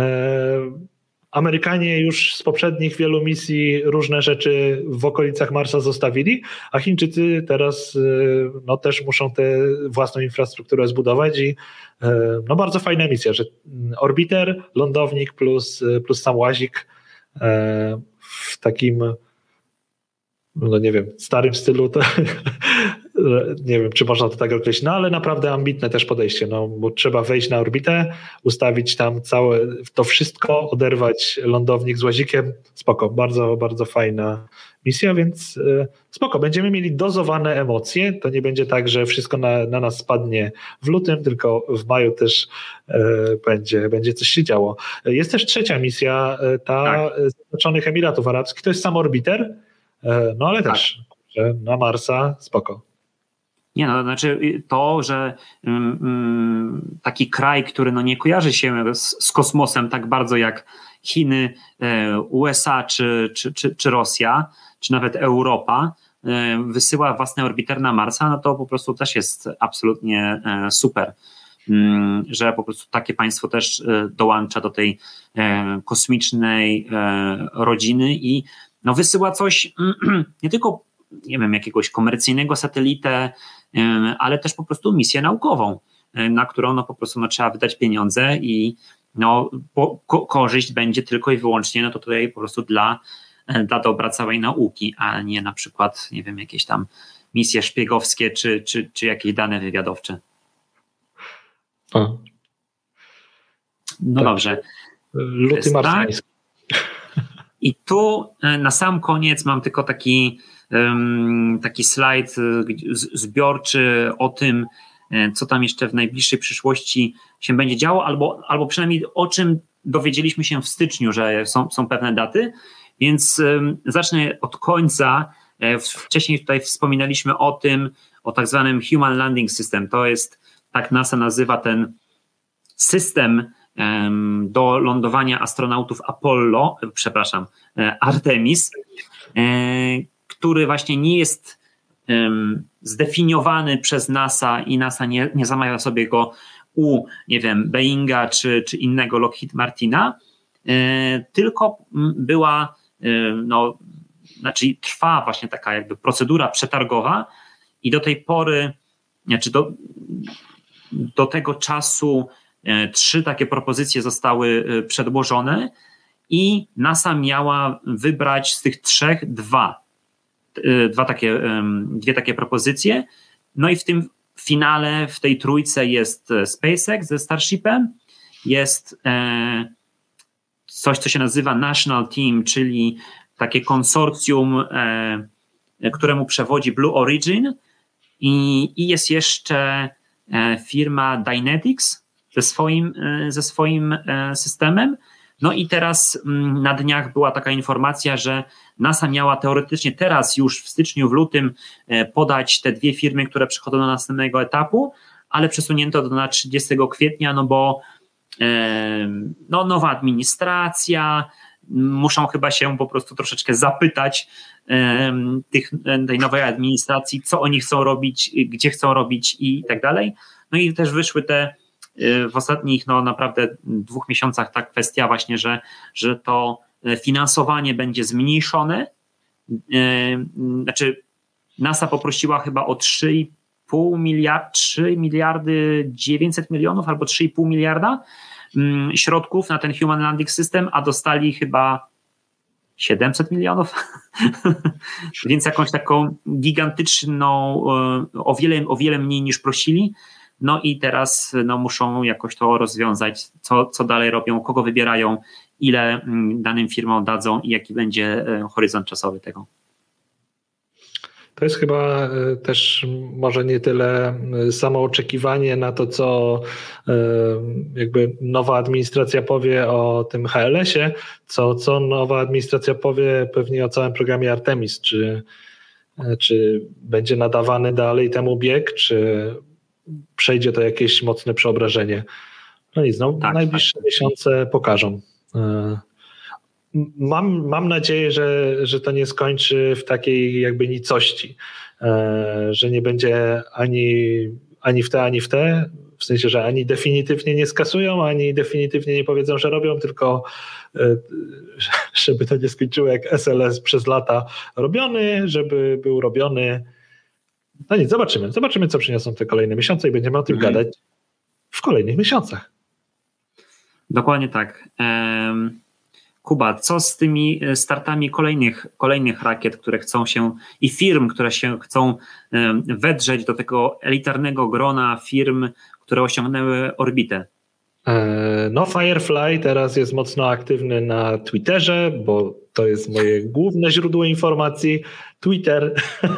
Amerykanie już z poprzednich wielu misji różne rzeczy w okolicach Marsa zostawili, a Chińczycy teraz no, też muszą tę własną infrastrukturę zbudować i no, bardzo fajna misja, że orbiter, lądownik plus, plus sam łazik w takim, no nie wiem, starym stylu, to nie wiem, czy można to tak określić, no ale naprawdę ambitne też podejście, no bo trzeba wejść na orbitę, ustawić tam całe to wszystko, oderwać lądownik z łazikiem, spoko, bardzo, bardzo fajna misja, więc spoko, będziemy mieli dozowane emocje, to nie będzie tak, że wszystko na, na nas spadnie w lutym, tylko w maju też e, będzie, będzie coś się działo. Jest też trzecia misja, ta tak. Zjednoczonych Emiratów Arabskich, to jest sam orbiter, e, no ale tak. też na Marsa, spoko. Nie, no, znaczy to, że um, taki kraj, który no nie kojarzy się z, z kosmosem tak bardzo jak Chiny, e, U S A czy, czy, czy, czy Rosja, czy nawet Europa, e, wysyła własny orbiter na Marsa, no to po prostu też jest absolutnie e, super, um, że po prostu takie państwo też e, dołącza do tej e, kosmicznej e, rodziny i no, wysyła coś nie tylko, nie wiem, jakiegoś komercyjnego satelitę, ale też po prostu misję naukową, na którą no po prostu no, trzeba wydać pieniądze i no, po, ko, korzyść będzie tylko i wyłącznie no to tutaj po prostu dla, dla dobra całej nauki, a nie na przykład, nie wiem, jakieś tam misje szpiegowskie czy, czy, czy jakieś dane wywiadowcze. A. No tak. Dobrze. Luty marsjański. I tu na sam koniec mam tylko taki taki slajd zbiorczy o tym, co tam jeszcze w najbliższej przyszłości się będzie działo, albo, albo przynajmniej o czym dowiedzieliśmy się w styczniu, że są, są pewne daty, więc zacznę od końca. Wcześniej tutaj wspominaliśmy o tym, o tak zwanym Human Landing System. To jest, tak NASA nazywa ten system do lądowania astronautów Apollo, przepraszam, Artemis, który właśnie nie jest um, zdefiniowany przez NASA i NASA nie, nie zamawia sobie go u, nie wiem, Boeinga czy, czy innego Lockheed Martina, e, tylko była, e, no, znaczy trwa właśnie taka jakby procedura przetargowa i do tej pory, znaczy do, do tego czasu e, trzy takie propozycje zostały e, przedłożone i NASA miała wybrać z tych trzech dwa. Dwa takie, dwie takie propozycje. No i w tym finale, w tej trójce jest SpaceX ze Starshipem, jest coś, co się nazywa National Team, czyli takie konsorcjum, któremu przewodzi Blue Origin i, i jest jeszcze firma Dynetics ze swoim, ze swoim systemem. No i teraz na dniach była taka informacja, że NASA miała teoretycznie teraz już w styczniu, w lutym podać te dwie firmy, które przechodzą do następnego etapu, ale przesunięto to na trzydziestego kwietnia, no bo no, nowa administracja, muszą chyba się po prostu troszeczkę zapytać tych, tej nowej administracji, co oni chcą robić, gdzie chcą robić i tak dalej. No i też wyszły te w ostatnich no naprawdę dwóch miesiącach ta kwestia właśnie, że, że to finansowanie będzie zmniejszone. Znaczy NASA poprosiła chyba o trzy i pół miliarda, trzy miliardy dziewięćset milionów albo trzy i pół miliarda środków na ten Human Landing System, a dostali chyba siedemset milionów, więc jakąś taką gigantyczną, o wiele, o wiele mniej niż prosili. No i teraz no, muszą jakoś to rozwiązać, co, co dalej robią, kogo wybierają, ile danym firmom dadzą i jaki będzie horyzont czasowy tego. To jest chyba też może nie tyle samo oczekiwanie na to, co jakby nowa administracja powie o tym H L S-ie, co, co nowa administracja powie pewnie o całym programie Artemis. Czy, czy będzie nadawany dalej temu bieg, czy przejdzie to jakieś mocne przeobrażenie. No nic, no, tak, najbliższe tak. miesiące pokażą. Mam, mam nadzieję, że, że to nie skończy w takiej jakby nicości, że nie będzie ani, ani w te, ani w te, w sensie, że ani definitywnie nie skasują, ani definitywnie nie powiedzą, że robią, tylko żeby to nie skończyło jak S L S przez lata robiony, żeby był robiony. No nic, zobaczymy. Zobaczymy, co przyniosą te kolejne miesiące i będziemy o tym mhm. gadać w kolejnych miesiącach. Dokładnie tak. Kuba, co z tymi startami kolejnych, kolejnych rakiet, które chcą się i firm, które się chcą wedrzeć do tego elitarnego grona firm, które osiągnęły orbitę? No, Firefly teraz jest mocno aktywny na Twitterze, bo to jest moje główne źródło informacji. Twitter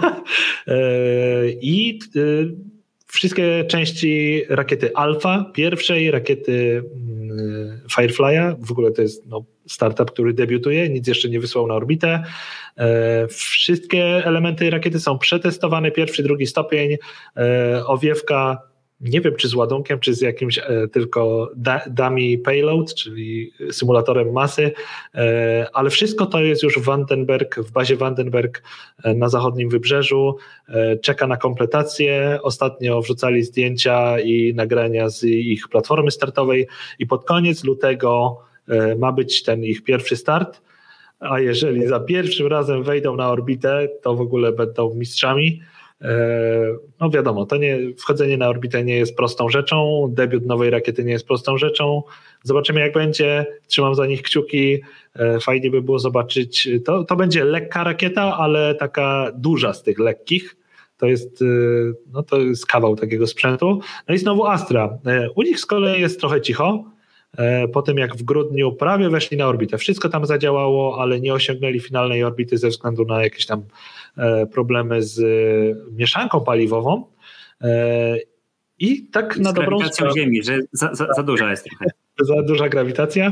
i wszystkie części rakiety Alpha, pierwszej rakiety Firefly'a, w ogóle to jest no, startup, który debiutuje, nic jeszcze nie wysłał na orbitę. Wszystkie elementy rakiety są przetestowane, pierwszy, drugi stopień, owiewka, nie wiem czy z ładunkiem, czy z jakimś tylko dummy payload, czyli symulatorem masy, ale wszystko to jest już w Vandenberg, w bazie Vandenberg na zachodnim wybrzeżu, czeka na kompletację. Ostatnio wrzucali zdjęcia i nagrania z ich platformy startowej i pod koniec lutego ma być ten ich pierwszy start, a jeżeli za pierwszym razem wejdą na orbitę, to w ogóle będą mistrzami. No wiadomo, to nie, wchodzenie na orbitę nie jest prostą rzeczą, debiut nowej rakiety nie jest prostą rzeczą. Zobaczymy jak będzie, trzymam za nich kciuki, fajnie by było zobaczyć, to, to będzie lekka rakieta, ale taka duża z tych lekkich, to jest, no to jest kawał takiego sprzętu. No i znowu Astra, u nich z kolei jest trochę cicho, po tym jak w grudniu prawie weszli na orbitę, wszystko tam zadziałało, ale nie osiągnęli finalnej orbity ze względu na jakieś tam problemy z mieszanką paliwową i tak z na dobrą sprawę Ziemi, że za, za, za duża jest trochę. Za duża grawitacja.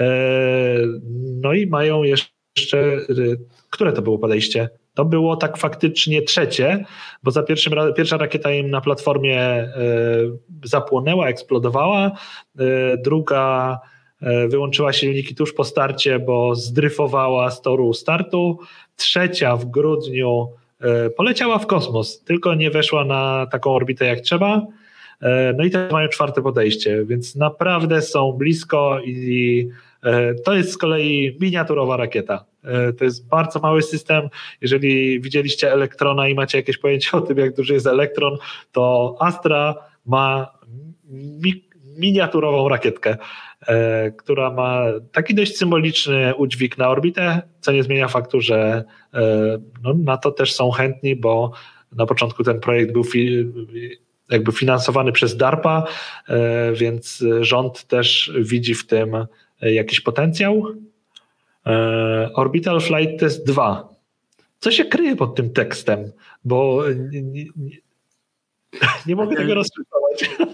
No i mają jeszcze, które to było podejście? To było tak faktycznie trzecie, bo za pierwszym, pierwsza rakieta im na platformie zapłonęła, eksplodowała, druga wyłączyła silniki tuż po starcie, bo zdryfowała z toru startu, trzecia w grudniu poleciała w kosmos, tylko nie weszła na taką orbitę jak trzeba. No i teraz mają czwarte podejście, więc naprawdę są blisko i to jest z kolei miniaturowa rakieta. To jest bardzo mały system. Jeżeli widzieliście Elektrona i macie jakieś pojęcie o tym, jak duży jest elektron, to Astra ma mi- miniaturową rakietkę, która ma taki dość symboliczny udźwig na orbitę, co nie zmienia faktu, że no, na to też są chętni, bo na początku ten projekt był fi- jakby finansowany przez DARPA, więc rząd też widzi w tym jakiś potencjał. Orbital Flight Test dwa. Co się kryje pod tym tekstem? Bo nie, nie, nie, nie mogę tego rozszyfrować.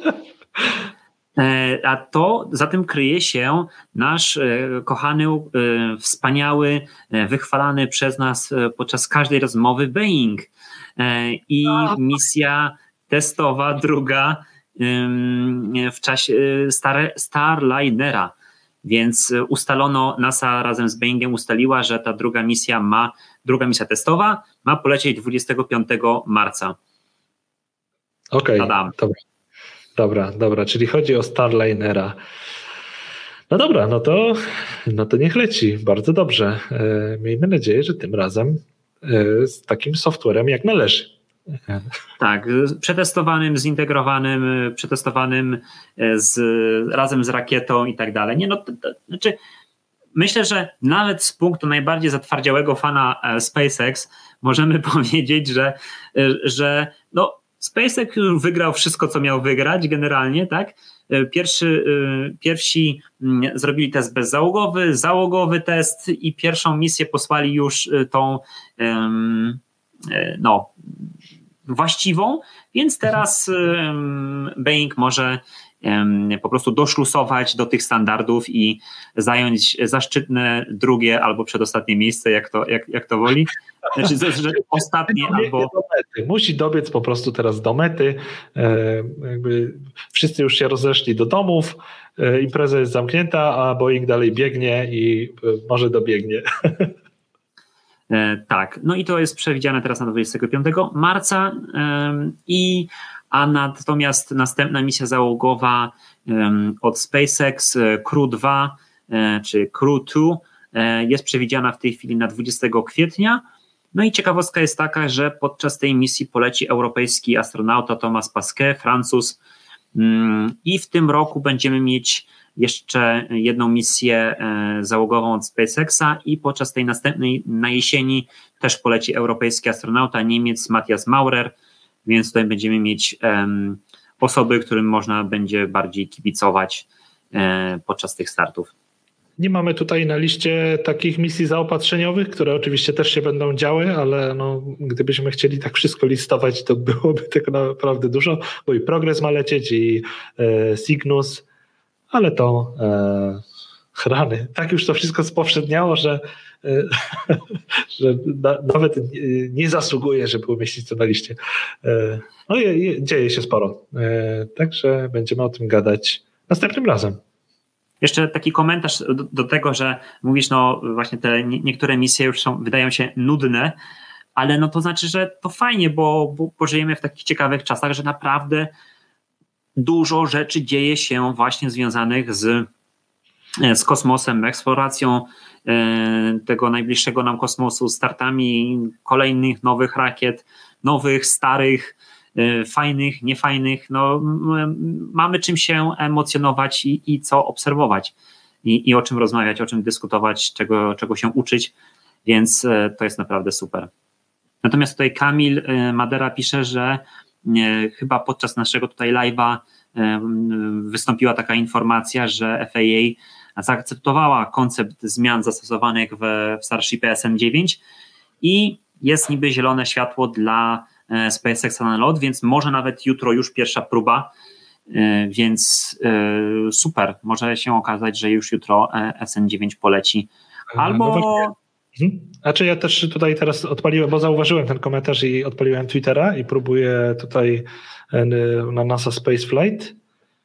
A to za tym kryje się nasz kochany, wspaniały, wychwalany przez nas podczas każdej rozmowy Boeing i misja testowa druga w czasie Star, Starlinera. Więc ustalono, NASA razem z Boeingiem ustaliła, że ta druga misja ma, druga misja testowa ma polecieć dwudziestego piątego marca. Okej, okay, dobra. Dobra, dobra, czyli chodzi o Starlinera. No dobra, no to, no to niech leci, bardzo dobrze. Miejmy nadzieję, że tym razem z takim softwarem jak należy. Tak, przetestowanym, zintegrowanym, przetestowanym z, razem z rakietą i tak dalej. Nie, no, to, to, znaczy, myślę, że nawet z punktu najbardziej zatwardziałego fana SpaceX możemy powiedzieć, że, że no, SpaceX już wygrał wszystko, co miał wygrać generalnie, tak? Pierwszy, pierwsi zrobili test bezzałogowy, załogowy test i pierwszą misję posłali już tą no, właściwą, więc teraz Boeing może po prostu doszlusować do tych standardów i zająć zaszczytne drugie albo przedostatnie miejsce, jak to, jak, jak to woli. Znaczy, że ostatnie albo... Musi dobiec po prostu teraz do mety. Jakby wszyscy już się rozeszli do domów, impreza jest zamknięta, a Boeing dalej biegnie i może dobiegnie. Tak, no i to jest przewidziane teraz na dwudziestego piątego marca i a natomiast następna misja załogowa od SpaceX Crew dwa czy Crew dwa jest przewidziana w tej chwili na dwudziestego kwietnia. No i ciekawostka jest taka, że podczas tej misji poleci europejski astronauta Thomas Pasquet, Francuz, i w tym roku będziemy mieć jeszcze jedną misję załogową od SpaceXa i podczas tej następnej na jesieni też poleci europejski astronauta, Niemiec Matthias Maurer, więc tutaj będziemy mieć um, osoby, którym można będzie bardziej kibicować um, podczas tych startów. Nie mamy tutaj na liście takich misji zaopatrzeniowych, które oczywiście też się będą działy, ale no, gdybyśmy chcieli tak wszystko listować, to byłoby tego naprawdę dużo, bo i Progress ma lecieć, i e, Cygnus, ale to e, rany. Tak już to wszystko spowszedniało, że, e, że na, nawet nie zasługuje, żeby umieścić to na liście. E, no i, i dzieje się sporo, e, także będziemy o tym gadać następnym razem. Jeszcze taki komentarz do, do tego, że mówisz, no właśnie te nie, niektóre misje już są, wydają się nudne, ale no to znaczy, że to fajnie, bo, bo, bo żyjemy w takich ciekawych czasach, że naprawdę dużo rzeczy dzieje się właśnie związanych z, z kosmosem, eksploracją e, tego najbliższego nam kosmosu, startami kolejnych nowych rakiet, nowych, starych, fajnych, niefajnych, no mamy czym się emocjonować i, i co obserwować I, i o czym rozmawiać, o czym dyskutować, czego, czego się uczyć, więc to jest naprawdę super. Natomiast tutaj Kamil Madera pisze, że chyba podczas naszego tutaj live'a wystąpiła taka informacja, że F A A zaakceptowała koncept zmian zastosowanych w, w Starshipie S N dziewięć i jest niby zielone światło dla SpaceX na lot, więc może nawet jutro już pierwsza próba, więc super, może się okazać, że już jutro S N dziewięć poleci. Albo... No znaczy ja też tutaj teraz odpaliłem, bo zauważyłem ten komentarz i odpaliłem Twittera i próbuję tutaj na NASA Spaceflight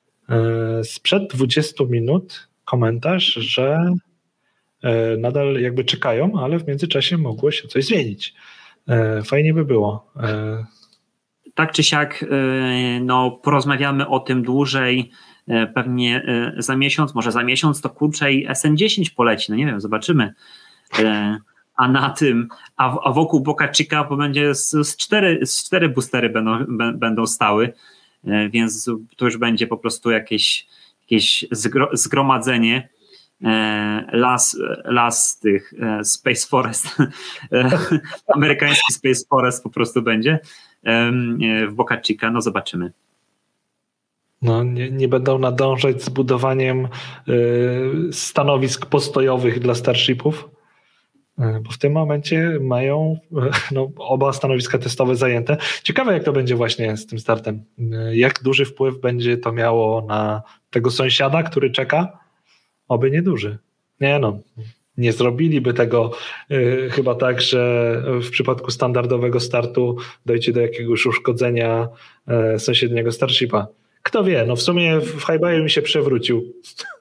sprzed dwudziestu minut komentarz, że nadal jakby czekają, ale w międzyczasie mogło się coś zmienić. Fajnie by było. Tak czy siak, no, porozmawiamy o tym dłużej, pewnie za miesiąc, może za miesiąc to kurczej S N dziesięć poleci, no nie wiem, zobaczymy. A na tym, a wokół Boca Chica będzie z, z, cztery, z cztery boostery będą, będą stały, więc to już będzie po prostu jakieś, jakieś zgro, zgromadzenie. Las, las tych Space Forest, amerykański Space Forest po prostu będzie w Boca Chica, no zobaczymy. No, nie, nie będą nadążać z budowaniem stanowisk postojowych dla Starshipów, bo w tym momencie mają no, oba stanowiska testowe zajęte. Ciekawe, jak to będzie właśnie z tym startem. Jak duży wpływ będzie to miało na tego sąsiada, który czeka? Oby nieduży. Nie no, nie zrobiliby tego y, chyba tak, że w przypadku standardowego startu dojdzie do jakiegoś uszkodzenia y, sąsiedniego Starshipa. Kto wie, no w sumie w Highbayu mi się przewrócił.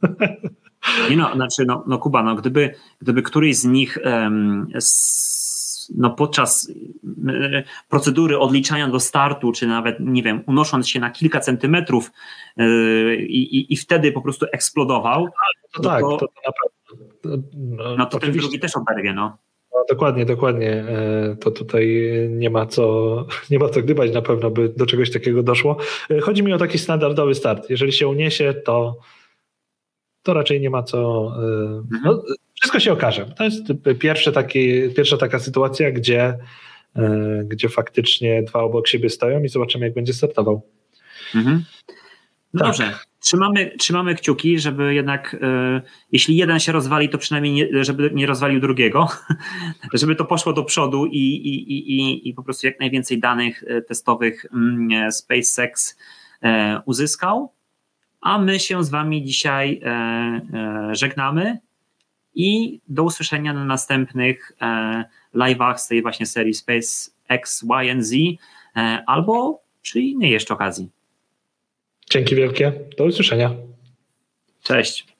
Nie no, znaczy no, no Kuba, no gdyby, gdyby któryś z nich um, s, no podczas y, procedury odliczania do startu, czy nawet, nie wiem, unosząc się na kilka centymetrów y, i, i wtedy po prostu eksplodował, to no tak, to, to naprawdę. No, no to ten drugi też oberwie, no. No, dokładnie, dokładnie. To tutaj nie ma co, nie ma co gdybać, na pewno by do czegoś takiego doszło. Chodzi mi o taki standardowy start. Jeżeli się uniesie, to, to raczej nie ma co. Mhm. No, wszystko się okaże. To jest pierwsze taki, pierwsza taka sytuacja, gdzie, gdzie faktycznie dwa obok siebie stoją i zobaczymy, jak będzie startował. Mhm. No tak. Dobrze. Trzymamy, trzymamy kciuki, żeby jednak, e, jeśli jeden się rozwali, to przynajmniej nie, żeby nie rozwalił drugiego, żeby to poszło do przodu i, i, i, i po prostu jak najwięcej danych testowych mm, SpaceX e, uzyskał. a my się z wami dzisiaj e, e, żegnamy i do usłyszenia na następnych e, live'ach z tej właśnie serii SpaceX Y and Z e, albo przy innej jeszcze okazji. Dzięki wielkie, do usłyszenia. Cześć.